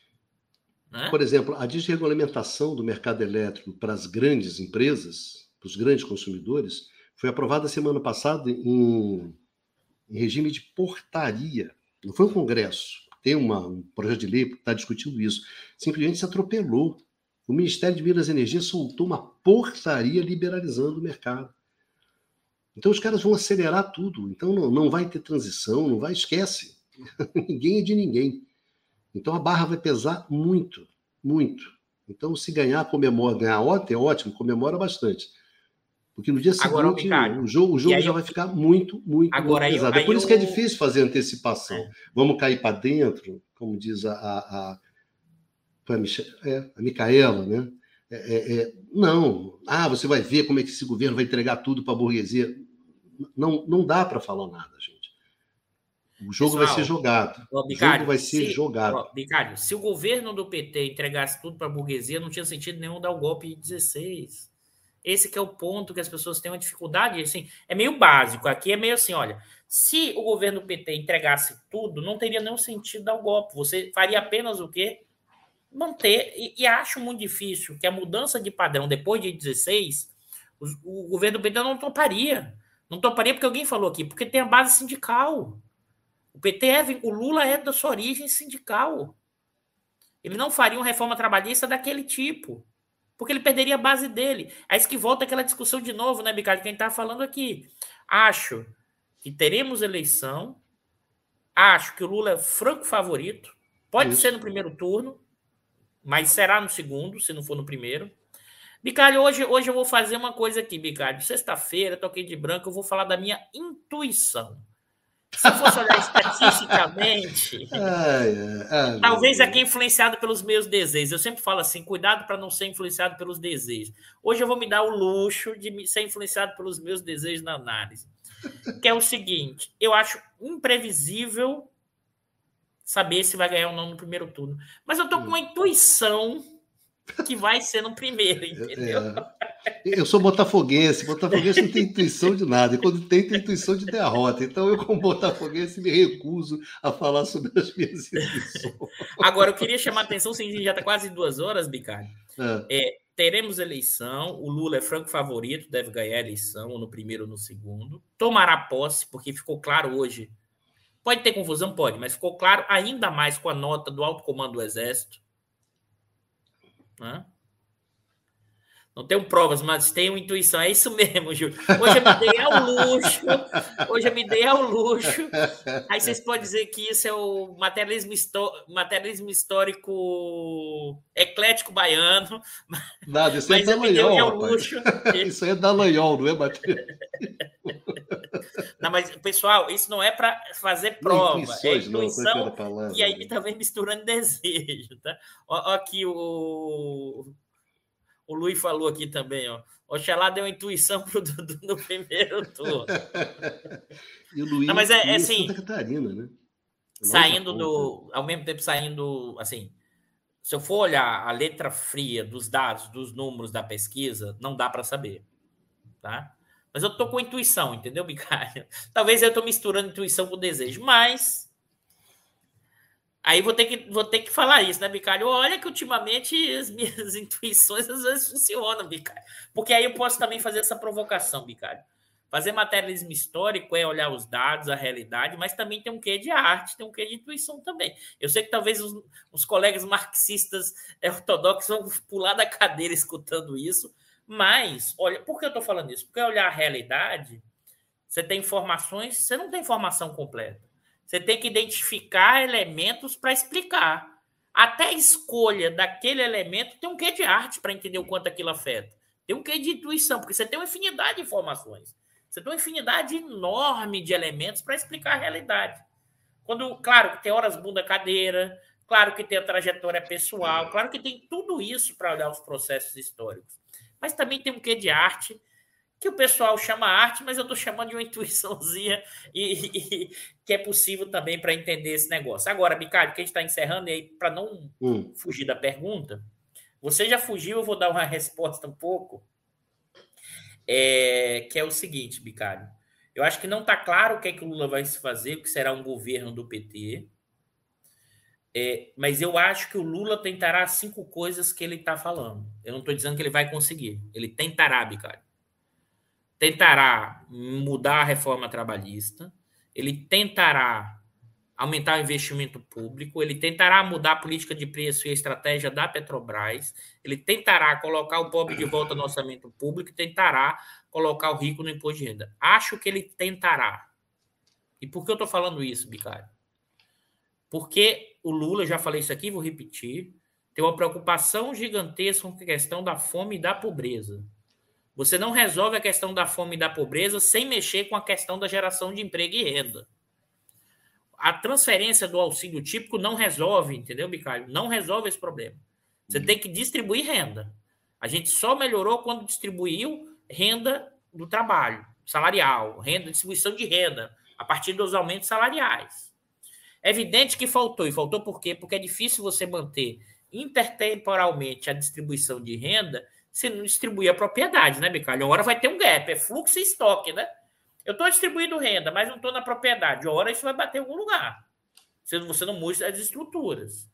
Né? Por exemplo, a desregulamentação do mercado elétrico para as grandes empresas, para os grandes consumidores, foi aprovada semana passada em, em regime de portaria. Não foi um congresso. Tem uma, um projeto de lei que está discutindo isso. Simplesmente se atropelou. O Ministério de Minas e Energia soltou uma portaria liberalizando o mercado. Então os caras vão acelerar tudo. Então não, não vai ter transição, não vai, esquece. Ninguém é de ninguém. Então a barra vai pesar muito, muito. Então se ganhar, comemora. Ganhar ontem é ótimo, comemora bastante. Porque no dia seguinte agora, Ricardo, o jogo, o jogo já eu... vai ficar muito, muito, agora, muito pesado. Eu, é por isso eu... que é difícil fazer antecipação. É. Vamos cair para dentro, como diz a, a, a, a, Mich... é, a Micaela, né? É, é, é... Não. Ah, você vai ver como é que esse governo vai entregar tudo para a burguesia. Não, não dá para falar nada, gente. O jogo Pessoal, vai ser jogado. Ó, Bicário, o jogo vai ser se, jogado. Ó, Bicário, se o governo do P T entregasse tudo para a burguesia, não tinha sentido nenhum dar o golpe de dezesseis. Esse que é o ponto que as pessoas têm uma dificuldade. Assim, é meio básico. Aqui é meio assim, olha, se o governo do P T entregasse tudo, não teria nenhum sentido dar o golpe. Você faria apenas o quê? Manter. E, e acho muito difícil que a mudança de padrão depois de dezesseis, o, o governo do P T não toparia. Não toparia porque alguém falou aqui, porque tem a base sindical. O P T, é, o Lula é da sua origem sindical. Ele não faria uma reforma trabalhista daquele tipo, porque ele perderia a base dele. Aí que volta aquela discussão de novo, né, Bicário? Quem está falando aqui. Acho que teremos eleição. Acho que o Lula é o franco favorito. Pode Isso. ser no primeiro turno, mas será no segundo, se não for no primeiro. Bicário, hoje, hoje eu vou fazer uma coisa aqui, Bicário. Sexta-feira, toquei de branco, eu vou falar da minha intuição. Se eu fosse olhar estatisticamente, ai, ai, talvez aqui influenciado pelos meus desejos. Eu sempre falo assim, cuidado para não ser influenciado pelos desejos. Hoje eu vou me dar o luxo de ser influenciado pelos meus desejos na análise. Que é o seguinte, eu acho imprevisível saber se vai ganhar ou não no primeiro turno. Mas eu estou com uma intuição que vai ser no primeiro, entendeu? É. Eu sou botafoguense, botafoguense não tem intuição de nada, e quando tem, tem intuição de derrota. Então eu, como botafoguense, me recuso a falar sobre as minhas intuições. Agora, eu queria chamar a atenção, sim, já está quase duas horas, Bicário. É. É, teremos eleição, o Lula é franco favorito, deve ganhar a eleição, ou no primeiro ou no segundo. Tomará posse, porque ficou claro hoje. Pode ter confusão? Pode, mas ficou claro ainda mais com a nota do alto comando do Exército. Né? Não tenho provas, mas tenho intuição. É isso mesmo, Júlio. Hoje eu me dei ao luxo. Hoje eu me dei ao luxo. Aí vocês podem dizer que isso é o materialismo, histó materialismo histórico eclético baiano. Nada, isso mas é Dallagnol, luxo. Isso aí é Dallagnol, não é materialismo? Não, mas, pessoal, isso não é para fazer prova. Não, é intuição não, palavra, e aí né? Também misturando desejo. Tá? Ó, ó aqui o... O Luiz falou aqui também, ó. Oxalá deu intuição pro Dudu no primeiro turno. E o Luiz, não, mas é, é assim, Santa Catarina, né? Saindo do... Ao mesmo tempo saindo, assim... Se eu for olhar a letra fria dos dados, dos números da pesquisa, não dá para saber, tá? Mas eu tô com intuição, entendeu, Bicalho? Talvez eu tô misturando intuição com desejo, mas... Aí vou ter, que, vou ter que falar isso, né, Bicalho? Olha que ultimamente as minhas intuições às vezes funcionam, Bicalho. Porque aí eu posso também fazer essa provocação, Bicalho. Fazer materialismo histórico é olhar os dados, a realidade, mas também tem um quê de arte, tem um quê de intuição também. Eu sei que talvez os, os colegas marxistas ortodoxos vão pular da cadeira escutando isso, mas, olha, por que eu estou falando isso? Porque olhar a realidade, você tem informações, você não tem informação completa. Você tem que identificar elementos para explicar. Até a escolha daquele elemento tem um quê de arte para entender o quanto aquilo afeta. Tem um quê de intuição, porque você tem uma infinidade de informações. Você tem uma infinidade enorme de elementos para explicar a realidade. Quando, claro que tem horas bunda cadeira, claro que tem a trajetória pessoal, claro que tem tudo isso para olhar os processos históricos. Mas também tem um quê de arte, que o pessoal chama arte, mas eu estou chamando de uma intuiçãozinha e, e que é possível também para entender esse negócio. Agora, Bicalho, que a gente está encerrando, e aí, para não hum. fugir da pergunta, você já fugiu, eu vou dar uma resposta um pouco, é, que é o seguinte, Bicalho. Eu acho que não está claro o que é que o Lula vai se fazer, o que será um governo do P T, é, mas eu acho que o Lula tentará as cinco coisas que ele está falando. Eu não estou dizendo que ele vai conseguir. Ele tentará, Bicalho. Tentará mudar a reforma trabalhista, ele tentará aumentar o investimento público, ele tentará mudar a política de preço e a estratégia da Petrobras, ele tentará colocar o pobre de volta no orçamento público e tentará colocar o rico no imposto de renda. Acho que ele tentará. E por que eu estou falando isso, Bicalho? Porque o Lula, já falei isso aqui, vou repetir, tem uma preocupação gigantesca com a questão da fome e da pobreza. Você não resolve a questão da fome e da pobreza sem mexer com a questão da geração de emprego e renda. A transferência do auxílio típico não resolve, entendeu, Bicalho? Não resolve esse problema. Você tem que distribuir renda. A gente só melhorou quando distribuiu renda do trabalho, salarial, renda, distribuição de renda, a partir dos aumentos salariais. É evidente que faltou. E faltou por quê? Porque é difícil você manter intertemporalmente a distribuição de renda se não distribuir a propriedade, né, Bicalho? Uma hora vai ter um gap, é fluxo e estoque, né? Eu estou distribuindo renda, mas não estou na propriedade. Uma hora isso vai bater em algum lugar. Se você não muda as estruturas.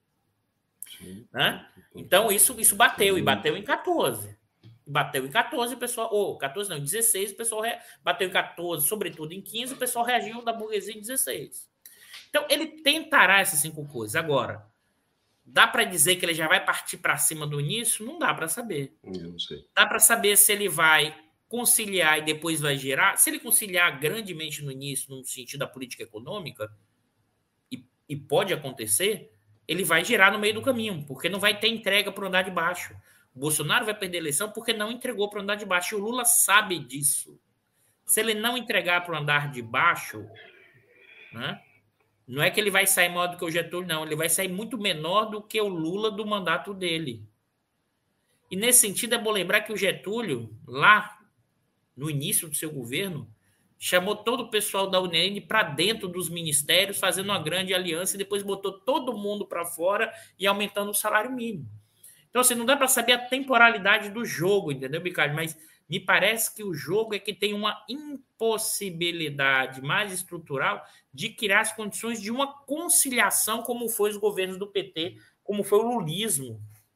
Sim. Né? Então, isso, isso bateu, e bateu em quatorze. Bateu em quatorze, o pessoal... Ou, oh, quatorze não, em dezesseis, o pessoal re... bateu em quatorze, sobretudo em quinze, o pessoal reagiu da burguesia em dezesseis. Então, ele tentará essas cinco coisas. Agora, dá para dizer que ele já vai partir para cima do início? Não dá para saber. Eu não sei. Dá para saber se ele vai conciliar e depois vai gerar. Se ele conciliar grandemente no início, no sentido da política econômica, e, e pode acontecer, ele vai gerar no meio do caminho, porque não vai ter entrega para o andar de baixo. O Bolsonaro vai perder a eleição porque não entregou para o andar de baixo. E o Lula sabe disso. Se ele não entregar para o andar de baixo, né? Não é que ele vai sair maior do que o Getúlio, não. Ele vai sair muito menor do que o Lula do mandato dele. E, nesse sentido, é bom lembrar que o Getúlio, lá no início do seu governo, chamou todo o pessoal da U N E para dentro dos ministérios, fazendo uma grande aliança, e depois botou todo mundo para fora e aumentando o salário mínimo. Então, assim, não dá para saber a temporalidade do jogo, entendeu, Bicalho? Mas me parece que o jogo é que tem uma impossibilidade mais estrutural de criar as condições de uma conciliação, como foi os governos do P T, como foi o lulismo,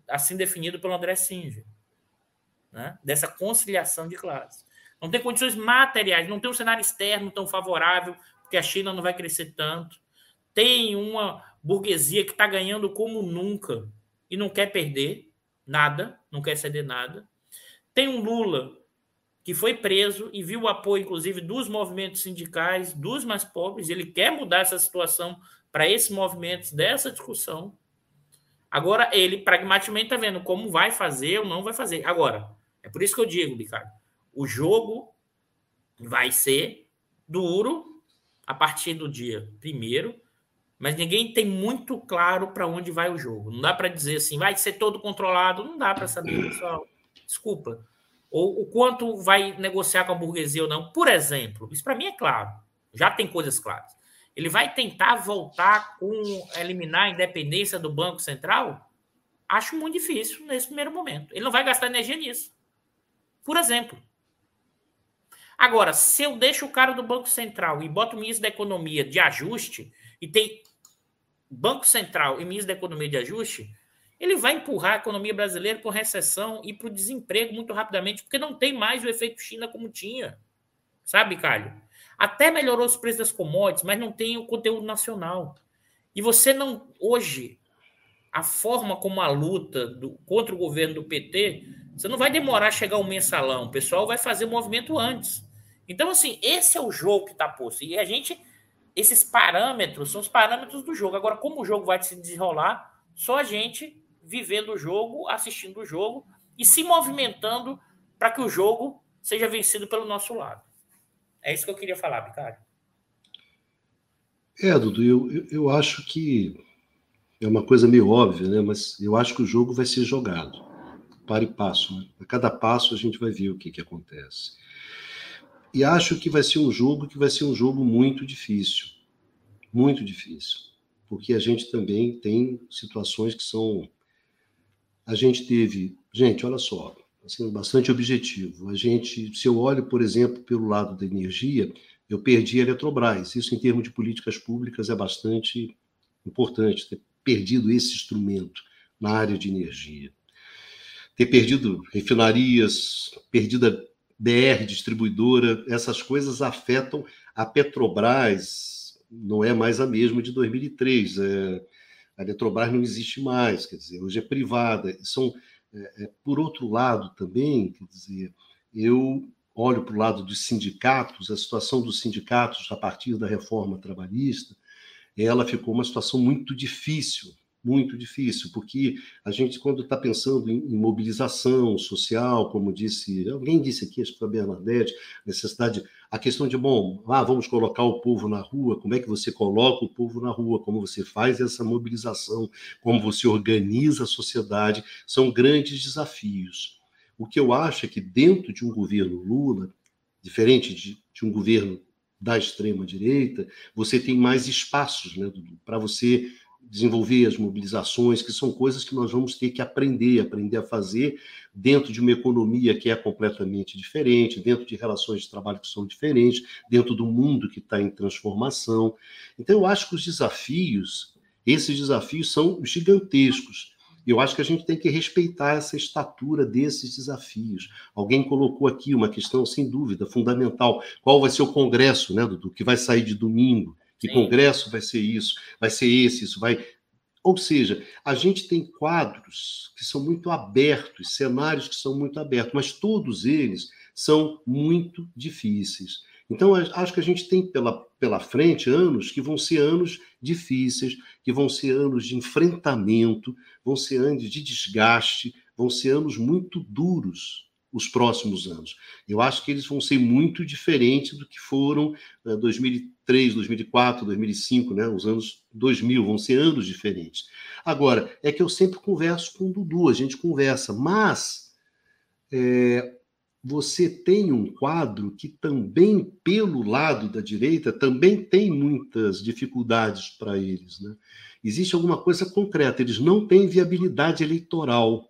assim definido pelo André Singer, né? Dessa conciliação de classes. Não tem condições materiais, não tem um cenário externo tão favorável, porque a China não vai crescer tanto. Tem uma burguesia que está ganhando como nunca e não quer perder nada, não quer ceder nada. Tem um Lula que foi preso e viu o apoio, inclusive, dos movimentos sindicais, dos mais pobres. Ele quer mudar essa situação para esses movimentos, dessa discussão. Agora, ele pragmaticamente está vendo como vai fazer ou não vai fazer. Agora, é por isso que eu digo, Ricardo, o jogo vai ser duro a partir do dia primeiro, mas ninguém tem muito claro para onde vai o jogo. Não dá para dizer assim, vai ser todo controlado, não dá para saber, pessoal. Desculpa. Ou o quanto vai negociar com a burguesia ou não. Por exemplo, isso para mim é claro, já tem coisas claras. Ele vai tentar voltar com eliminar a independência do Banco Central? Acho muito difícil nesse primeiro momento. Ele não vai gastar energia nisso. Por exemplo. Agora, se eu deixo o cara do Banco Central e boto o ministro da Economia de ajuste, e tem Banco Central e ministro da Economia de ajuste, ele vai empurrar a economia brasileira para a recessão e para o desemprego muito rapidamente, porque não tem mais o efeito China como tinha. Sabe, Calho? Até melhorou os preços das commodities, mas não tem o conteúdo nacional. E você não... Hoje, a forma como a luta do, contra o governo do P T, você não vai demorar a chegar um mensalão. O pessoal vai fazer o movimento antes. Então, assim, esse é o jogo que está posto. E a gente... Esses parâmetros são os parâmetros do jogo. Agora, como o jogo vai se desenrolar, só a gente vivendo o jogo, assistindo o jogo e se movimentando para que o jogo seja vencido pelo nosso lado. É isso que eu queria falar, Ricardo. É, Dudu, eu, eu, eu acho que é uma coisa meio óbvia, né? Mas eu acho que o jogo vai ser jogado. Para e passo, né? A cada passo a gente vai ver o que, que acontece. E acho que vai ser um jogo que vai ser um jogo muito difícil. Muito difícil. Porque a gente também tem situações que são... A gente teve... Gente, olha só, sendo bastante objetivo. A gente, se eu olho, por exemplo, pelo lado da energia, eu perdi a Eletrobras. Isso, em termos de políticas públicas, é bastante importante, ter perdido esse instrumento na área de energia. Ter perdido refinarias, perdido a B R distribuidora, essas coisas afetam a Petrobras, não é mais a mesma de dois mil e três. É, a Eletrobras não existe mais, quer dizer, hoje é privada. São, é, é, por outro lado também, quer dizer, eu olho para o lado dos sindicatos, a situação dos sindicatos a partir da reforma trabalhista, ela ficou uma situação muito difícil, muito difícil, porque a gente, quando está pensando em, em mobilização social, como disse, alguém disse aqui, acho que foi a Bernadette, necessidade, a questão de, bom, ah, vamos colocar o povo na rua, como é que você coloca o povo na rua, como você faz essa mobilização, como você organiza a sociedade, são grandes desafios. O que eu acho é que dentro de um governo Lula, diferente de, de um governo da extrema-direita, você tem mais espaços, né, para você desenvolver as mobilizações, que são coisas que nós vamos ter que aprender, aprender a fazer dentro de uma economia que é completamente diferente, dentro de relações de trabalho que são diferentes, dentro do mundo que está em transformação. Então, eu acho que os desafios, esses desafios são gigantescos. Eu acho que a gente tem que respeitar essa estatura desses desafios. Alguém colocou aqui uma questão, sem dúvida, fundamental. Qual vai ser o congresso, né, Dudu, que vai sair de domingo? Que Sim. congresso vai ser isso? Vai ser esse? Isso vai... Ou seja, a gente tem quadros que são muito abertos, cenários que são muito abertos, mas todos eles são muito difíceis. Então, acho que a gente tem pela, pela frente anos que vão ser anos difíceis, que vão ser anos de enfrentamento, vão ser anos de desgaste, vão ser anos muito duros os próximos anos. Eu acho que eles vão ser muito diferentes do que foram uh, dois mil e três, dois mil e quatro, dois mil e cinco, né? Os anos dois mil, vão ser anos diferentes. Agora, é que eu sempre converso com o Dudu, a gente conversa, mas... É, você tem um quadro que também, pelo lado da direita, também tem muitas dificuldades para eles, né? Existe alguma coisa concreta, eles não têm viabilidade eleitoral.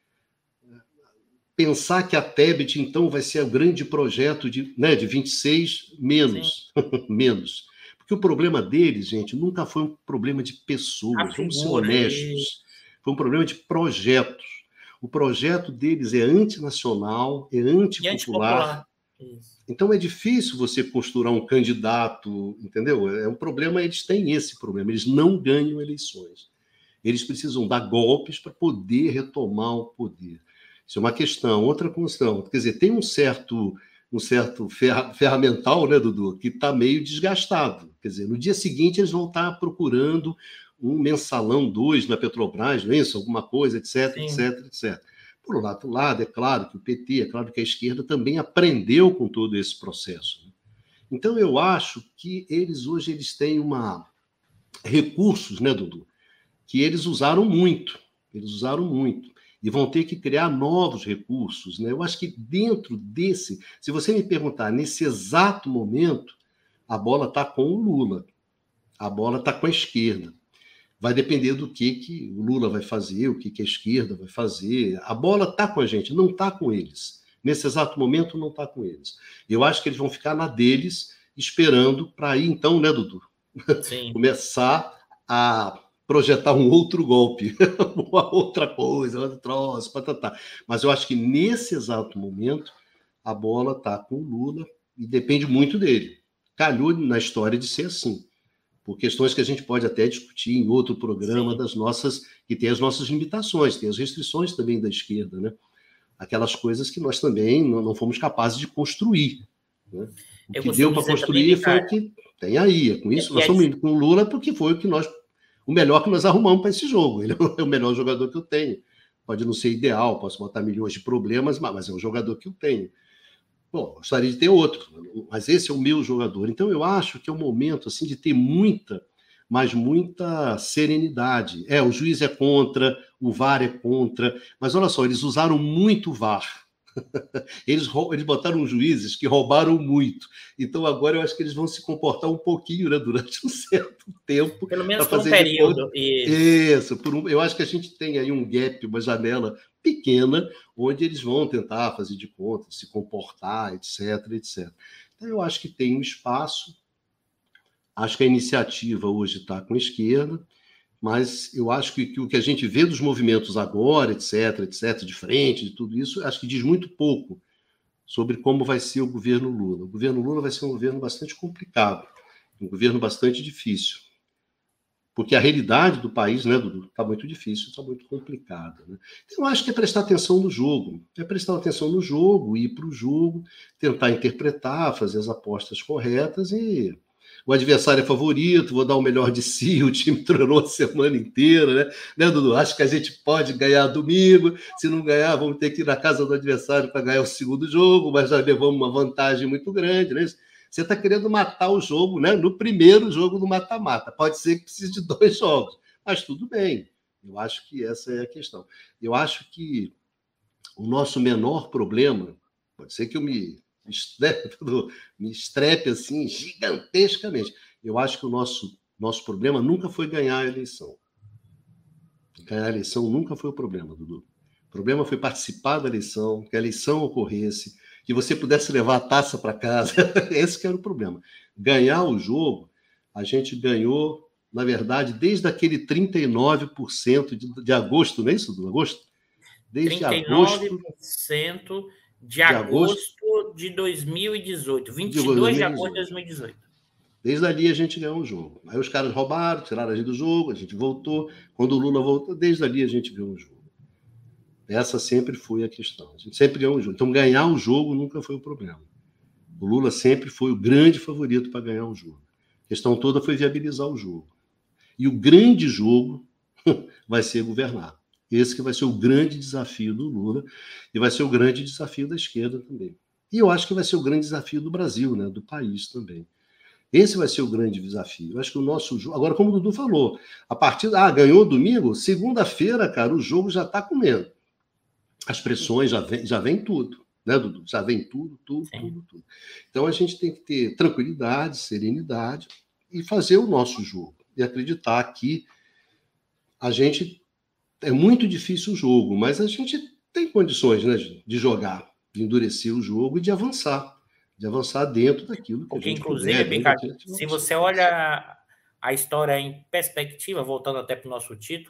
Pensar que a Tebet, então, vai ser o grande projeto de, né, de vinte e seis, menos. menos. Porque o problema deles, gente, nunca foi um problema de pessoas, vamos ser honestos. foi um problema de projetos. O projeto deles é antinacional, é antipopular. Então é difícil você costurar um candidato, entendeu? É um problema, eles têm esse problema, eles não ganham eleições. Eles precisam dar golpes para poder retomar o poder. Isso é uma questão. Outra questão, quer dizer, tem um certo, um certo ferramental, né, Dudu, que está meio desgastado. Quer dizer, no dia seguinte eles vão estar procurando um mensalão dois na Petrobras, não é isso? Alguma coisa, etc, Sim. etc, etcétera. Por outro lado, é claro que o P T, é claro que a esquerda também aprendeu com todo esse processo. Então, eu acho que eles hoje eles têm uma recursos, né, Dudu, que eles usaram muito, eles usaram muito, e vão ter que criar novos recursos, né? Eu acho que dentro desse, se você me perguntar, nesse exato momento, a bola está com o Lula, a bola está com a esquerda. Vai depender do que, que o Lula vai fazer, o que, que a esquerda vai fazer. A bola está com a gente, não está com eles. Nesse exato momento, não está com eles. Eu acho que eles vão ficar na deles, esperando para aí, então, né, Dudu? Sim. Começar a projetar um outro golpe, uma outra coisa, outro troço, patatá. Mas eu acho que nesse exato momento, a bola está com o Lula e depende muito dele. Calhou na história de ser assim. Por questões que a gente pode até discutir em outro programa, Sim. das nossas, que tem as nossas limitações, tem as restrições também da esquerda, né? Aquelas coisas que nós também não, não fomos capazes de construir. Né? O Eu que deu para construir também, foi o que tem aí. É com isso, e nós estamos indo com o Lula, porque foi o que nós, o melhor que nós arrumamos para esse jogo. Ele é o melhor jogador que eu tenho. Pode não ser ideal, posso botar milhões de problemas, mas é o jogador que eu tenho. Bom, gostaria de ter outro, mas esse é o meu jogador. Então, eu acho que é um momento assim, de ter muita, mas muita serenidade. É, o juiz é contra, o V A R é contra, mas olha só, eles usaram muito o V A R. Eles, eles botaram juízes que roubaram muito. Então, agora eu acho que eles vão se comportar um pouquinho, né, durante um certo tempo. Pelo menos por um período. Isso, por um, eu acho que a gente tem aí um gap, uma janela pequena, onde eles vão tentar fazer de conta, se comportar, etc, etcétera. Então, eu acho que tem um espaço. Acho que a iniciativa hoje está com a esquerda, mas eu acho que, que o que a gente vê dos movimentos agora, etc, etc, de frente, de tudo isso, acho que diz muito pouco sobre como vai ser o governo Lula. O governo Lula vai ser um governo bastante complicado, um governo bastante difícil, porque a realidade do país, né, Dudu, está muito difícil, está muito complicada. Né? Então, eu acho que é prestar atenção no jogo, é prestar atenção no jogo, ir para o jogo, tentar interpretar, fazer as apostas corretas e... O adversário é favorito, vou dar o melhor de si, o time treinou a semana inteira, né? né, Dudu? Acho que a gente pode ganhar domingo, se não ganhar, vamos ter que ir na casa do adversário para ganhar o segundo jogo, mas já levamos uma vantagem muito grande, né? Você está querendo matar o jogo, né? No primeiro jogo do mata-mata. Pode ser que precise de dois jogos, mas tudo bem. Eu acho que essa é a questão. Eu acho que o nosso menor problema, pode ser que eu me... me estrepe assim gigantescamente. Eu acho que o nosso, nosso problema nunca foi ganhar a eleição. Ganhar a eleição nunca foi o problema, Dudu. O problema foi participar da eleição, que a eleição ocorresse, que você pudesse levar a taça para casa. Esse que era o problema. Ganhar o jogo, a gente ganhou, na verdade, desde aquele trinta e nove por cento de, de agosto, não é isso, Dudu? Agosto? Desde trinta e nove por cento agosto... De agosto de dois mil e dezoito. vinte e dois de agosto de dois mil e dezoito. Desde ali a gente ganhou o jogo. Aí os caras roubaram, tiraram a gente do jogo, a gente voltou. Quando o Lula voltou, desde ali a gente ganhou o jogo. Essa sempre foi a questão. A gente sempre ganhou o jogo. Então, ganhar o jogo nunca foi o problema. O Lula sempre foi o grande favorito para ganhar o jogo. A questão toda foi viabilizar o jogo. E o grande jogo vai ser governar. Esse que vai ser o grande desafio do Lula e vai ser o grande desafio da esquerda também. E eu acho que vai ser o grande desafio do Brasil, né, do país também. Esse vai ser o grande desafio. Eu acho que o nosso jogo... Agora, como o Dudu falou, a partir... Ah, ganhou domingo? Segunda-feira, cara, o jogo já está comendo. As pressões já vem, já vem tudo, né, Dudu? Já vem tudo, tudo, Sim. tudo, tudo. Então, a gente tem que ter tranquilidade, serenidade e fazer o nosso jogo. E acreditar que a gente... É muito difícil o jogo, mas a gente tem condições, né, de jogar, de endurecer o jogo e de avançar, de avançar dentro daquilo que Porque, a gente inclusive, puder, Ricardo, se você olha a história em perspectiva, voltando até para o nosso título,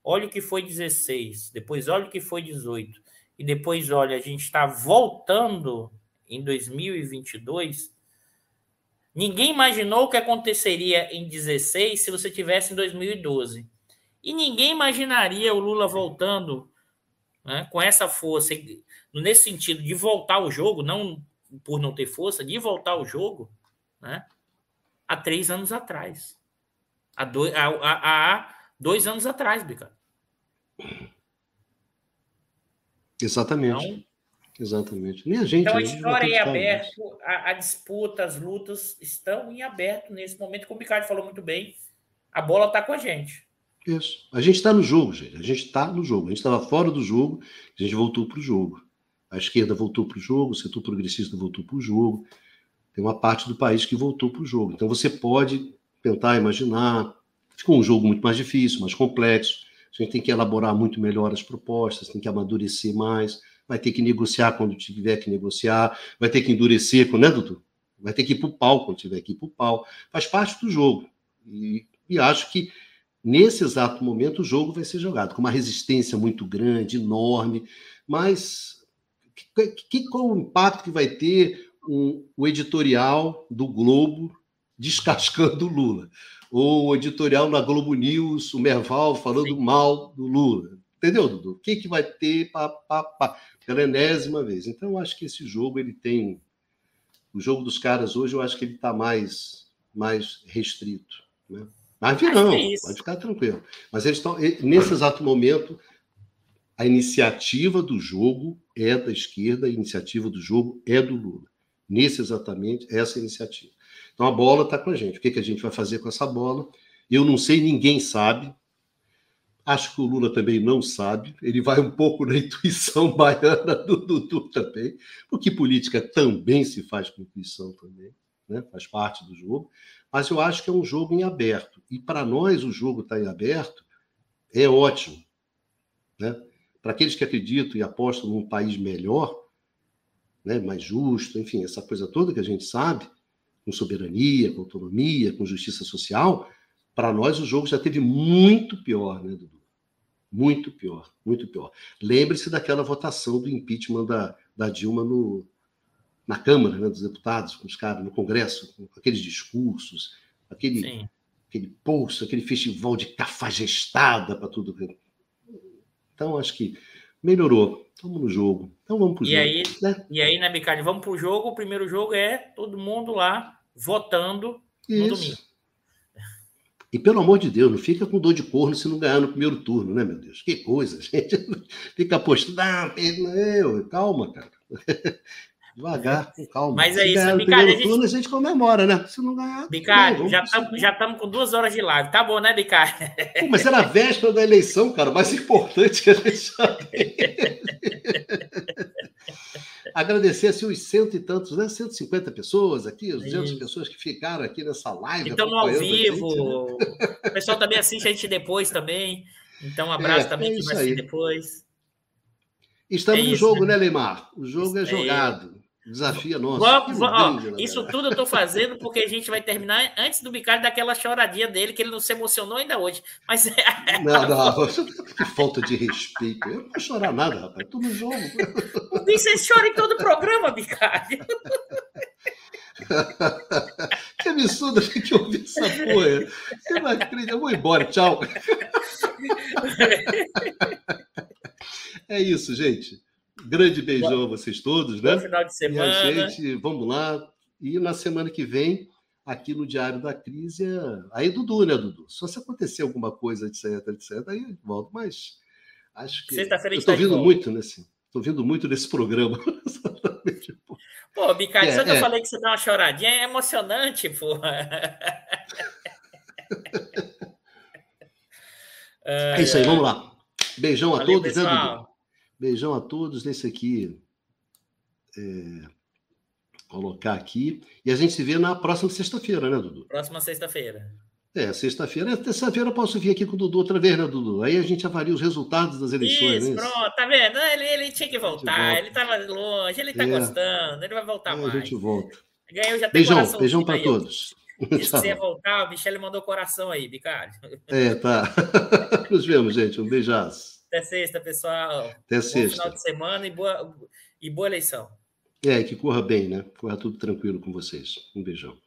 olha o que foi dezesseis, depois olha o que foi dezoito, e depois, olha, a gente está voltando em dois mil e vinte e dois. Ninguém imaginou o que aconteceria em dezesseis se você tivesse em dois mil e doze. E ninguém imaginaria o Lula voltando, né, com essa força, nesse sentido de voltar ao jogo, não por não ter força, de voltar ao jogo, né, há três anos atrás. Há dois, há, há, há dois anos atrás, Bica. Exatamente. Então, Exatamente. Nem a gente, então a história é aberta, a, a disputa, as lutas estão em aberto nesse momento, como o Ricardo falou muito bem, a bola está com a gente. Isso. A gente está no jogo, gente. A gente está no jogo. A gente estava fora do jogo, a gente voltou para o jogo. A esquerda voltou para o jogo, o setor progressista voltou para o jogo. Tem uma parte do país que voltou para o jogo. Então você pode tentar imaginar. Ficou um jogo muito mais difícil, mais complexo. A gente tem que elaborar muito melhor as propostas, tem que amadurecer mais, vai ter que negociar quando tiver que negociar, vai ter que endurecer, né, doutor? Vai ter que ir para o pau quando tiver que ir para o pau. Faz parte do jogo. E, e acho que nesse exato momento o jogo vai ser jogado com uma resistência muito grande, enorme, mas que, que, qual o impacto que vai ter um, o editorial do Globo descascando o Lula? Ou o editorial na Globo News, o Merval falando Sim. mal do Lula? Entendeu, Dudu? O que, que vai ter pá, pá, pá, pela enésima vez? Então, eu acho que esse jogo, ele tem... O jogo dos caras hoje, eu acho que ele está mais, mais restrito, né? Mas virão, é pode ficar tranquilo. Mas eles estão, nesse exato momento, a iniciativa do jogo é da esquerda, a iniciativa do jogo é do Lula. Nesse exatamente, essa iniciativa. Então a bola está com a gente. O que, que a gente vai fazer com essa bola? Eu não sei, ninguém sabe. Acho que o Lula também não sabe. Ele vai um pouco na intuição baiana do Dudu também, porque política também se faz com intuição também, né? Faz parte do jogo. Mas eu acho que é um jogo em aberto. E para nós o jogo está em aberto é ótimo, né? Para aqueles que acreditam e apostam num país melhor, né, mais justo, enfim, essa coisa toda que a gente sabe, com soberania, com autonomia, com justiça social, para nós o jogo já teve muito pior, né, Dudu? Muito pior, muito pior. Lembre-se daquela votação do impeachment da, da Dilma no, na Câmara, né, dos Deputados, com os caras no Congresso, com aqueles discursos, aquele, aquele pulso, aquele festival de cafajestada para tudo. Então, acho que melhorou. Estamos no jogo. Então, vamos para o jogo. Aí, né? E aí, né, Bicalho? Vamos para o jogo. O primeiro jogo é todo mundo lá votando Isso. no domingo. E, pelo amor de Deus, não fica com dor de corno se não ganhar no primeiro turno, né, meu Deus? Que coisa, gente. Fica apostando. Não, calma, cara. Devagar, com calma. Mas se é isso, ganhar no Bicalho, primeiro a gente... turno, a gente comemora, né? Se não ganhar... Bicalho, já estamos já com duas horas de live. Tá bom, né, Bicalho? Pô, mas era a véspera da eleição, cara. O mais importante que a gente já tem. Agradecer assim, os cento e tantos, né? cento e cinquenta pessoas aqui, as duzentas Sim. pessoas que ficaram aqui nessa live. Então, ao vivo. Gente, né? O pessoal também assiste a gente depois também. Então, um abraço é, também é que vai assistir depois. Estamos é no isso, jogo, né, né, Leimar? O jogo isso é jogado. É... Desafio nosso. Vamos, vamos, ó, isso tudo eu estou fazendo porque a gente vai terminar antes do Bicalho daquela choradinha dele, que ele não se emocionou ainda hoje. Mas... Não, não, que falta de respeito. Eu não vou chorar nada, rapaz. Estou no jogo. Você chora em todo o programa, Bicalho. Que absurdo, a gente ouvir essa porra. Você vai acreditar. Eu vou embora, tchau. É isso, gente. Grande beijão a vocês todos, né? Bom final de semana. E a gente, vamos lá. E na semana que vem, aqui no Diário da Crise, aí Dudu, né, Dudu? Só se acontecer alguma coisa, etc, etc, aí volto. Mas acho que... Sexta-feira eu estou vindo muito nesse... Estou vindo muito nesse programa. Pô, Bicalho, é, só que é. eu falei que você dá uma choradinha, é emocionante, pô. É isso aí, vamos lá. Beijão a Valeu, todos, pessoal. né, Dudu? Beijão a todos nesse aqui. É, colocar aqui. E a gente se vê na próxima sexta-feira, né, Dudu? Próxima sexta-feira. É, sexta-feira. Terça-feira eu posso vir aqui com o Dudu outra vez, né, Dudu? Aí a gente avalia os resultados das eleições. Isso, né? pronto, tá vendo? Ele, ele tinha que voltar, ele estava longe, ele tá é. gostando, ele vai voltar é, mais. A gente volta. Ganhou, já tem beijão, beijão para todos. Disse que você ia voltar, o Michele mandou coração aí, Bicalho. É, tá. Nos vemos, gente. Um beijaço. Até sexta, pessoal. Até Bom sexta. final de semana e boa, e boa eleição. É, que corra bem, né? Corra tudo tranquilo com vocês. Um beijão.